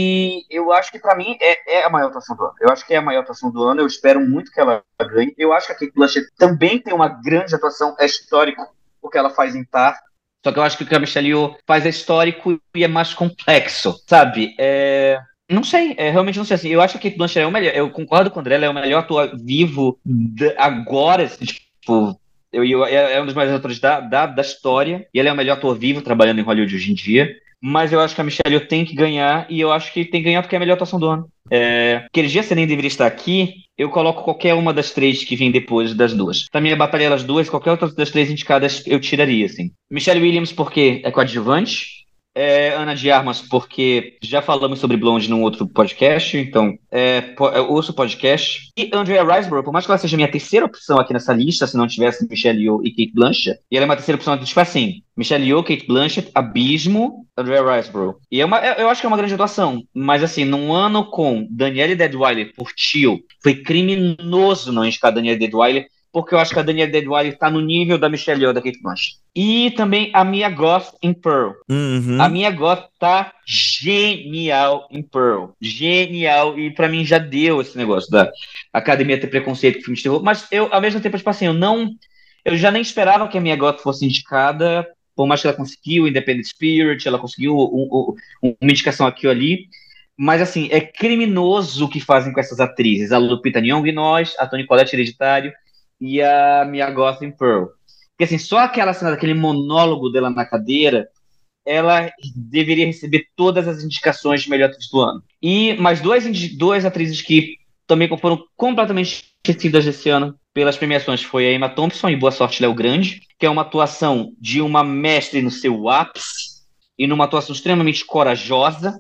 S2: E eu acho que, pra mim, é, é a maior atuação do ano. Eu acho que é a maior atuação do ano. Eu espero muito que ela ganhe. Eu acho que a Cate Blanchett também tem uma grande atuação. É histórico o que ela faz em Tar. Só que eu acho que o que a Michelle Yeoh faz é histórico e é mais complexo, sabe? É... Não sei, é, realmente não sei. Assim, eu acho que a Cate Blanchett é o melhor. Eu concordo com o André, ela é o melhor ator vivo de, agora, assim, tipo. Eu, eu, é um dos melhores atores da, da, da história, e ele é o melhor ator vivo trabalhando em Hollywood hoje em dia. Mas eu acho que a Michelle Yeoh tem que ganhar, e eu acho que tem que ganhar porque é a melhor atuação do ano. É, aquele dia você nem deveria estar aqui, eu coloco qualquer uma das três que vem depois das duas. Pra mim, a batalha das duas, qualquer outra das três indicadas eu tiraria, assim. Michelle Williams porque é coadjuvante, é, Ana de Armas, porque já falamos sobre Blonde num outro podcast, então é, eu ouço o podcast. E Andrea Riseborough, por mais que ela seja minha terceira opção aqui nessa lista, se não tivesse Michelle Yeoh e Cate Blanchett, e ela é uma terceira opção, tipo assim, Michelle Yeoh, Cate Blanchett, Abismo, Andrea Riseborough. E é uma, eu acho que é uma grande atuação, mas assim, num ano com Danielle Deadwyler por Tio, foi criminoso não indicar Danielle Deadwyler, porque eu acho que a Danielle Deadwyler tá no nível da Michelle Yeoh da Cate Blanchett. E também a Mia Goth em Pearl.
S1: Uhum.
S2: A Mia Goth tá genial em Pearl. Genial. E pra mim já deu esse negócio da academia ter preconceito com filme de terror. Mas eu, ao mesmo tempo, tipo assim, eu não... Eu já nem esperava que a Mia Goth fosse indicada, por mais que ela conseguiu Independent Spirit, ela conseguiu um, um, uma indicação aqui ou ali. Mas, assim, é criminoso o que fazem com essas atrizes. A Lupita Nyong'o em Nós, a Toni Collette Hereditário, e a Mia Goth em Pearl. Porque assim, só aquela cena daquele monólogo dela na cadeira, ela deveria receber todas as indicações de melhor atriz do ano. E mais duas, duas atrizes que também foram completamente esquecidas esse ano pelas premiações foi a Emma Thompson em Boa Sorte, Léo Grande, que é uma atuação de uma mestre no seu ápice e numa atuação extremamente corajosa,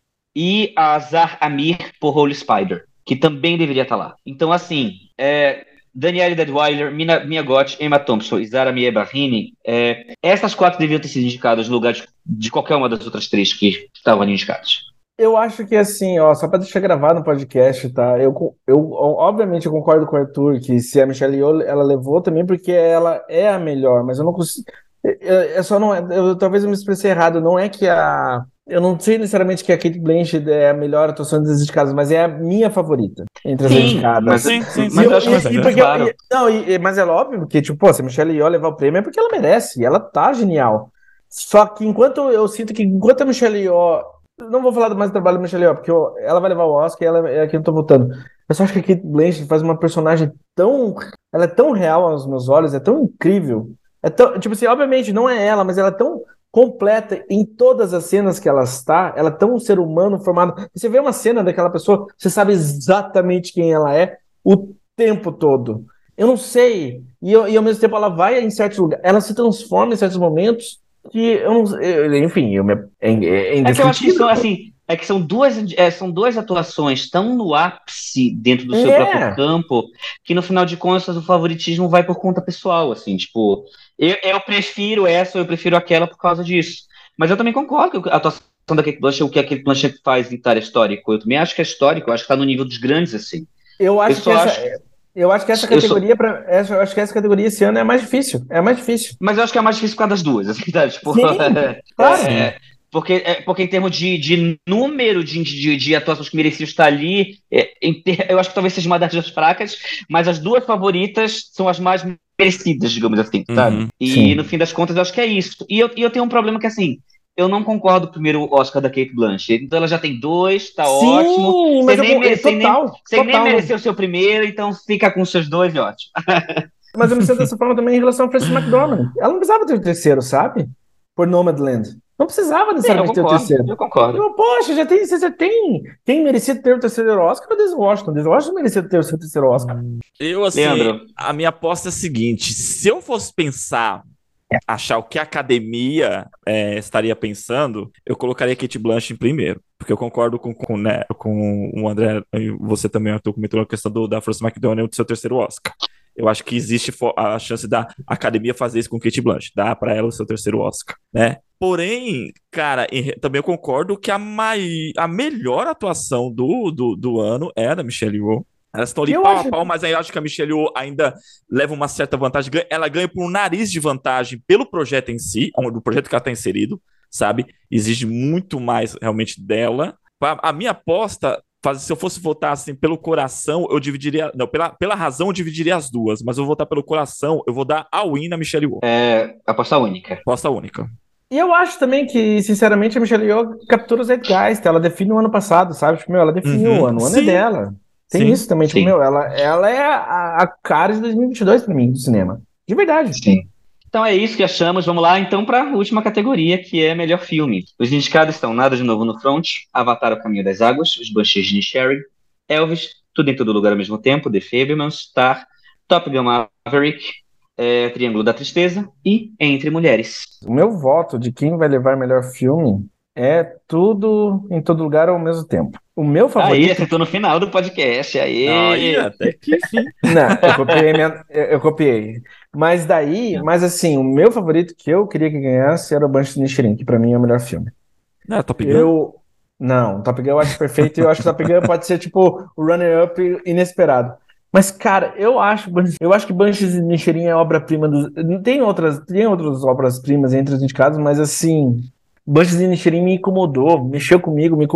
S2: e a Azar Amir por Holy Spider, que também deveria estar lá. Então, assim, é, Danielle Deadwyler, Mina, Mia Goth, Emma Thompson e Zara Miebarrini, é, essas quatro deveriam ter sido indicadas no lugar de, de qualquer uma das outras três que estavam ali indicadas.
S3: Eu acho que assim, ó, só para deixar gravado no podcast, tá? Eu, eu obviamente eu concordo com o Arthur que se a Michelle Yeoh, ela levou também porque ela é a melhor, mas eu não consigo. Eu, eu só não, eu, talvez eu me expressei errado. Não é que a, eu não sei necessariamente que a Cate Blanchett é a melhor atuação das indicadas, mas é a minha favorita entre as
S2: sim,
S3: indicadas.
S2: Mas,
S1: sim, sim,
S2: mas
S1: eu,
S2: eu acho
S3: e,
S2: mais
S3: e porque, claro. e, não, e, mas é óbvio que tipo, pô, se a Michelle Yeoh levar o prêmio é porque ela merece. E ela tá genial. Só que enquanto eu sinto que enquanto a Michelle Yeoh, não vou falar mais do trabalho da Michelle Yeoh, porque eu, ela vai levar o Oscar e ela é aqui eu tô votando. Eu só acho que a Cate Blanchett faz uma personagem tão, ela é tão real aos meus olhos, é tão incrível. É tão, tipo assim, obviamente não é ela, mas ela é tão completa em todas as cenas que ela está, ela é tão um ser humano formado. Você vê uma cena daquela pessoa, você sabe exatamente quem ela é o tempo todo. Eu não sei. E, eu, e ao mesmo tempo ela vai em certos lugares, ela se transforma em certos momentos que eu não eu, enfim, eu me, é, é,
S2: é que eu acho que são assim, é que são duas, é, são duas atuações tão no ápice dentro do seu
S3: é.
S2: próprio campo que no final de contas o favoritismo vai por conta pessoal, assim, tipo, eu, eu prefiro essa ou eu prefiro aquela por causa disso. Mas eu também concordo que a atuação da Cate Blanchett, o que a Cate Blanchett faz em Tar histórico, eu também acho que é histórico, eu acho que tá no nível dos grandes, assim.
S3: Eu acho
S2: eu
S3: que essa
S2: acho...
S3: Eu acho que essa categoria, sou... pra, essa, eu acho que essa categoria esse ano é mais difícil. É mais difícil.
S2: Mas eu acho que é mais difícil por causa das duas, assim, tá? Tipo,
S3: sim, claro.
S2: É, porque, é, porque em termos de, de número de, de, de atuações que mereciam estar ali, é, ter, eu acho que talvez seja uma das fracas, mas as duas favoritas são as mais merecidas, digamos assim, sabe?
S1: Uhum,
S2: e
S3: sim.
S2: no fim das contas eu acho que é isso. E eu, e eu tenho um problema que, assim, eu não concordo com o primeiro Oscar da Cate Blanchett. Então ela já tem dois, tá
S3: sim,
S2: ótimo.
S3: Mas
S2: você
S3: eu,
S2: nem,
S3: é,
S2: você
S3: total,
S2: nem, você
S3: total,
S2: nem
S3: não...
S2: mereceu o seu primeiro, então fica com os seus dois e ótimo.
S3: Mas eu me sinto dessa forma também em relação a Frances McDormand. Ela não precisava ter o terceiro, sabe? Por Nomadland. Não precisava necessariamente
S2: Sim, eu
S3: ter o
S2: concordo,
S3: terceiro.
S2: eu concordo.
S3: Eu, poxa, já tem, você já tem. Quem merecia ter o terceiro Oscar é o Denzel Washington. O Denzel Washington merecia ter o seu terceiro Oscar.
S1: Eu, assim,
S2: Leandro.
S1: a minha aposta é a seguinte: se eu fosse pensar, achar o que a academia é, estaria pensando, eu colocaria Cate Blanchett em primeiro. Porque eu concordo com, com, né, com o André, e você também, Arthur, comentou a questão do, da Frances McDormand do seu terceiro Oscar. Eu acho que existe a chance da academia fazer isso com Cate Blanchett, dar para ela o seu terceiro Oscar, né? Porém, cara, também eu concordo que a, mai, a melhor atuação do, do, do ano é a da Michelle Yeoh. Elas estão ali
S3: Eu
S1: pau
S3: acho-
S1: a pau, mas aí eu acho que a Michelle Yeoh ainda leva uma certa vantagem. Ela ganha por um nariz de vantagem pelo projeto em si, do projeto que ela está inserido, sabe? Exige muito mais realmente dela. A minha aposta, se eu fosse votar assim pelo coração, eu dividiria. Não, pela, pela razão eu dividiria as duas, mas eu vou votar pelo coração, eu vou dar a win na Michelle Yeoh.
S2: É, aposta única.
S1: Aposta única.
S3: E eu acho também que, sinceramente, a Michelle Yeoh captura o Zeitgeist. Ela define o ano passado, sabe? Tipo, meu, ela definiu
S1: Uhum.
S3: o ano. O ano
S1: Sim.
S3: é dela. Tem
S1: Sim.
S3: isso também. Tipo,
S2: Sim.
S3: meu, ela, ela é a, a cara de dois mil e vinte e dois pra mim, do cinema. De verdade.
S2: Sim. Então é isso que achamos. Vamos lá, então, para a última categoria, que é melhor filme. Os indicados estão Nada de Novo no Front, Avatar: O Caminho das Águas, Os Banshees de Inisherin, Elvis, Tudo em Todo Lugar ao Mesmo Tempo, The Fabelmans, Tar, Top Gun Maverick, é, Triângulo da Tristeza e Entre Mulheres.
S3: O meu voto de quem vai levar melhor filme é Tudo em Todo Lugar ao Mesmo Tempo. O meu
S2: Aí,
S3: favorito...
S2: acertou no final do podcast. Aí.
S1: Aí, até que enfim.
S3: Não, eu copiei, minha... eu eu copiei. Mas daí, mas assim, o meu favorito que eu queria que ganhasse era o Banshees de Inisherin, que pra mim é o melhor filme.
S1: Não é Top Gun?
S3: Eu... Não, Top Gun eu acho perfeito e eu acho que Top Gun pode ser tipo o runner-up inesperado. Mas, cara, eu acho, eu acho que Banshees de Inisherin é obra-prima dos... Tem outras, tem outras obras-primas entre os indicados, mas assim, Banshees de Inisherin me incomodou, mexeu comigo, me...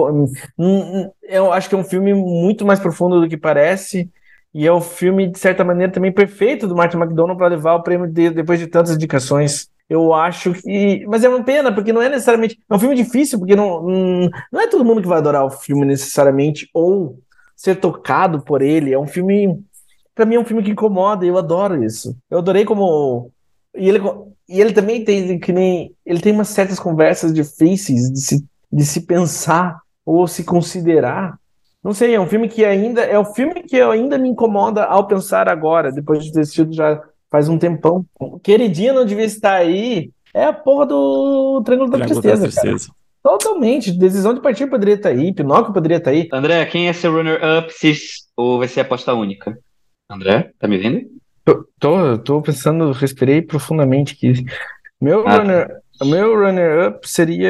S3: eu acho que é um filme muito mais profundo do que parece, e é um filme, de certa maneira, também perfeito do Martin McDonagh para levar o prêmio de, depois de tantas indicações. Eu acho que... Mas é uma pena, porque não é necessariamente... É um filme difícil, porque não, não é todo mundo que vai adorar o filme necessariamente, ou ser tocado por ele. É um filme... pra mim é um filme que incomoda, e eu adoro isso. Eu adorei como... E ele, e ele também tem, que nem... Ele tem umas certas conversas difíceis de se, de se pensar ou se considerar. Não sei, é um filme que ainda... É o filme que ainda me incomoda ao pensar agora, depois de ter assistido já faz um tempão. Queridinha não devia estar aí. É a porra do Triângulo da
S1: Triângulo da
S3: Tristeza, cara.
S1: Tristeza.
S3: Totalmente. Decisão de Partir poderia estar aí, Pinóquio poderia estar aí.
S2: André, quem é seu runner-up se, ou vai ser aposta única? André, tá me vendo?
S3: Tô, tô, tô pensando, respirei profundamente aqui. Meu
S2: Ah,
S3: runner, meu runner-up seria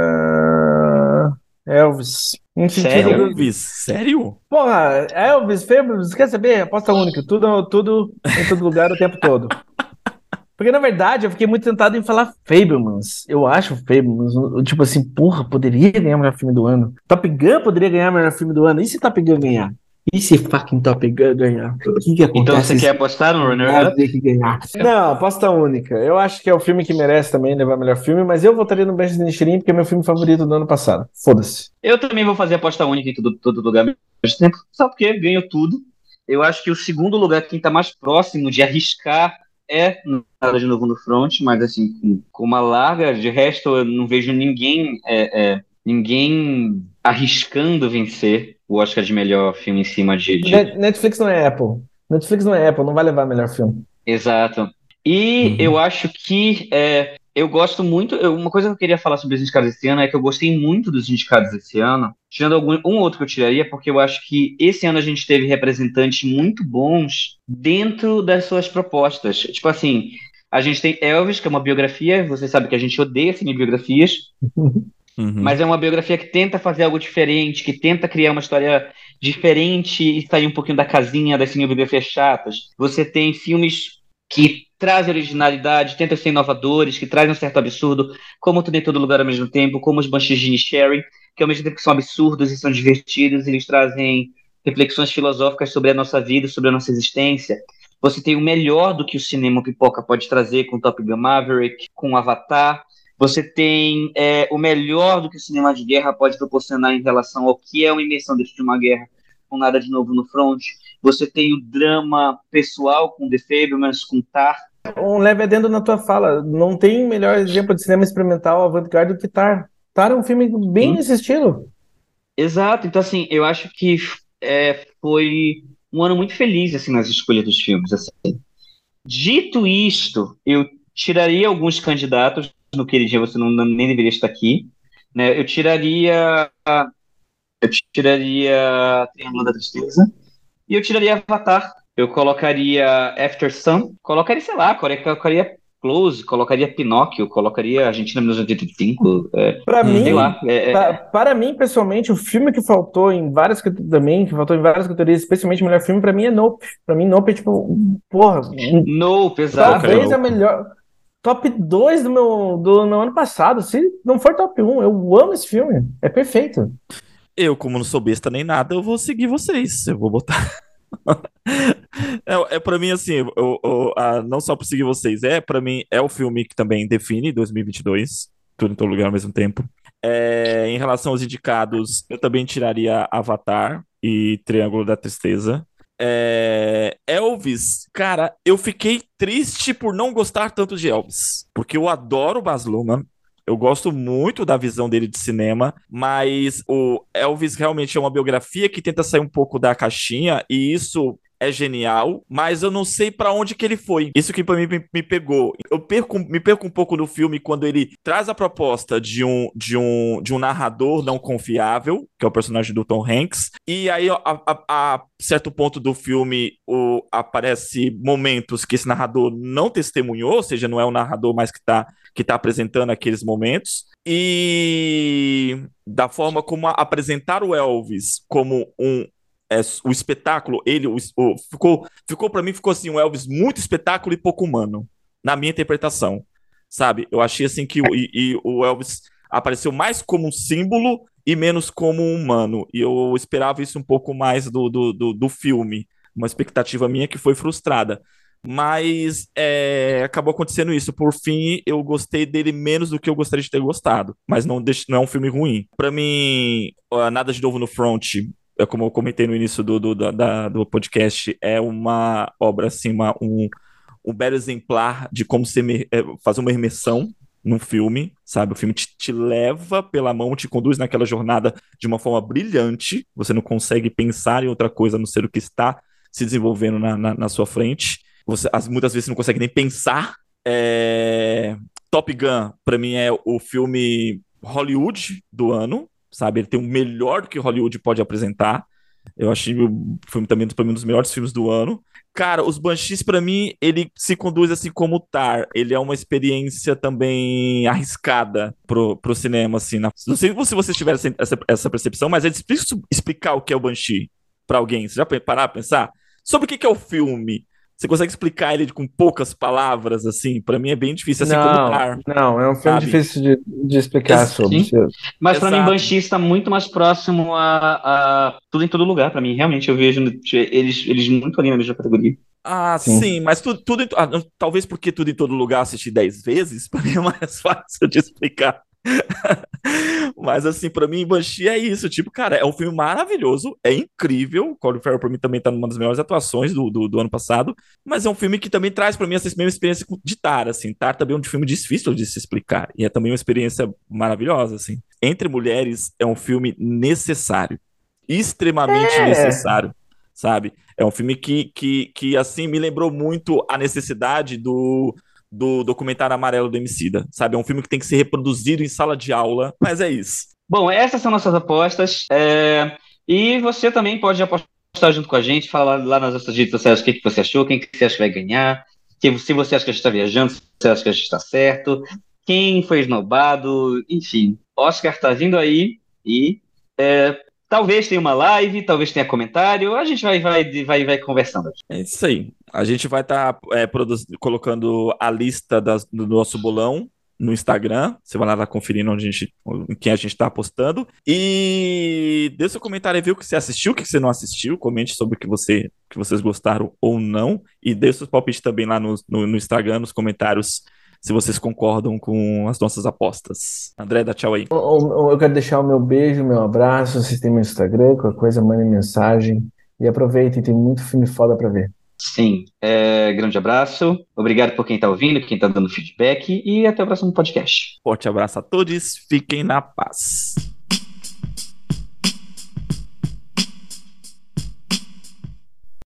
S3: Elvis. Em sentido
S2: Sério?
S3: do...
S1: Elvis? Sério?
S3: Porra, Elvis, Fabulous, quer saber? Aposta única, tudo, tudo em todo lugar o tempo todo. Porque, na verdade, eu fiquei muito tentado em falar Fabelmans. Eu acho Fabelmans, tipo assim, porra, poderia ganhar o melhor filme do ano. Top Gun poderia ganhar o melhor filme do ano. E se Top Gun ganhar? E se fucking Top Gun ganhar? O que que
S2: Então
S3: acontece
S2: você
S3: se
S2: quer apostar no runner-up?
S3: nada que ganhar? Não, aposta única. Eu acho que é o filme que merece também levar o melhor filme, mas eu votaria no Banshees de Inisherin porque é meu filme favorito do ano passado. Foda-se.
S2: Eu também vou fazer aposta única em todo, todo lugar ao mesmo tempo, só porque ganho tudo. Eu acho que o segundo lugar, quem tá mais próximo de arriscar, é Nada de Novo no Front, mas assim, com, com uma larga, de resto eu não vejo ninguém, é, é, ninguém arriscando vencer o Oscar de melhor filme em cima de, de...
S3: Net- Netflix não é Apple. Netflix não é Apple, não vai levar o melhor filme.
S2: Exato. E
S1: Uhum.
S2: eu acho que é, eu gosto muito. eu- uma coisa que eu queria falar sobre os indicados esse ano é que eu gostei muito dos indicados esse ano. Tirando algum um outro que eu tiraria, porque eu acho que esse ano a gente teve representantes muito bons dentro das suas propostas. Tipo assim, a gente tem Elvis, que é uma biografia. Você sabe que a gente odeia cinebiografias,
S1: Uhum.
S2: mas é uma biografia que tenta fazer algo diferente, que tenta criar uma história diferente e sair um pouquinho da casinha das cinebiografias chatas. Você tem filmes que trazem originalidade, tentam ser inovadores, que trazem um certo absurdo, como Tudo em Todo Lugar ao mesmo tempo, como os Banshees de Inisherin, que ao mesmo tempo que são absurdos e são divertidos, eles trazem reflexões filosóficas sobre a nossa vida, sobre a nossa existência. Você tem o melhor do que o cinema pipoca pode trazer com Top Gun Maverick, com Avatar. Você tem é, o melhor do que o cinema de guerra pode proporcionar em relação ao que é uma imersão dentro de uma guerra, com Nada de Novo no Front. Você tem o drama pessoal com The Fabelmans, com Tar.
S3: Um leve adendo na tua fala. Não tem melhor exemplo de cinema experimental avant-garde do que Tar. Tar é um filme bem
S2: Sim.
S3: nesse estilo.
S2: Exato. Então, assim, eu acho que é, foi um ano muito feliz assim, nas escolhas dos filmes. Assim. Dito isto, eu tiraria alguns candidatos. No Queridinha, você não, nem deveria estar aqui. Né? Eu tiraria Eu tiraria Triângulo da Tristeza e eu tiraria Avatar. Eu colocaria After Sun, colocaria, sei lá, colocaria Close, colocaria Pinóquio, colocaria Argentina mil novecentos e oitenta e cinco, é,
S3: Para
S1: Uhum.
S2: sei
S3: mim,
S2: lá. É,
S3: pa-
S2: é,
S3: para mim, pessoalmente, o filme que faltou em várias cate- também, que faltou em várias categorias, especialmente o melhor filme, para mim é Nope. Para mim, Nope é tipo, porra, um-
S2: Nope,
S1: Qual que era o
S3: talvez
S2: exato.
S3: a
S1: Nope?
S3: melhor. Top dois do meu, do meu ano passado. Se não for top um, eu amo esse filme. É perfeito.
S1: Eu, como não sou besta nem nada, eu vou seguir vocês. Eu vou botar. É, é para mim assim, eu, eu- a- não só por seguir vocês, é para mim é o filme que também define dois mil e vinte e dois, tudo em todo lugar ao mesmo tempo. É, em relação aos indicados, eu também tiraria Avatar e Triângulo da Tristeza. É, Elvis, cara, eu fiquei triste por não gostar tanto de Elvis, porque eu adoro o Baz Luhrmann. Eu gosto muito da visão dele de cinema, mas o Elvis realmente é uma biografia que tenta sair um pouco da caixinha, e isso é genial, mas eu não sei pra onde que ele foi. Isso que pra mim me, me pegou. Eu perco, me perco um pouco no filme quando ele traz a proposta de um, de um, de um narrador não confiável, que é o personagem do Tom Hanks, e aí a, a- a certo ponto do filme o, aparece momentos que esse narrador não testemunhou, ou seja, não é o narrador mais que tá que está apresentando aqueles momentos, e da forma como a- apresentar o Elvis como um é, o espetáculo, ele o, o- ficou ficou para mim ficou assim um Elvis muito espetáculo e pouco humano, na minha interpretação, sabe? Eu achei assim que o, e, e o Elvis apareceu mais como um símbolo e menos como um humano, e eu esperava isso um pouco mais do, do, do, do filme, uma expectativa minha que foi frustrada. Mas é, acabou acontecendo isso. Por fim, eu gostei dele menos do que eu gostaria de ter gostado. Mas não, deixa- não é um filme ruim. Pra mim, uh, Nada de Novo no Front é como eu comentei no início do, do, da, da- do podcast, é uma obra, assim, uma, um, um belo exemplar de como se emer- é, fazer uma imersão num filme, sabe? O filme te, te leva pela mão, te conduz naquela jornada de uma forma brilhante, você não consegue pensar em outra coisa a não ser o que está se desenvolvendo na, na, na sua frente. Você, as, muitas vezes você não consegue nem pensar. É, Top Gun, pra mim, é o filme Hollywood do ano, sabe? Ele tem o melhor que Hollywood pode apresentar. Eu achei o filme também pra mim, um dos melhores filmes do ano. Cara, os Banshees, pra mim, ele se conduz assim como Tar. Ele é uma experiência também arriscada pro, pro cinema, assim. Na... Não sei se vocês tiveram essa, essa, essa percepção, mas é difícil explicar o que é o Banshee pra alguém. Você já parar pra pensar? Sobre o que que é o filme? Você consegue explicar ele com poucas palavras, assim? Pra mim é bem difícil, assim como
S3: Não,
S1: Tar,
S3: não, é um filme
S1: sabe?
S3: difícil de, de explicar
S1: Ex-
S3: sobre.
S2: Sim. Mas pra mim,
S1: Exato.
S2: Banshee está muito mais próximo a, a Tudo em Todo Lugar. Pra mim, realmente, eu vejo eles, eles muito ali na mesma categoria.
S1: Ah,
S3: Sim.
S1: sim, mas tudo, tudo em to- ah, não, talvez porque tudo em todo lugar eu assisti dez vezes, pra mim é mais fácil de explicar. Mas assim, pra mim, Banshee é isso, tipo, cara, é um filme maravilhoso, é incrível. Colin Farrell pra mim também tá numa das melhores atuações do, do, do ano passado, mas é um filme que também traz pra mim essa mesma experiência com- de Tar, assim. Tar também é um filme difícil de se explicar, e é também uma experiência maravilhosa, assim. Entre Mulheres é um filme necessário, extremamente
S3: É,
S1: necessário, sabe? É um filme que, que, que assim, me lembrou muito a necessidade do, do documentário Amarelo do Emicida, sabe? É um filme que tem que ser reproduzido em sala de aula, mas é isso.
S2: Bom, essas são nossas apostas. é, E você também pode apostar junto com a gente, falar lá nas nossas redes sociais o que, que você achou, quem que você acha que vai ganhar, que- se você acha que a gente está viajando, se você acha que a gente está certo, quem foi esnobado, enfim. Oscar tá vindo aí e é, talvez tenha uma live, talvez tenha comentário, a gente vai, vai, vai, vai conversando.
S1: É isso aí. A gente vai estar colocando a lista das- do nosso bolão no Instagram. Você vai lá tá conferindo onde a gente, em quem a gente está apostando. E deixa seu comentário aí, viu, que você assistiu, o que você não assistiu. Comente sobre o que, você, que vocês gostaram ou não. E deixe seus palpites também lá no, no, no Instagram, nos comentários, se vocês concordam com as nossas apostas. André, dá tchau aí.
S3: eu, eu quero deixar o meu beijo, meu abraço. Vocês têm meu Instagram, qualquer coisa, mandem mensagem. E aproveitem, tem muito filme foda pra ver.
S2: Sim, é, grande abraço, obrigado por quem está ouvindo, quem está dando feedback e até o próximo podcast.
S1: Forte abraço a todos, fiquem na paz.